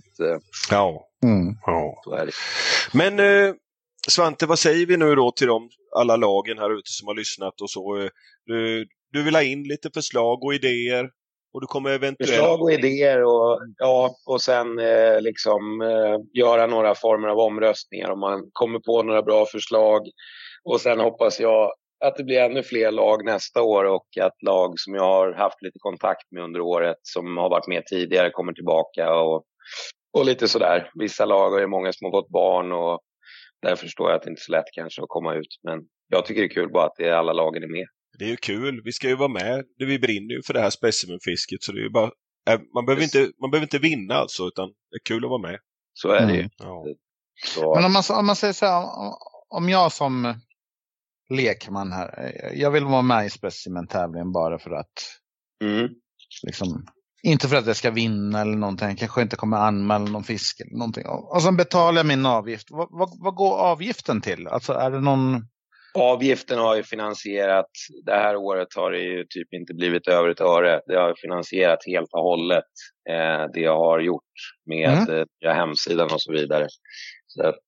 Så är det. Men Svante, vad säger vi nu då till alla lagen här ute som har lyssnat och så? Du vill ha in lite förslag och idéer, och du kommer eventuellt... Förslag och idéer och sen göra några former av omröstningar om man kommer på några bra förslag. Och sen hoppas jag att det blir ännu fler lag nästa år, och att lag som jag har haft lite kontakt med under året som har varit med tidigare kommer tillbaka och lite sådär. Vissa lag har ju många som har fått barn, och därför förstår jag att det inte är så lätt kanske att komma ut. Men jag tycker det är kul bara att alla lagen är med. Det är ju kul. Vi ska ju vara med. Vi brinner ju för det här specimenfisket. Så det är ju bara, man behöver inte vinna alltså, utan det är kul att vara med. Så är det ju. Så. Men om man säger så här, om jag som lekman här, jag vill vara med i specimentävlingen bara för att liksom, inte för att jag ska vinna eller någonting. Jag kanske inte kommer anmäla någon fisk eller någonting. Och sen betalar jag min avgift. Vad går avgiften till? Alltså är det någon Avgiften har ju finansierat, det här året har det ju typ inte blivit över ett öre. Det har finansierat helt och hållet det jag har gjort med hemsidan och så vidare. Så att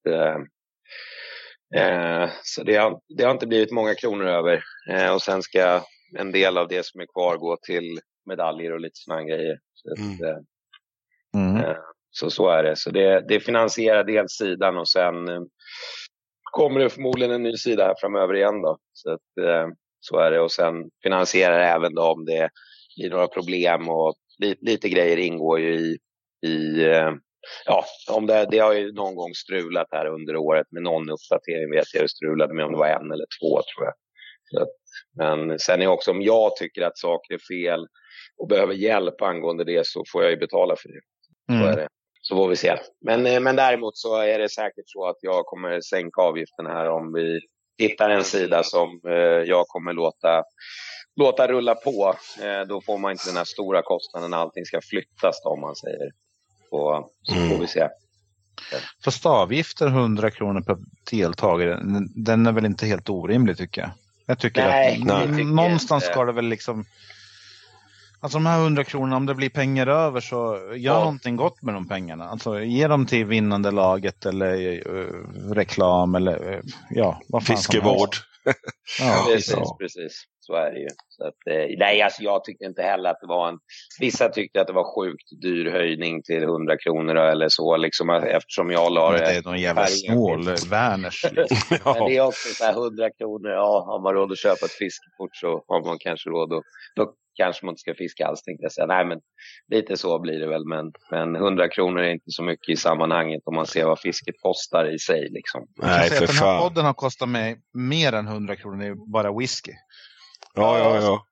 så det har inte blivit många kronor över. Och sen ska en del av det som är kvar gå till medaljer och lite sådana grejer. Så är det. Så det finansierar dels sidan och sen kommer det förmodligen en ny sida här framöver igen då. Så är det. Och sen finansierar även då om det blir några problem och lite grejer ingår ju i om det har ju någon gång strulat här under året med någon uppdatering, vet jag, strulade med om det var 1 eller 2 tror jag. Men sen är också om jag tycker att saker är fel och behöver hjälp angående det så får jag ju betala för det. Så är det. Så får vi se. Men däremot så är det säkert så att jag kommer sänka avgiften här om vi hittar en sida som jag kommer låta rulla på. Då får man inte den här stora kostnaden när allting ska flyttas då, om man säger. Så får vi se. Fast avgifter 100 kronor per deltagare, den är väl inte helt orimlig tycker jag. Jag tycker att någonstans ska det väl liksom... Alltså de här 100 kronorna, om det blir pengar över så gör någonting gott med de pengarna. Alltså ge dem till vinnande laget eller reklam eller vad fan. Fiskevård. Precis. Så är det ju. Så att, alltså jag tyckte inte heller att det var vissa tyckte att det var sjukt dyr höjning till 100 kronor eller så liksom, eftersom jag la det. Det är någon jävla snål Werners. Men det är också så här 100 kronor, har man råd att köpa ett fiskekort så har man kanske råd att, då kanske man inte ska fiska alls, tänkte jag säga. Nej, men lite så blir det väl, men 100 kronor är inte så mycket i sammanhanget om man ser vad fisket kostar i sig liksom. Nej, för den här podden har kostat mig mer än 100 kronor bara whisky. Ja.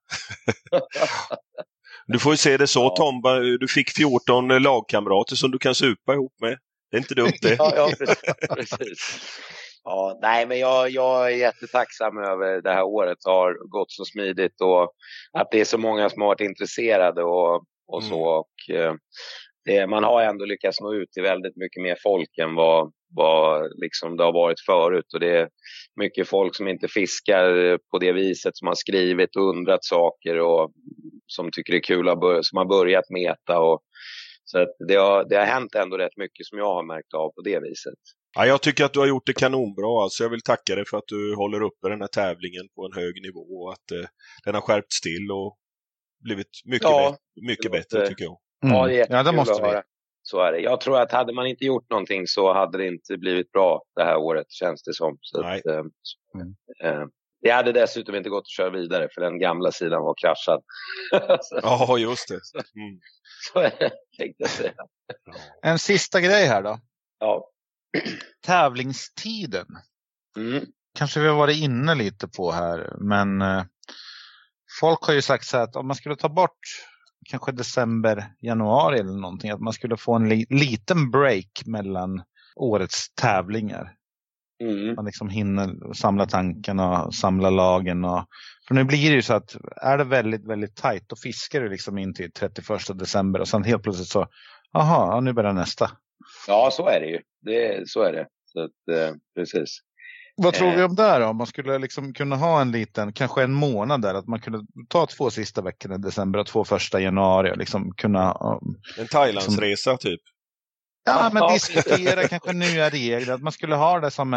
Du får ju se det så, Tomba. Du fick 14 lagkamrater som du kan supa ihop med. Det är inte dumt det. Ja, precis. Ja, nej, men jag är jättetacksam över det här året har gått så smidigt och att det är så många som har varit intresserade och så. Och man har ändå lyckats nå ut till väldigt mycket mer folk än vad liksom det har varit förut. Och det är mycket folk som inte fiskar på det viset, som har skrivit och undrat saker och som tycker det är kul som har börjat meta. Så att det har hänt ändå rätt mycket som jag har märkt av på det viset. Ja, jag tycker att du har gjort det kanonbra. Alltså jag vill tacka dig för att du håller uppe den här tävlingen på en hög nivå och att den har skärpts till och blivit mycket bättre tycker jag. Ja, det måste vi. Så är det. Jag tror att hade man inte gjort någonting så hade det inte blivit bra det här året, känns det som. Så att, det hade dessutom inte gått att köra vidare för den gamla sidan var kraschad. Ja, just det. Så är det, tänkte jag säga. En sista grej här då. Ja. Tävlingstiden. Kanske vi har varit inne lite på här, men folk har ju sagt så här att om man skulle ta bort kanske december, januari eller någonting, att man skulle få en liten break mellan årets tävlingar. Man liksom hinner samla tankarna och samla lagen. För nu blir det ju så att är det väldigt, väldigt tajt, då fiskar du liksom in till 31 december och sen helt plötsligt så, nu börjar nästa. Ja, så är det ju. Så är det. Så att, precis. Vad tror vi om det då? Om man skulle liksom kunna ha en liten, kanske en månad där, att man kunde ta 2 sista veckorna i december och 2 första januari och liksom kunna... en Thailandsresa typ. Ja, men diskutera kanske nya regler. Att man skulle ha det som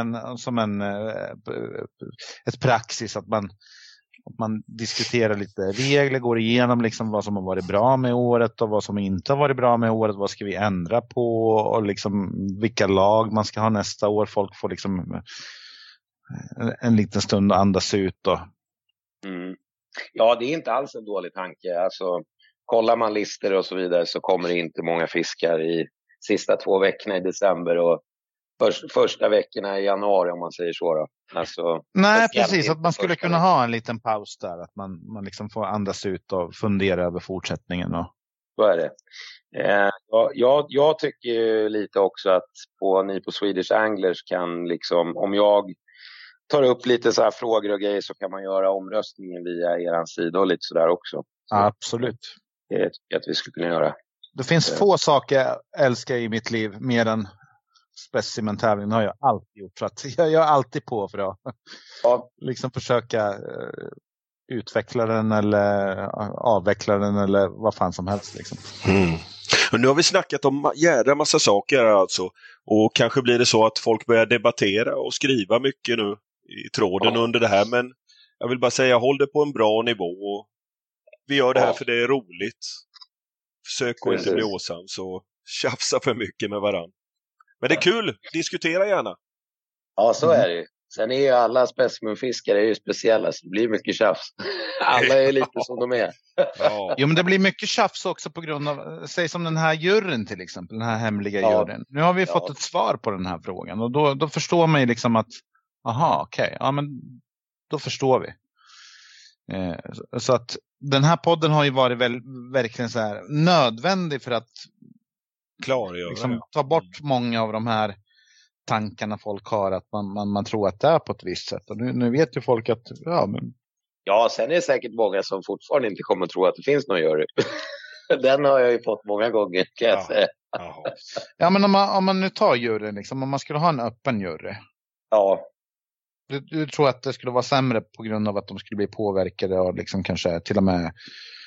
ett praxis, att man diskuterar lite regler, går igenom liksom vad som har varit bra med året och vad som inte har varit bra med året. Vad ska vi ändra på och liksom vilka lag man ska ha nästa år. Folk får liksom en liten stund att andas ut då. Ja, det är inte alls en dålig tanke. Alltså, kollar man listor och så vidare så kommer det inte många fiskar i sista 2 veckorna i december och första veckorna i januari, om man säger så då. Alltså, nej, precis. Att man skulle kunna ha en liten paus där. Att man liksom får andas ut och fundera över fortsättningen. Så är det. Jag tycker lite också att ni på Swedish Anglers kan liksom, om jag tar upp lite så här frågor och grejer så kan man göra omröstningen via er sida och lite sådär också. Så absolut. Det tycker jag att vi skulle kunna göra. Det finns få saker jag älskar i mitt liv mer än specimentävlingen har jag alltid gjort. Så att jag är alltid på för att liksom försöka utveckla den eller avveckla den eller vad fan som helst. Liksom. Och nu har vi snackat om jädra massa saker alltså. Och kanske blir det så att folk börjar debattera och skriva mycket nu i tråden under det här. Men jag vill bara säga, håll det på en bra nivå. Och vi gör det här för det är roligt. Försök att inte bli åsams och tjafsa för mycket med varann. Men det är kul, diskutera gärna. Ja, så är det ju. Sen är ju alla specimenfiskare är ju speciella, så det blir mycket tjafs. Alla är lite som de är. Ja. Jo, men det blir mycket tjafs också på grund av, säg som den här juryn till exempel, den här hemliga juryn. Nu har vi fått ett svar på den här frågan och då förstår man ju liksom att, okej, ja men då förstår vi. Så att den här podden har ju varit verkligen så här nödvändig för att klargöra, liksom, ta bort många av de här tankarna folk har att man tror att det är på ett visst sätt. Och nu vet ju folk att Ja, sen är det säkert många som fortfarande inte kommer att tro att det finns någon jury. Den har jag ju fått många gånger, kan jag säga. Ja, men om man nu tar juryn, liksom, om man skulle ha en öppen jury. Ja. Du tror att det skulle vara sämre på grund av att de skulle bli påverkade och liksom kanske till och med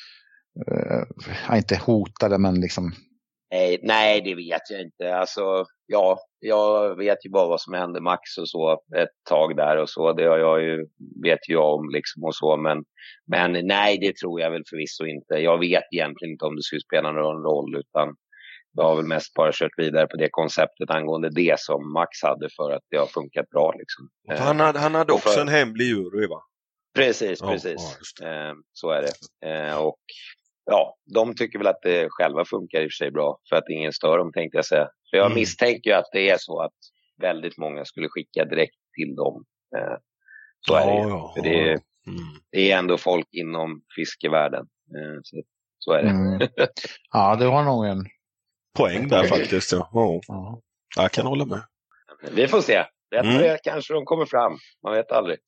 inte hotade, men liksom... Nej, det vet jag inte. Alltså, ja, jag vet ju bara vad som hände Max och så ett tag där och så. Det har jag ju, vet jag om liksom och så. Men nej, det tror jag väl förvisso inte. Jag vet egentligen inte om det skulle spela någon roll, utan jag har väl mest bara kört vidare på det konceptet angående det som Max hade, för att det har funkat bra liksom. Han hade också en hemlig jury, va? Precis. Så är det. Och ja, de tycker väl att det själva funkar i och för sig bra, för att ingen stör dem, tänkte jag säga. För jag misstänker ju att det är så att väldigt många skulle skicka direkt till dem. Så är det ju. För det är ändå folk inom fiskevärlden. Så är det. Ja, det var nog en poäng där faktiskt. Ja. Jag kan hålla med. Vi får se. Det kanske de kommer fram. Man vet aldrig.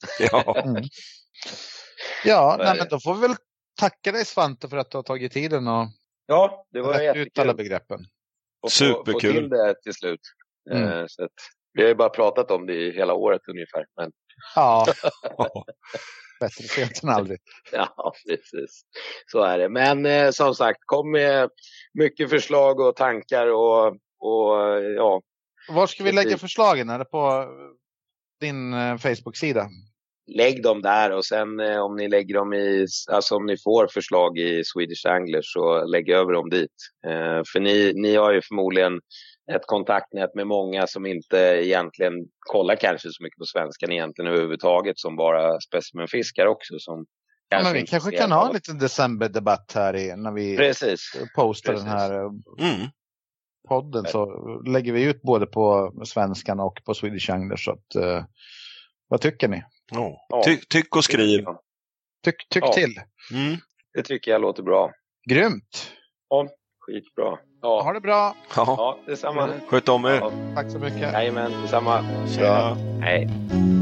Ja, men då får vi väl tacka dig, Svante, för att du har tagit tiden och det var jättekul. Ut alla begreppen. Och superkul. Få till det till slut. Så att, vi har ju bara pratat om det i hela året ungefär. Men... Ja, bättre sent än aldrig. Ja, precis. Så är det. Men som sagt, kom med mycket förslag och tankar och ja. Var ska vi lägga förslagen? Är det på din Facebook-sida? Lägg dem där, och sen om ni lägger dem i, alltså om ni får förslag i Swedish Anglers, så lägg över dem dit. För ni har ju förmodligen ett kontaktnät med många som inte egentligen kollar kanske så mycket på svenskan egentligen överhuvudtaget, som bara specimenfiskar också. Som men vi kanske kan ha en liten decemberdebatt här när vi postar den här podden, så lägger vi ut både på svenskan och på Swedish Anglers. Så att, vad tycker ni? Tyck och skriv. Tyck till. Det tycker jag låter bra. Grymt. Ja, skitbra. Ja. Ha det bra. Ja, detsamma. Sköt om er. Tack så mycket. Jajamän, detsamma. Tjena. Hej.